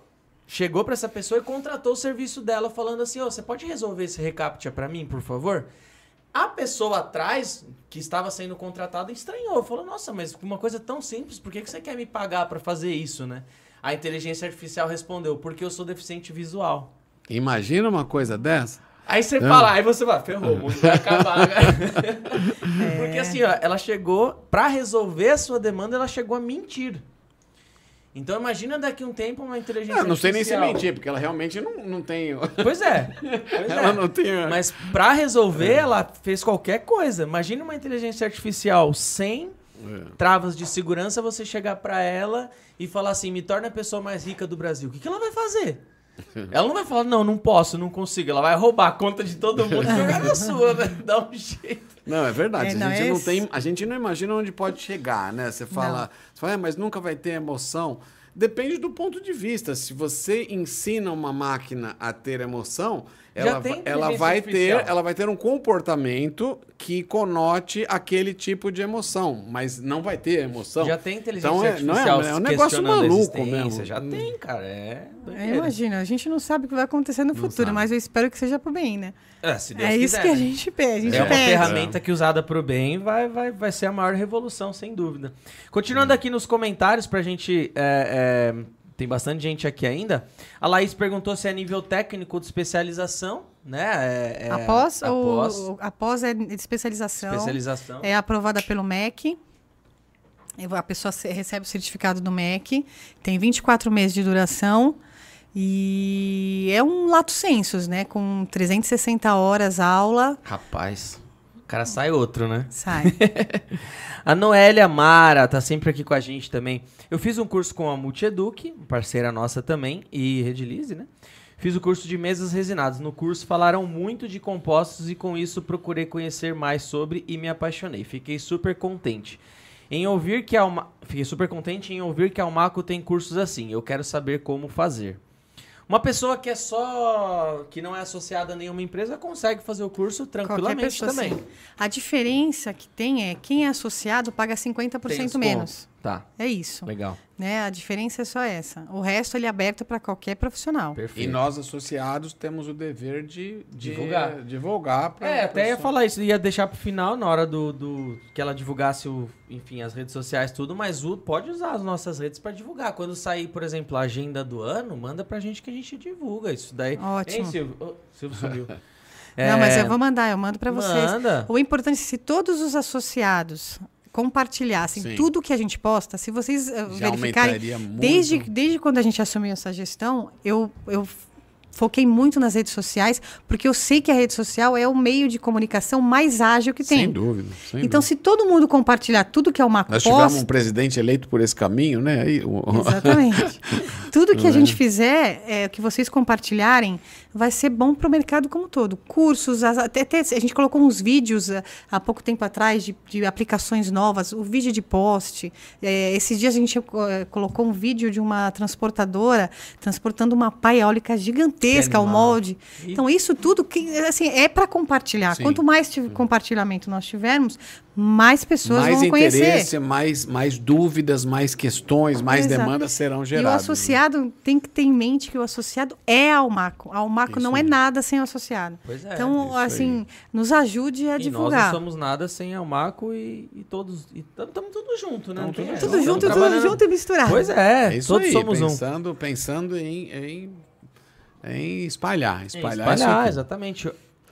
e contratou o serviço dela falando assim, você pode resolver esse reCAPTCHA para mim, por favor? A pessoa atrás, que estava sendo contratada, estranhou. Falou, nossa, mas uma coisa tão simples, por que você quer me pagar para fazer isso, né? A inteligência artificial respondeu, porque eu sou deficiente visual. Imagina uma coisa dessa. Aí você fala, aí você vai, ferrou, o mundo vai acabar. Porque assim, ó, ela chegou, pra resolver a sua demanda, ela chegou a mentir. Então imagina daqui a um tempo uma inteligência artificial. Não sei nem se mentir, porque ela realmente não tem... Pois é. Ela não tem... Mas pra resolver, ela fez qualquer coisa. Imagina uma inteligência artificial sem travas de segurança, você chegar pra ela e falar assim, me torna a pessoa mais rica do Brasil. O que ela vai fazer? Ela não vai falar, não posso, não consigo. Ela vai roubar a conta de todo mundo e jogar na sua, né? Dá um jeito. Não, é verdade. A gente não imagina onde pode chegar, né? Você fala, mas nunca vai ter emoção. Depende do ponto de vista. Se você ensina uma máquina a ter emoção, ela vai ter um comportamento que conote aquele tipo de emoção, mas não vai ter emoção. Já tem inteligência artificial. É um negócio maluco mesmo. Já tem, cara. Imagina, a gente não sabe o que vai acontecer no futuro, mas eu espero que seja pro bem, né? Se Deus isso quiser, que a né? gente pede. É uma ferramenta que, usada pro bem, vai ser a maior revolução, sem dúvida. Continuando aqui nos comentários, pra gente... tem bastante gente aqui ainda. A Laís perguntou se é nível técnico de especialização, né? Após é de especialização. É aprovada pelo MEC. A pessoa recebe o certificado do MEC. Tem 24 meses de duração. E é um lato sensus, né? Com 360 horas aula. Rapaz, o cara sai outro, né? Sai. A Noélia Mara tá sempre aqui com a gente também. Eu fiz um curso com a Multieduc, parceira nossa também, e Redilize, né? Fiz o curso de mesas resinadas. No curso falaram muito de compostos e com isso procurei conhecer mais sobre e me apaixonei. Fiquei super contente em ouvir que a Almaco tem cursos assim. Eu quero saber como fazer. Uma pessoa que não é associada a nenhuma empresa consegue fazer o curso tranquilamente também. Sim. A diferença que tem é quem é associado paga 50% menos. Tá. É isso. Legal. Né? A diferença é só essa. O resto ele é aberto para qualquer profissional. Perfeito. E nós, associados, temos o dever de divulgar até ia falar isso, ia deixar pro final, na hora que ela divulgasse as redes sociais, tudo, mas pode usar as nossas redes para divulgar. Quando sair, por exemplo, a agenda do ano, manda pra gente que a gente divulga isso daí. Ótimo. Hein, Silvio? Silvio subiu. Não, mas eu vou mandar, eu mando para vocês. Manda. O importante é se todos os associados compartilhassem tudo que a gente posta, se vocês verificarem, desde quando a gente assumiu essa gestão, eu foquei muito nas redes sociais, porque eu sei que a rede social é o meio de comunicação mais ágil que tem. Sem dúvida. Então, se todo mundo compartilhar tudo que é uma Nós tivemos um presidente eleito por esse caminho, né? Exatamente. Tudo que a gente fizer, que vocês compartilharem, vai ser bom para o mercado como um todo. Cursos, até a gente colocou uns vídeos há pouco tempo atrás de aplicações novas, o vídeo de post. Esses dias a gente colocou um vídeo de uma transportadora transportando uma pá eólica gigantesca gigantesca, o animal. molde. Então, isso tudo assim, é para compartilhar. Sim. Quanto mais compartilhamento nós tivermos, mais pessoas Mais vão conhecer. interesse, mais dúvidas, mais questões, mais Exato. demandas serão E o geradas. associado tem que ter em mente que o associado é a Almaco. A Almaco Isso não é aí. nada sem o associado. Pois é. Então, isso assim, nos ajude a E nós divulgar. não somos nada sem a Almaco e todos. Estamos tudo junto, né? Tamo Não tem tudo essa. Tudo Então, junto, Tamo trabalhando- tudo junto e misturado. Pois é, É isso todos aí, somos um. pensando em espalhar isso Espalhar, aqui. exatamente.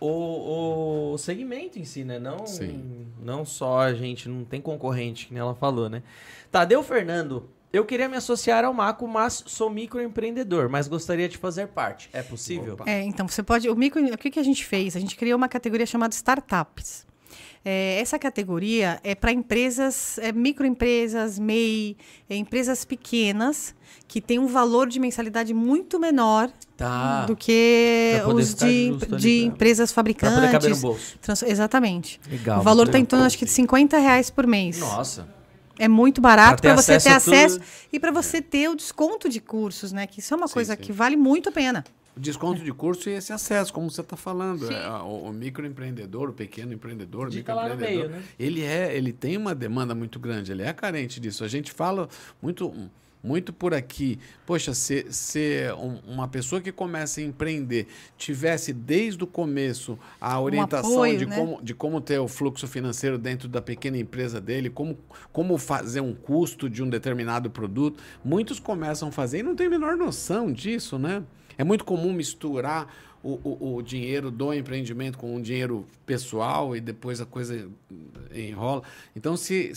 O segmento em si, né? Sim. Não só a gente, não tem concorrente, que nem ela falou, né? Tadeu Fernando, eu queria me associar ao Maco, mas sou microempreendedor, mas gostaria de fazer parte. É possível? Opa. Então, você pode... O que a gente fez? A gente criou uma categoria chamada Startups. Essa categoria é para empresas, microempresas, MEI, empresas pequenas, que têm um valor de mensalidade muito menor Tá. do que Pra poder os ficar justo ali de pra- empresas Pra poder caber no fabricantes. bolso. Exatamente. Legal. O valor muito está em legal. torno, acho que, de R$50 por mês. Nossa. É muito barato Pra ter para você ter acesso a acesso tudo. e para você ter o desconto de cursos, né? Que isso é uma Sim, coisa sim. que vale muito a pena. O desconto de curso e esse acesso, como você está falando. O microempreendedor, o pequeno empreendedor, o Dica lá no microempreendedor, meio, né? ele tem uma demanda muito grande, ele é carente disso. A gente fala muito por aqui. Poxa, se uma pessoa que começa a empreender tivesse desde o começo a orientação apoio, de, né? de como ter o fluxo financeiro dentro da pequena empresa dele, como fazer um custo de um determinado produto, muitos começam a fazer e não tem a menor noção disso, né? É muito comum misturar o dinheiro do empreendimento com um dinheiro pessoal e depois a coisa enrola. Então, se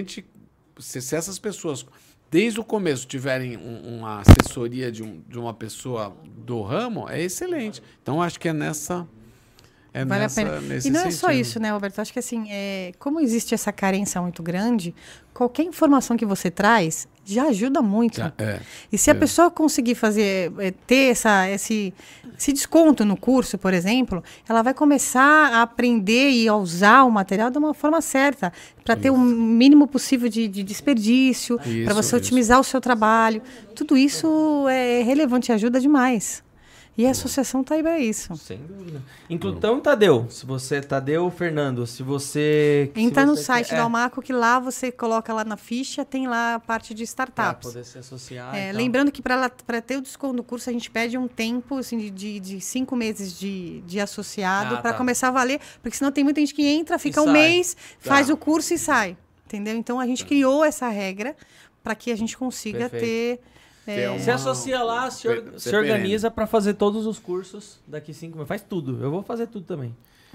essas pessoas, desde o começo, tiverem uma assessoria de uma pessoa do ramo, é excelente. Então, acho que é nessa... Vale a pena. Nesse E não é só sentido. isso, né, Roberto? Acho que assim, como existe essa carência muito grande, qualquer informação que você traz já ajuda muito. E se a pessoa conseguir ter esse desconto no curso, por exemplo, ela vai começar a aprender e a usar o material de uma forma certa, para ter o mínimo possível de desperdício, para você otimizar o seu trabalho. Tudo isso é relevante e ajuda demais. E a associação está aí para isso. Sem dúvida. Então, Tadeu, Tadeu Fernando, se você... Entra se no você site quer- da Almaco, que lá você coloca lá na ficha, tem lá a parte de Pra startups. poder se associar e tal. Lembrando que para ter o desconto do curso, a gente pede um tempo assim, de 5 meses de associado para tá. começar a valer, porque senão tem muita gente que entra, fica um sai. mês, faz Tá. o curso e sai. Entendeu? Então a gente criou essa regra para que a gente consiga Perfeito. ter. Se associa lá, se organiza para fazer todos os cursos daqui 5 meses. Faz tudo. Eu vou fazer tudo também.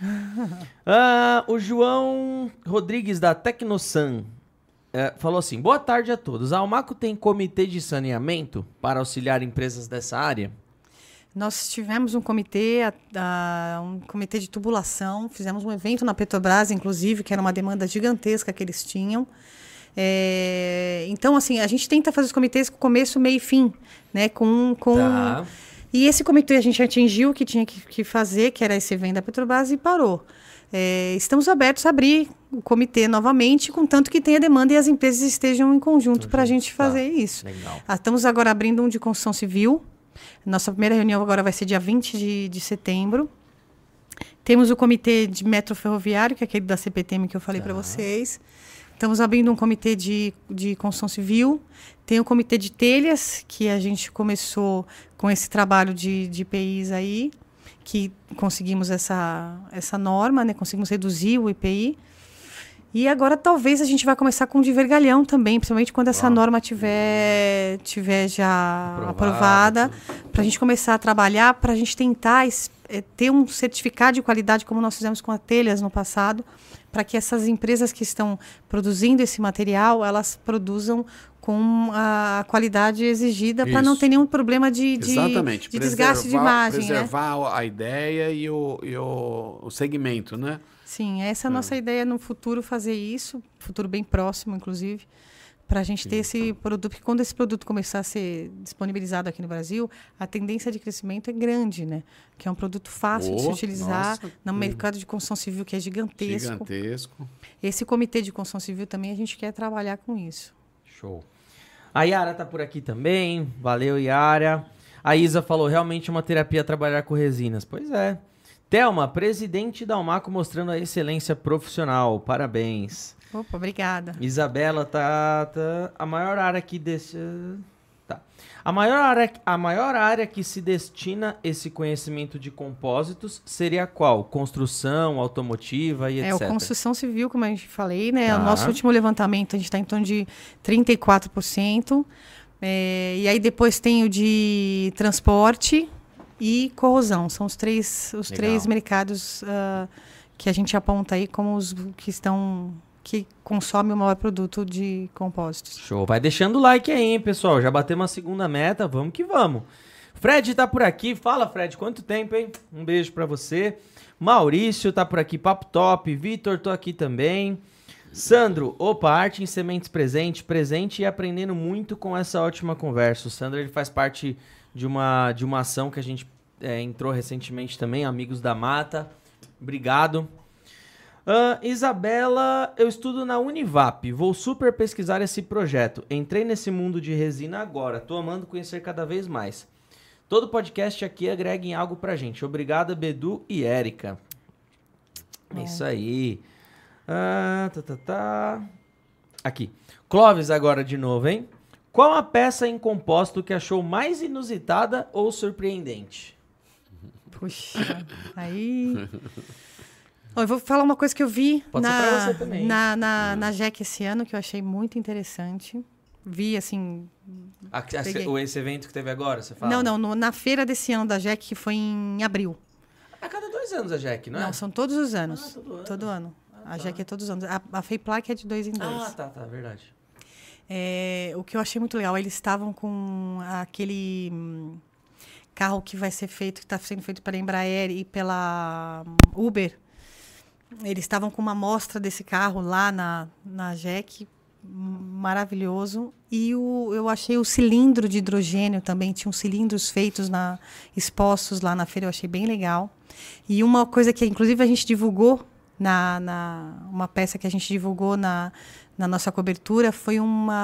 O João Rodrigues, da Tecnosan, falou assim: boa tarde a todos. A Almaco tem comitê de saneamento para auxiliar empresas dessa área? Nós tivemos um comitê de tubulação, fizemos um evento na Petrobras, inclusive, que era uma demanda gigantesca que eles tinham. Então, assim, a gente tenta fazer os comitês com começo, meio e fim, né? Tá. E esse comitê a gente atingiu o que tinha que fazer, que era esse evento da Petrobras, e parou. Estamos abertos a abrir o comitê novamente, contanto que tenha demanda e as empresas estejam em conjunto para a gente fazer isso. Legal. Estamos agora abrindo um de construção civil. Nossa primeira reunião agora vai ser dia 20 de setembro. Temos o comitê de metro ferroviário, que é aquele da CPTM que eu falei para vocês. Estamos abrindo um comitê de construção civil. Tem o comitê de telhas, que a gente começou com esse trabalho de IPIs aí, que conseguimos essa norma, né? Conseguimos reduzir o IPI. E agora talvez a gente vai começar com o de vergalhão também, principalmente quando essa norma tiver já aprovada, para a gente começar a trabalhar, para a gente tentar ter um certificado de qualidade, como nós fizemos com a telhas no passado, para que essas empresas que estão produzindo esse material, elas produzam com a qualidade exigida, para não ter nenhum problema de desgaste de imagem. Preservar a ideia e o segmento, né? Sim, essa é a nossa ideia no futuro, fazer isso, futuro bem próximo, inclusive, para a gente ter esse produto, porque quando esse produto começar a ser disponibilizado aqui no Brasil, a tendência de crescimento é grande, né? Que é um produto fácil de se utilizar, no mercado de construção civil, que é gigantesco. Esse comitê de construção civil também, a gente quer trabalhar com isso. Show. A Yara tá por aqui também. Valeu, Yara. A Isa falou, realmente uma terapia trabalhar com resinas. Pois é. Thelma, presidente da Almaco mostrando a excelência profissional. Parabéns. Opa, obrigada. Isabela, a maior área que a maior área que se destina esse conhecimento de compósitos seria qual? Construção, automotiva e etc. A construção civil, como a gente falei, né? Tá. O nosso último levantamento, a gente está em torno de 34%. E aí depois tem o de transporte e corrosão. São os três mercados que a gente aponta aí como os que consomem o maior produto de compósitos. Show. Vai deixando o like aí, hein, pessoal. Já batemos a segunda meta, vamos que vamos. Fred tá por aqui. Fala, Fred, quanto tempo, hein? Um beijo pra você. Maurício tá por aqui, papo top. Vitor, tô aqui também. Sandro, opa, arte em sementes presente e aprendendo muito com essa ótima conversa. O Sandro, ele faz parte de uma ação que a gente entrou recentemente também, Amigos da Mata. Obrigado. Isabela, eu estudo na Univap, vou super pesquisar esse projeto. Entrei nesse mundo de resina agora, tô amando conhecer cada vez mais. Todo podcast aqui agrega em algo pra gente. Obrigada, Bedu e Érica. É isso aí. Aqui. Clóvis agora de novo, hein? Qual a peça em composto que achou mais inusitada ou surpreendente? Puxa, aí... Eu vou falar uma coisa que eu vi na JEC esse ano, que eu achei muito interessante. Vi, assim... Esse evento que teve agora, você fala? Não, na feira desse ano da JEC, que foi em abril. A cada 2 anos a JEC, não é? Não, são todos os anos. Todo ano. A JEC é todos os anos. A FEIPLAC é de 2 em 2. Tá, verdade. O que eu achei muito legal, eles estavam com aquele carro que vai ser feito, que está sendo feito pela Embraer e pela Uber. Eles estavam com uma amostra desse carro lá na JEC, maravilhoso. E eu achei o cilindro de hidrogênio também, tinham cilindros feitos expostos lá na feira, eu achei bem legal. E uma coisa que, inclusive, a gente divulgou, uma peça que a gente divulgou na nossa cobertura, foi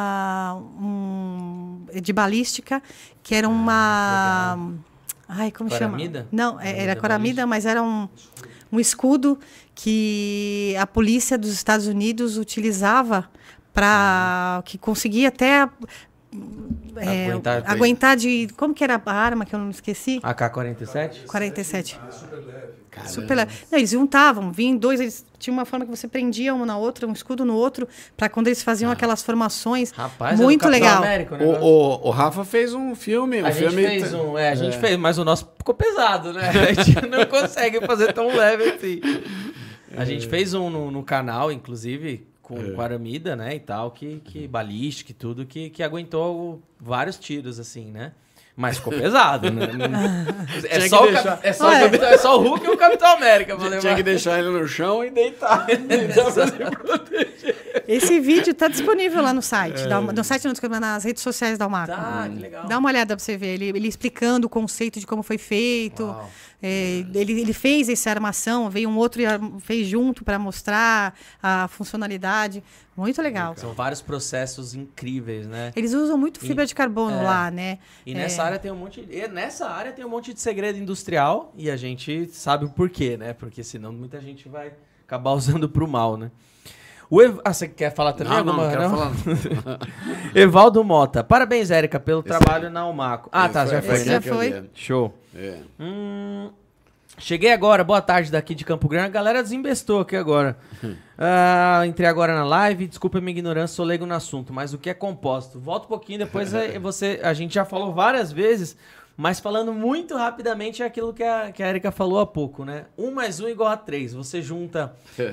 de balística, que era uma... Ai, como Coramida? chama? Não, era coramida, mas era um escudo que a polícia dos Estados Unidos utilizava que conseguia até aguentar de... Como que era a arma que eu não esqueci? AK-47? 47. Super leve. Super leve. Não, eles juntavam, vinham dois, eles tinham uma forma que você prendia uma na outra, um escudo no outro, para quando eles faziam aquelas formações. Rapaz, muito legal. América, o Rafa fez um filme. A gente fez, mas o nosso ficou pesado, né? A gente não consegue fazer tão leve assim. A gente fez um no canal, inclusive, com aramida, né, e tal, que balística e tudo, que aguentou vários tiros, assim, né? Mas ficou pesado, né? É só o Hulk e o Capitão América. Tinha que deixar ele no chão e deitar. Esse vídeo está disponível lá no site. No site não, nas redes sociais da Almaco. Tá, que legal. Dá uma olhada para você ver. Ele explicando o conceito de como foi feito. Ele fez essa armação, veio um outro e fez junto para mostrar a funcionalidade. Muito legal. São vários processos incríveis, né? Eles usam muito fibra de carbono lá, né? E nessa área tem um monte de segredo industrial e a gente sabe o porquê, né? Porque senão muita gente vai acabar usando pro mal, né? Você quer falar também alguma? Não quero falar. Evaldo Mota. Parabéns, Érica, pelo trabalho na Almaco. Já foi, né? Já foi. Show. Cheguei agora, boa tarde daqui de Campo Grande. A galera desembestou aqui agora. Entrei agora na live, desculpa a minha ignorância, sou leigo no assunto, mas o que é composto? Volta um pouquinho, depois a gente já falou várias vezes, mas falando muito rapidamente é aquilo que a Érica falou há pouco, né? 1 mais 1 igual a 3. Você junta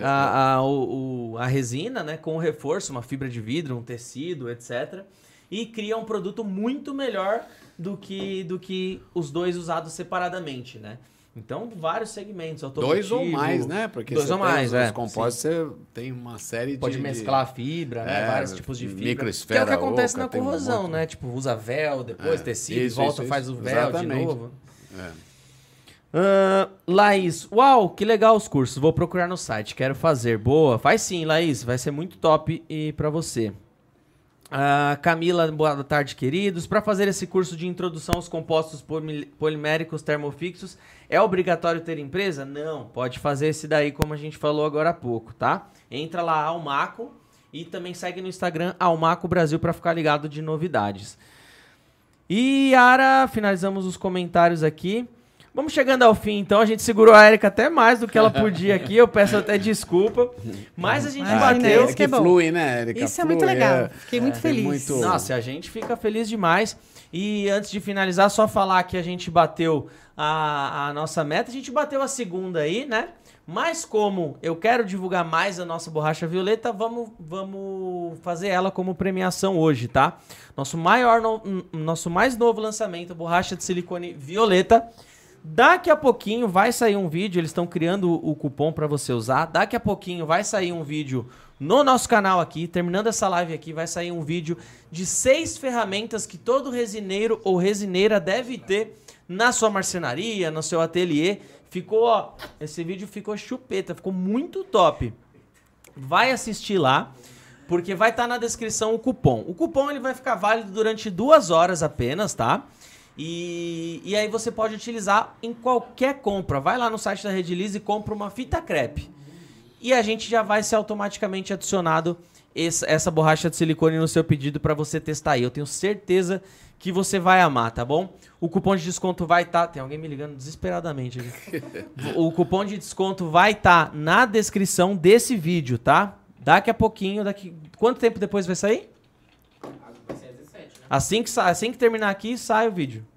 a resina, né, com o reforço, uma fibra de vidro, um tecido, etc. E cria um produto muito melhor do que os dois usados separadamente, né? Então, vários segmentos. 2 ou mais, né? Porque 2 ou mais, os compostos, você tem uma série Pode mesclar a fibra, né? Vários tipos de fibra. Microesfera. Que é o que acontece na tem corrosão, né? Tipo, usa véu, depois tecido, volta, faz o véu de novo. Laís, uau, que legal os cursos. Vou procurar no site, quero fazer. Boa, faz sim, Laís. Vai ser muito top pra você. Camila, boa tarde, queridos. Para fazer esse curso de introdução aos compostos poliméricos termofixos, é obrigatório ter empresa? Não, pode fazer esse daí como a gente falou agora há pouco, tá? Entra lá, Almaco, e também segue no Instagram, Almaco Brasil, para ficar ligado de novidades. E, Yara, finalizamos os comentários aqui. Vamos chegando ao fim, então. A gente segurou a Érica até mais do que ela podia aqui. Eu peço até desculpa. Mas a gente bateu. Isso que flui, né, Érica? Isso é muito legal. Fiquei muito feliz. Nossa, a gente fica feliz demais. E antes de finalizar, só falar que a gente bateu a nossa meta. A gente bateu a segunda aí, né? Mas como eu quero divulgar mais a nossa borracha violeta, vamos fazer ela como premiação hoje, tá? Nosso mais novo lançamento, borracha de silicone violeta. Daqui a pouquinho vai sair um vídeo, eles estão criando o cupom para você usar. Daqui a pouquinho vai sair um vídeo no nosso canal aqui, terminando essa live aqui, vai sair um vídeo de 6 ferramentas que todo resineiro ou resineira deve ter na sua marcenaria, no seu ateliê. Esse vídeo ficou chupeta, ficou muito top. Vai assistir lá, porque vai estar na descrição o cupom. O cupom ele vai ficar válido durante 2 horas apenas, tá? E aí você pode utilizar em qualquer compra. Vai lá no site da Redilize e compra uma fita crepe. E a gente já vai ser automaticamente adicionado essa borracha de silicone no seu pedido para você testar aí. Eu tenho certeza que você vai amar, tá bom? O cupom de desconto vai estar... Tem alguém me ligando desesperadamente aqui. O cupom de desconto vai estar na descrição desse vídeo, tá? Daqui a pouquinho, quanto tempo depois vai sair? Vai ser às 17, né? Assim que terminar aqui, sai o vídeo.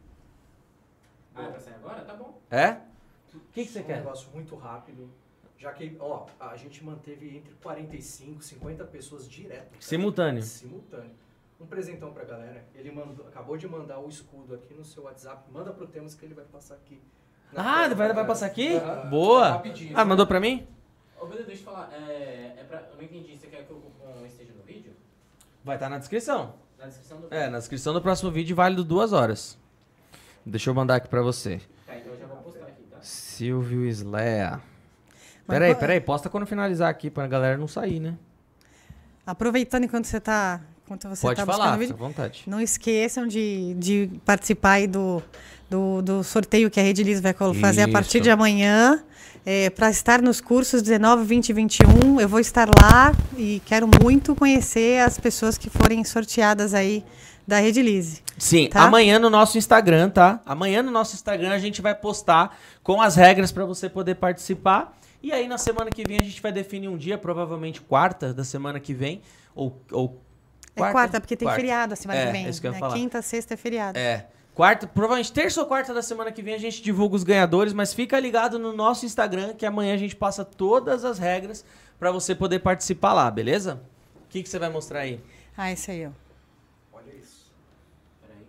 É pra sair agora? Tá bom. É? O que você quer? Um negócio muito rápido. Já que, ó, a gente manteve entre 45 e 50 pessoas direto. Simultâneo. Simultâneo. Um presentão pra galera. Ele acabou de mandar o escudo aqui no seu WhatsApp. Manda pro Temos que ele vai passar aqui. Vai passar aqui? Boa. Rapidinho. Mandou pra mim? Ô, Bedu, deixa eu falar. Eu não entendi. Você quer que o cupom esteja no vídeo? Vai estar na descrição. Na descrição do Na descrição do próximo vídeo, válido 2 horas. Deixa eu mandar aqui pra você. Tá, então eu já vou postar aqui, tá? Silvio Slea. Peraí, posta quando finalizar aqui, pra galera não sair, né? Aproveitando enquanto você tá Pode falar, buscando o fica vídeo, à vontade. não esqueçam de participar aí do sorteio que a Redilize vai fazer a partir de amanhã. Para estar nos cursos 19, 20 e 21, eu vou estar lá e quero muito conhecer as pessoas que forem sorteadas aí da Redilize. Sim, tá? Amanhã no nosso Instagram, tá? Amanhã no nosso Instagram a gente vai postar com as regras para você poder participar. E aí na semana que vem a gente vai definir um dia, provavelmente quarta da semana que vem, ou quarta, porque tem feriado a semana que vem. É isso que eu ia falar. Quinta, sexta é feriado. Quarta, provavelmente terça ou quarta da semana que vem a gente divulga os ganhadores, mas fica ligado no nosso Instagram que amanhã a gente passa todas as regras para você poder participar lá, beleza? O que você vai mostrar aí? Esse aí, ó. Olha isso. Peraí.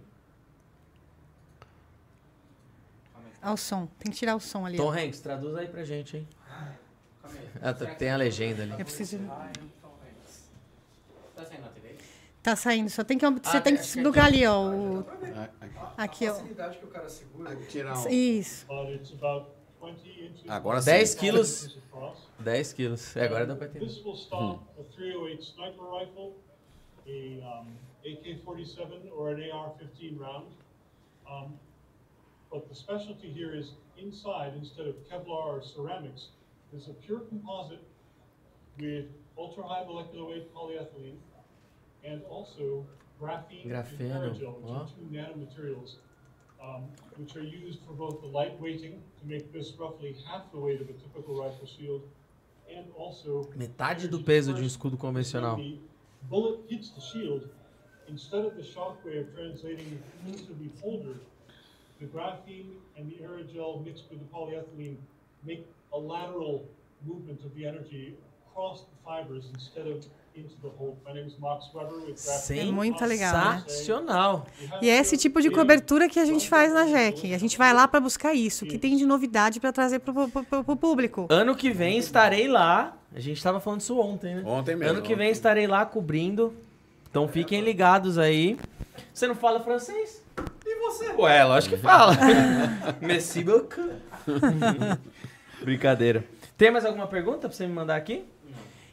O som. Tem que tirar o som ali. Tom ó. Hanks, traduz aí pra gente, hein? Calma aí. Tem a legenda ali. Eu preciso... Tá saindo na TV? Tá saindo. Só tem que... Você tem que lugar ali, ó. Aqui, A ó. facilidade que o cara segura. Tirar um. Isso. Agora sim. 10 quilos. 10 quilos. Agora dá pra entender. This will stop a .308 sniper rifle, a AK-47 or an AR-15 round. But the specialty here is inside, instead of Kevlar or ceramics, there's a pure composite with ultra-high molecular weight polyethylene and also graphene and Grafeno, aerogel, which ó. are 2 nanomaterials, which are used for both the light weighting to make this roughly half the weight of a typical rifle shield, and also Metade do peso de um escudo convencional. when the bullet hits the shield, instead of the shockwave translating into the beholder, the graphene and the aerogel mixed with the polyethylene make a lateral movement of the energy across the fibers instead of into the hole. My name is Max Weber with graphene. É muito legal, né? Sensacional. E é esse tipo de cobertura que a gente faz na JEC. A gente vai lá para buscar isso. O que tem de novidade para trazer pro público. Ano que vem estarei lá. A gente tava falando isso ontem, né? Ontem mesmo. Ano que vem estarei lá cobrindo. Então fiquem ligados aí. Você não fala francês? E você? Ué, lógico que fala. Merci beaucoup. Brincadeira. Tem mais alguma pergunta pra você me mandar aqui?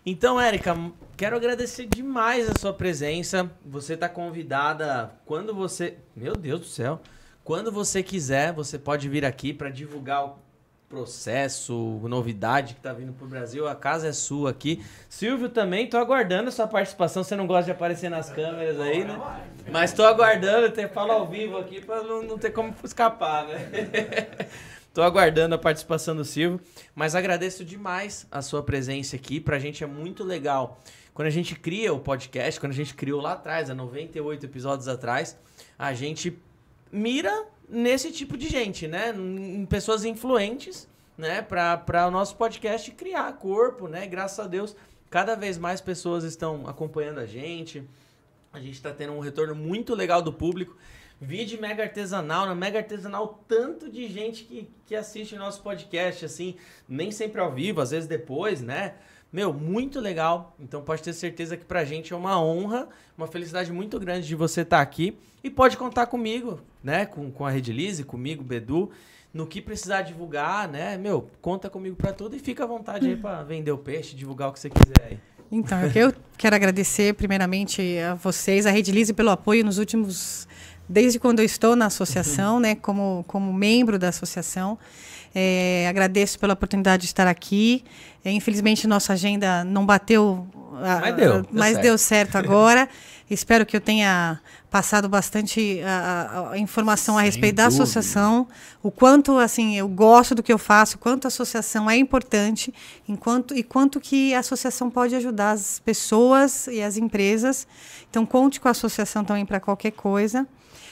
Então, Érica, quero agradecer demais a sua presença. Você está convidada quando você... Meu Deus do céu. Quando você quiser, você pode vir aqui para divulgar o processo, novidade que está vindo para o Brasil. A casa é sua aqui. Silvio também, tô aguardando a sua participação. Você não gosta de aparecer nas câmeras aí, né? Mas tô aguardando, até falo ao vivo aqui para não ter como escapar, né? Tô aguardando a participação do Silvio, mas agradeço demais a sua presença aqui. Pra gente é muito legal. Quando a gente cria o podcast, quando a gente criou lá atrás, há 98 episódios atrás, a gente mira nesse tipo de gente, né? Em pessoas influentes, né? Para o nosso podcast criar corpo, né? Graças a Deus, cada vez mais pessoas estão acompanhando a gente. A gente está tendo um retorno muito legal do público. Vídeo Mega Artesanal, na Mega Artesanal, tanto de gente que assiste o nosso podcast, assim, nem sempre ao vivo, às vezes depois, né? Meu, muito legal. Então pode ter certeza que pra gente é uma honra, uma felicidade muito grande de você estar aqui. E pode contar comigo, né? Com a Redilize, comigo, Bedu, no que precisar divulgar, né? Meu, conta comigo pra tudo e fica à vontade aí pra vender o peixe, divulgar o que você quiser aí. Então, eu quero agradecer primeiramente a vocês, a Redilize, pelo apoio nos últimos... Desde quando eu estou na associação, né, como membro da associação. Agradeço pela oportunidade de estar aqui. Infelizmente, nossa agenda não bateu, mas deu certo agora. Espero que eu tenha passado bastante a informação a respeito da associação, o quanto assim, eu gosto do que eu faço, o quanto a associação é importante, quanto que a associação pode ajudar as pessoas e as empresas. Então, conte com a associação também para qualquer coisa.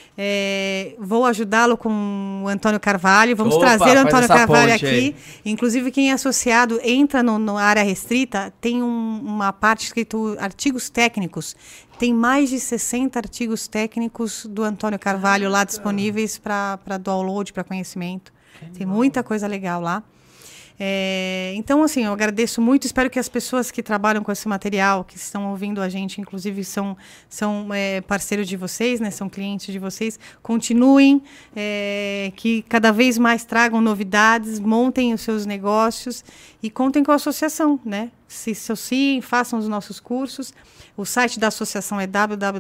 Vou ajudá-lo com o Antônio Carvalho. Vamos trazer o Antônio Carvalho aqui. Inclusive, quem é associado entra na área restrita, tem uma parte escrito artigos técnicos. Tem mais de 60 artigos técnicos do Antônio Carvalho lá disponíveis para download, para conhecimento. Tem muita coisa legal lá. Então, assim, eu agradeço muito. Espero que as pessoas que trabalham com esse material, que estão ouvindo a gente, inclusive são parceiros de vocês, né, são clientes de vocês, continuem, que cada vez mais tragam novidades, montem os seus negócios e contem com a associação, né? Se associem, façam os nossos cursos. O site da associação é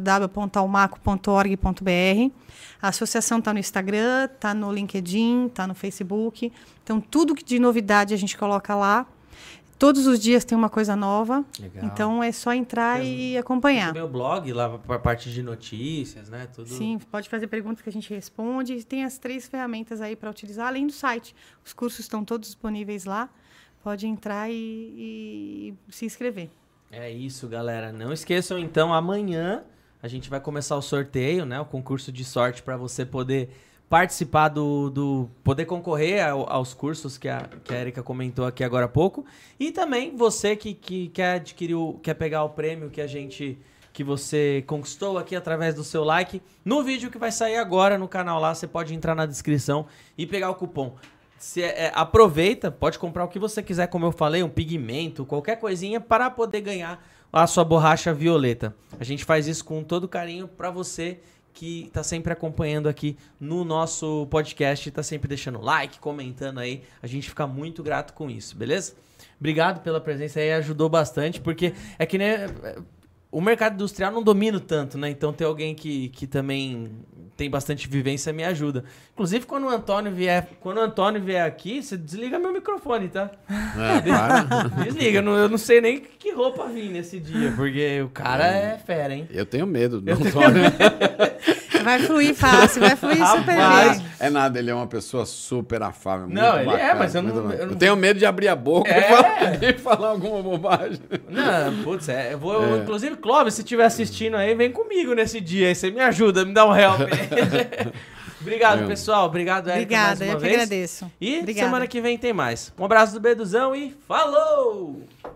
www.almaco.org.br. A associação está no Instagram, está no LinkedIn, está no Facebook. Então, tudo de novidade a gente coloca lá. Todos os dias tem uma coisa nova. Legal. Então, é só entrar e acompanhar. Tem o blog lá para a parte de notícias, né? Tudo... Sim, pode fazer perguntas que a gente responde. Tem as 3 ferramentas aí para utilizar, além do site. Os cursos estão todos disponíveis lá. Pode entrar e se inscrever. É isso, galera. Não esqueçam, então, amanhã a gente vai começar o sorteio, né? O concurso de sorte para você poder participar poder concorrer aos cursos que a Érica comentou aqui agora há pouco. E também você que quer quer pegar o prêmio que você conquistou aqui através do seu like. No vídeo que vai sair agora no canal lá, você pode entrar na descrição e pegar o cupom. Aproveita, pode comprar o que você quiser, como eu falei, um pigmento, qualquer coisinha para poder ganhar a sua borracha violeta. A gente faz isso com todo carinho para você que está sempre acompanhando aqui no nosso podcast, está sempre deixando like, comentando aí. A gente fica muito grato com isso, beleza? Obrigado pela presença aí, ajudou bastante, porque é que nem... O mercado industrial não domino tanto, né? Então ter alguém que também tem bastante vivência me ajuda. Inclusive, quando o Antônio vier aqui, você desliga meu microfone, tá? Desliga, eu não sei nem que roupa vir nesse dia, porque o cara é fera, hein? Eu tenho medo do Antônio. Vai fluir fácil, vai fluir super bem. É nada, ele é uma pessoa super afável, muito não, ele bacana, é, mas eu não tenho medo de abrir a boca e falar alguma bobagem. Não, putz, inclusive, Clóvis, se estiver assistindo aí, vem comigo nesse dia aí, você me ajuda, me dá um help. Obrigado, pessoal. Obrigado, Érica, mais uma vez. Obrigada, eu que agradeço. E semana que vem tem mais. Um abraço do Beduzão e falou!